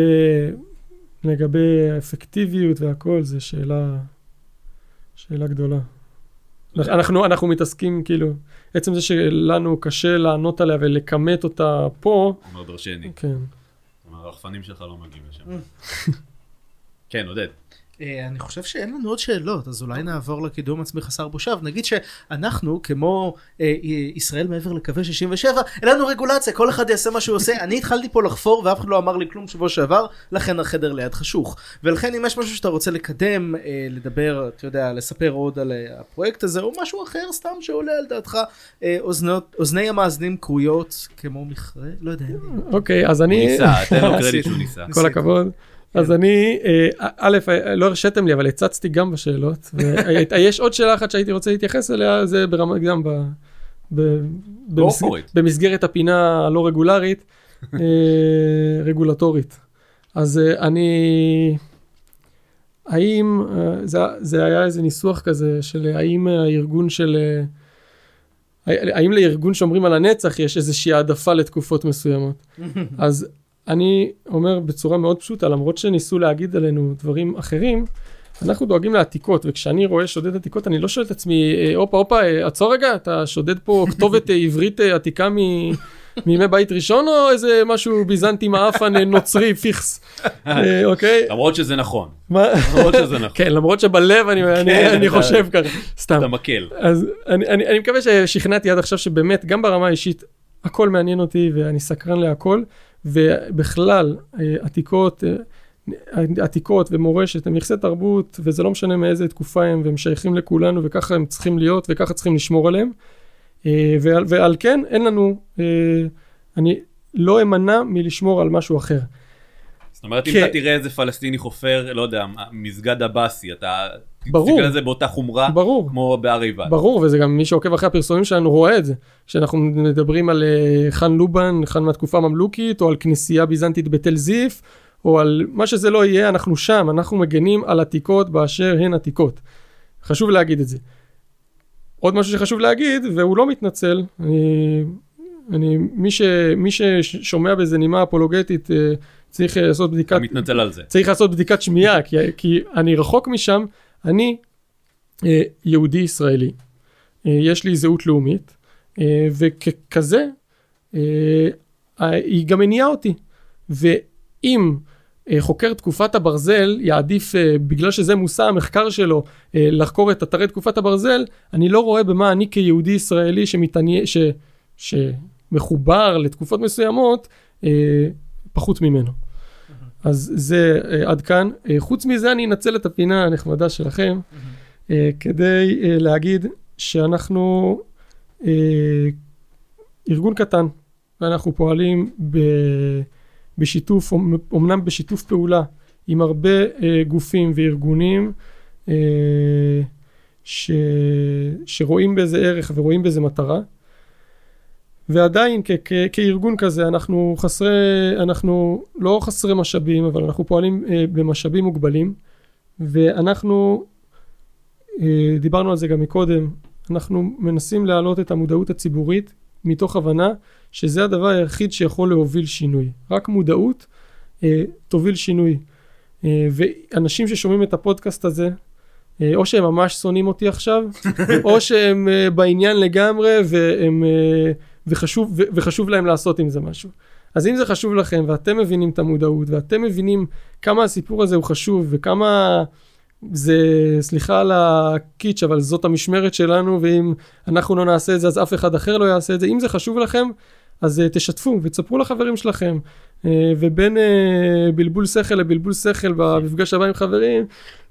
לגבי האפקטיביות והכל, זה שאלה שאלה גדולה. אנחנו, אנחנו מתעסקים, כאילו, עצם זה שלנו קשה לענות עליה ולקמת אותה פה. אומר דרשני. כן. אומר, הרחפנים שלך לא מגיעים לשם. כן, עודד. אני חושב שאין לנו עוד שאלות, אז אולי נעבור לקידום עצמי חסר בושה, ונגיד שאנחנו, כמו ישראל מעבר לקווי שישים ושבע, אין לנו רגולציה, כל אחד יעשה מה שהוא עושה. אני התחלתי פה לחפור, ואף אחד לא אמר לי כלום שבוע שעבר, לכן החדר ליד חשוך. ולכן אם יש משהו שאתה רוצה לקדם, לדבר, אתה יודע, לספר עוד על הפרויקט הזה, או משהו אחר סתם שעולה על דעתך, אוזנות, אוזני המאזנים קרויות כמו מכרה, לא יודע. אוקיי, אז אני... ניסה, תן לו קרדיט שהוא ניסה. כל הכבוד. אז אני, א', לא הרשתם לי, אבל הצצתי גם בשאלות, ויש עוד שאלה אחת שהייתי רוצה להתייחס אליה, זה ברמה, גם במסגרת הפינה הלא רגולרית, רגולטורית. אז אני, האם, זה היה איזה ניסוח כזה, של האם הארגון של, האם לארגון שאומרים על הנצח, יש איזושהי העדפה לתקופות מסוימות. אז אני אומר בצורה מאוד פשוטה, למרות שניסו להגיד עלינו דברים אחרים, אנחנו דואגים לעתיקות, וכשאני רואה שודד עתיקות, אני לא שואל את עצמי, אופה, אופה, עצור רגע, אתה שודד פה כתובת עברית עתיקה מימי בית ראשון, או איזה משהו ביזנטי מאפן נוצרי פיכס, אוקיי? למרות שזה נכון. מה? למרות שזה נכון. כן, למרות שבלב אני חושב ככה, סתם. אתה מקל. אז אני מקווה ששכנעתי עד עכשיו שבאמת, גם ברמה האישית, הכל מעניין אותי, ואני סקרן להכל, ובכלל, עתיקות, עתיקות ומורשת, הם נכסי תרבות, וזה לא משנה מאיזה תקופה הם, והם שייכים לכולנו, וככה הם צריכים להיות, וככה צריכים לשמור עליהם. ועל, ועל כן, אין לנו, אני לא אמנע מלשמור על משהו אחר. זאת אומרת, אם אתה תראה איזה פלסטיני חופר, לא יודע, מסגד הבאסי, אתה תסתכל על זה באותה חומרה, כמו בהר עיבל. ברור, וזה גם מי שעוקב אחרי הפרסומים שלנו רואה את זה, כשאנחנו מדברים על חאן לובן, חאן מהתקופה הממלוכית, או על כנסייה ביזנטית בתל זיף, או על מה שזה לא יהיה, אנחנו שם, אנחנו מגנים על עתיקות באשר הן עתיקות. חשוב להגיד את זה. עוד משהו שחשוב להגיד, והוא לא מתנצל, אני, אני, מי ש, מי ששומע בזה נימה אפולוגטית, צריך לעשות בדיקת... אתה מתנצל על זה. צריך לעשות בדיקת שמיעה, כי, כי אני רחוק משם, אני אה, יהודי ישראלי, אה, יש לי זהות לאומית, אה, וככזה, אה, אה, היא גם מניעה אותי, ואם אה, חוקר תקופת הברזל יעדיף, אה, בגלל שזה מושא המחקר שלו, אה, לחקור את אתרי תקופת הברזל, אני לא רואה במה אני כיהודי ישראלי שמתעניין, ש, שמחובר לתקופות מסוימות, אה, פחות ממנו. אז זה עד כאן. חוץ מזה אני אנצל את הפינה הנחמדה שלכם, כדי להגיד שאנחנו ארגון קטן, ואנחנו פועלים בשיתוף, אומנם בשיתוף פעולה, עם הרבה גופים וארגונים, ש... שרואים בזה ערך ורואים בזה מטרה, ועדיין כ- כ- כארגון כזה אנחנו חסרי, אנחנו לא חסרי משאבים, אבל אנחנו פועלים אה, במשאבים מוגבלים, ואנחנו, אה, דיברנו על זה גם מקודם, אנחנו מנסים להעלות את המודעות הציבורית, מתוך הבנה שזה הדבר היחיד שיכול להוביל שינוי. רק מודעות אה, תוביל שינוי. אה, ואנשים ששומעים את הפודקאסט הזה, אה, או שהם ממש שונאים אותי עכשיו, או שהם אה, בעניין לגמרי, והם... אה, וחשוב, ו- וחשוב להם לעשות עם זה משהו. אז אם זה חשוב לכם, ואתם מבינים את המודעות, ואתם מבינים כמה הסיפור הזה הוא חשוב, וכמה זה, סליחה על הקיץ', אבל זאת המשמרת שלנו, ואם אנחנו לא נעשה את זה, אז אף אחד אחר לא יעשה את זה. אם זה חשוב לכם, אז uh, תשתפו ותספרו לחברים שלכם. Uh, ובין uh, בלבול שכל לבלבול שכל במפגש הבא עם חברים,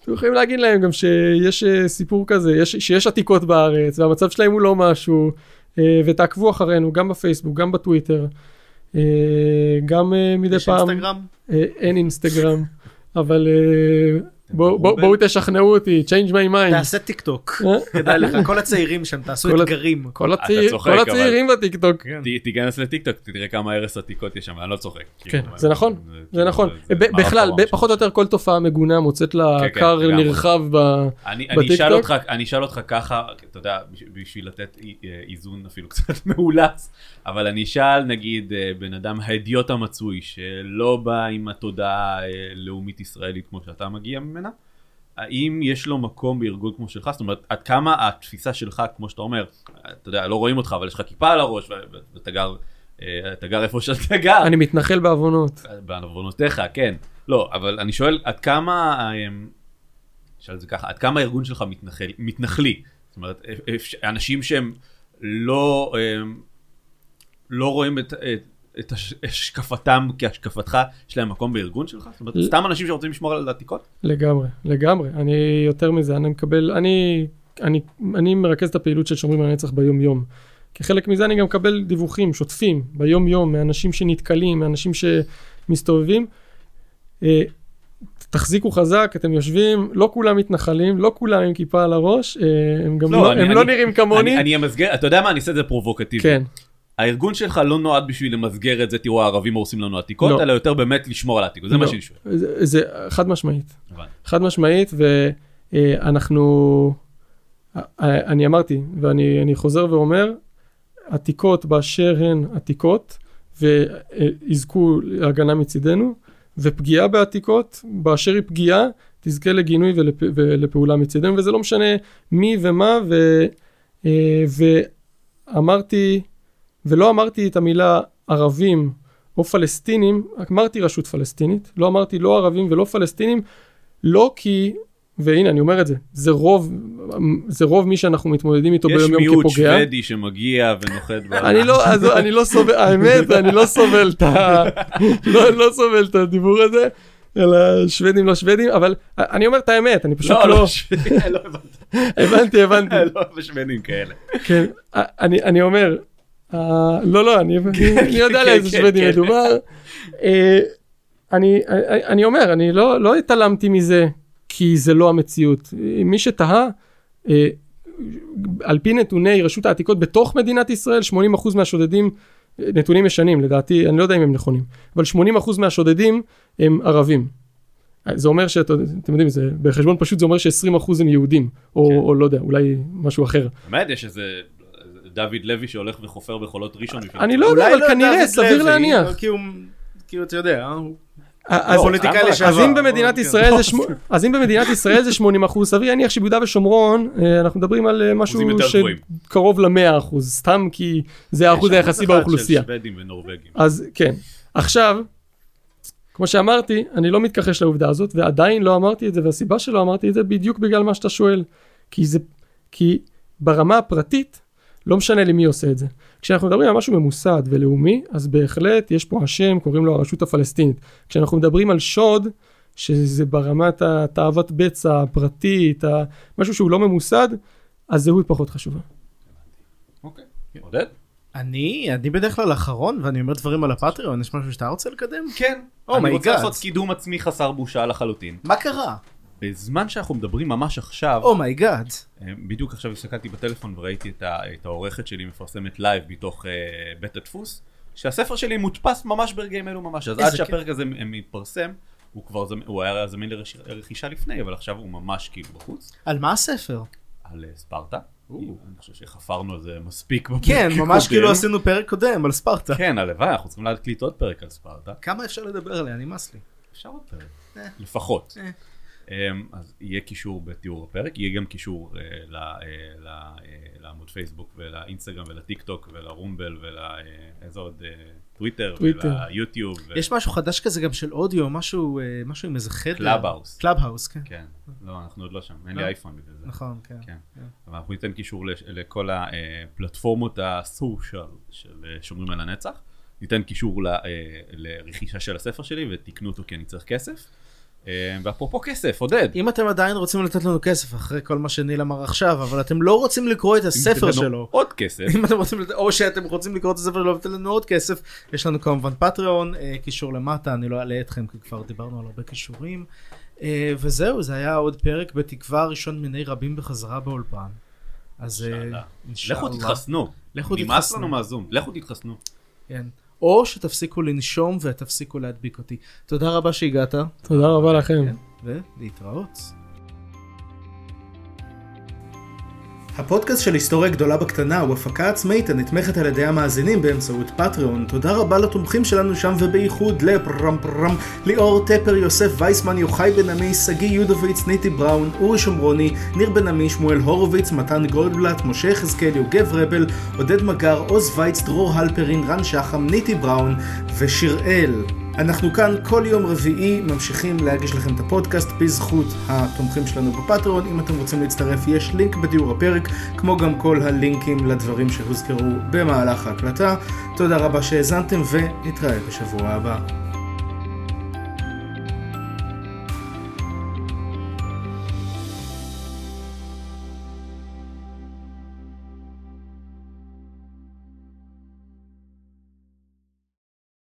אתם יכולים להגיד להם גם שיש סיפור כזה, יש, שיש עתיקות בארץ, והמצב שלהם הוא לא משהו, ותעקבו אחרינו, גם בפייסבוק, גם בטוויטר, גם מדי פעם. יש אינסטגרם? אין אינסטגרם, אבל בואו תשכנעו אותי, change my mind. תעשה טיק טוק, כדאי לך, כל הצעירים שם, תעשו אתגרים. כל הצעירים בטיק טוק. תיכנס לטיק טוק, תראה כמה ערס עתיקות יש שם, אני לא צוחק. כן, זה נכון, זה נכון. בכלל, פחות או יותר כל תופעה מגונה מוצאת לה קר נרחב בטיק טוק. אני אשאל אותך ככה, אתה יודע, בשביל לתת איזון אפילו קצת מאולץ, אבל אני אשאל נגיד בן אדם האדיוט המצוי, שלא בא עם התודעה לאומית ישראלית כמו שאתה מגיע ממנה, האם יש לו מקום בארגון כמו שלך? זאת אומרת, עד כמה התפיסה שלך, כמו שאתה אומר, אתה יודע, לא רואים אותך, אבל יש לך כיפה על הראש, ואתה גר, אתה גר איפה שאתה גר. אני מתנחל בעוונות. בעוונותיך, כן. לא, אבל אני שואל, עד כמה, שאל את זה ככה, עד כמה הארגון שלך מתנחל, מתנחלי? זאת אומרת, אנשים שהם לא, לא רואים את, את, את השקפתם כהשקפתך, יש להם מקום בארגון שלך? זאת אומרת, סתם אנשים שרוצים לשמור על העתיקות? לגמרי, לגמרי. אני יותר מזה, אני מקבל, אני, אני, אני מרכז את הפעילות של שומרים על הנצח ביום יום. כחלק מזה אני גם מקבל דיווחים שוטפים ביום יום, מאנשים שנתקלים, מאנשים שמסתובבים. תחזיקו חזק, אתם יושבים, לא כולם מתנחלים, לא כולם עם כיפה על הראש, הם גם לא, הם לא נראים כמוני. אני אמסגר, אתה יודע מה, אני אעשה את זה פרובוקטיבי. כן. הארגון שלך לא נועד בשביל למסגר את זה, תראו, הערבים הורסים לנו עתיקות, אלא יותר באמת לשמור על העתיקות, זה מה שאני שואל. זה חד משמעית. חד משמעית, ואנחנו, אני אמרתי, ואני חוזר ואומר, עתיקות באשר הן עתיקות, ויזכו להגנה מצידנו, ופגיעה בעתיקות, באשר היא פגיעה, תזכה לגינוי ולפעולה מצידנו, וזה לא משנה מי ומה, ואמרתי, ולא אמרתי את המילה ערבים או פלסטינים, אמרתי רשות פלסטינית, לא אמרתי לא ערבים ולא פלסטינים, לא כי, והנה אני אומר את זה, זה רוב, זה רוב מי שאנחנו מתמודדים איתו ביום יום כפוגע. יש מיעוט שוודי שמגיע ונוחת בעולם. אני לא, אז אני לא סובל, האמת, אני לא סובל את ה, לא, לא סובל את הדיבור הזה, אלא שוודים לא שוודים, אבל אני אומר את האמת, אני פשוט לא... לא, לא שוודים, לא הבנתי. הבנתי, הבנתי. לא בשוודים כאלה. כן, אני, אני אומר, לא, לא, אני יודע לאיזה שוודים מדובר. אני אומר, אני לא התעלמתי מזה, כי זה לא המציאות. מי שתהה, על פי נתוני רשות העתיקות בתוך מדינת ישראל, שמונים אחוז מהשודדים, נתונים ישנים, לדעתי, אני לא יודע אם הם נכונים, אבל שמונים אחוז מהשודדים הם ערבים. זה אומר שאתם יודעים, זה, בחשבון פשוט זה אומר ש-עשרים אחוז הם יהודים, או, או לא יודע, אולי משהו אחר. באמת, יש איזה דוד לוי שהולך וחופר בחולות ראשון. אני לא יודע, אבל כנראה, סביר להניח. כי אתה יודע, אז אם במדינת ישראל זה אז אם במדינת ישראל זה שמונים אחוז, סביר להניח שביהודה ושומרון אנחנו מדברים על משהו שקרוב ל-מאה אחוז, סתם כי זה האחוז היחסי באוכלוסייה. שוודים ונורווגים. אז כן. עכשיו, כמו שאמרתי, אני לא מתכחש לעובדה הזאת, ועדיין לא אמרתי את זה, והסיבה שלא אמרתי את זה בדיוק בגלל מה שאתה שואל. כי זה, כי ברמה הפרטית, לא משנה לי מי עושה את זה. כשאנחנו מדברים על משהו ממוסד ולאומי, אז בהחלט יש פה השם, קוראים לו הרשות הפלסטינית. כשאנחנו מדברים על שוד, שזה ברמת התאוות בצע, הפרטית, משהו שהוא לא ממוסד, אז זהות פחות חשובה. אוקיי. עודד? אני, אני בדרך כלל האחרון, ואני אומר דברים על הפטריון, יש משהו שאתה רוצה לקדם? כן. אני רוצה לעשות קידום עצמי חסר בושה לחלוטין. מה קרה? בזמן שאנחנו מדברים ממש עכשיו, אומייגאד. בדיוק עכשיו הסתכלתי בטלפון וראיתי את, ה, את העורכת שלי מפרסמת לייב בתוך uh, בית הדפוס, שהספר שלי מודפס ממש ברגעים אלו ממש, אז עד שהפרק הזה מתפרסם, הוא כבר זמין, הוא היה זמין לרכישה לפני, אבל עכשיו הוא ממש כאילו בחוץ. על מה הספר? על uh, ספרטה. אני חושב שחפרנו על זה מספיק בפרק כן, ממש כאילו עשינו פרק קודם על ספרטה. כן, הלוואי, אנחנו צריכים להקליט עוד פרק על ספרטה. כמה אפשר לדבר עליה? נמאס לי. אפשר עוד פרק, לפחות. אז יהיה קישור בתיאור הפרק, יהיה גם קישור לעמוד פייסבוק ולאינסטגרם ולטיק טוק ולרומבל ולאיזה עוד טוויטר וליוטיוב. יש משהו חדש כזה גם של אודיו, משהו עם איזה חדר. קלאבהאוס. קלאבהאוס, כן. כן, לא, אנחנו עוד לא שם, אין לי אייפון בגלל זה. נכון, כן. אבל אנחנו ניתן קישור לכל הפלטפורמות הסושיאל של שומרים על הנצח, ניתן קישור לרכישה של הספר שלי ותקנו אותו כי אני צריך כסף. ואפרופו כסף, עודד. אם אתם עדיין רוצים לתת לנו כסף, אחרי כל מה שניל אמר עכשיו, אבל אתם לא רוצים לקרוא את הספר שלו. עוד כסף. אם אתם רוצים, או שאתם רוצים לקרוא את הספר שלו ולתת לנו עוד כסף, יש לנו כמובן פטריון, קישור למטה, אני לא אעלה אתכם, כי כבר דיברנו על הרבה קישורים. וזהו, זה היה עוד פרק בתקווה ראשון מיני רבים בחזרה באולפן. אז לכו תתחסנו. נמאס לנו מהזום. לכו תתחסנו. כן. או שתפסיקו לנשום ותפסיקו להדביק אותי. תודה רבה שהגעת. תודה רבה לכם. ולהתראות. הפודקאסט של היסטוריה גדולה בקטנה הוא הפקה עצמאית הנתמכת על ידי המאזינים באמצעות פטריון. תודה רבה לתומכים שלנו שם ובייחוד לפרם פרם, ליאור טפר, יוסף וייסמן, יוחאי בן עמי, סגי יודוביץ, ניטי בראון, אורי שומרוני, ניר בן עמי, שמואל הורוביץ, מתן גולדבלט, משה חזקאל, יוגב רבל, עודד מגר, עוז וייץ, דרור הלפרין, רן שחם, ניטי בראון ושיראל. אנחנו כאן כל יום רביעי ממשיכים להגיש לכם את הפודקאסט בזכות התומכים שלנו בפטריון. אם אתם רוצים להצטרף יש לינק בתיאור הפרק, כמו גם כל הלינקים לדברים שהוזכרו במהלך ההקלטה. תודה רבה שהאזנתם ונתראה בשבוע הבא.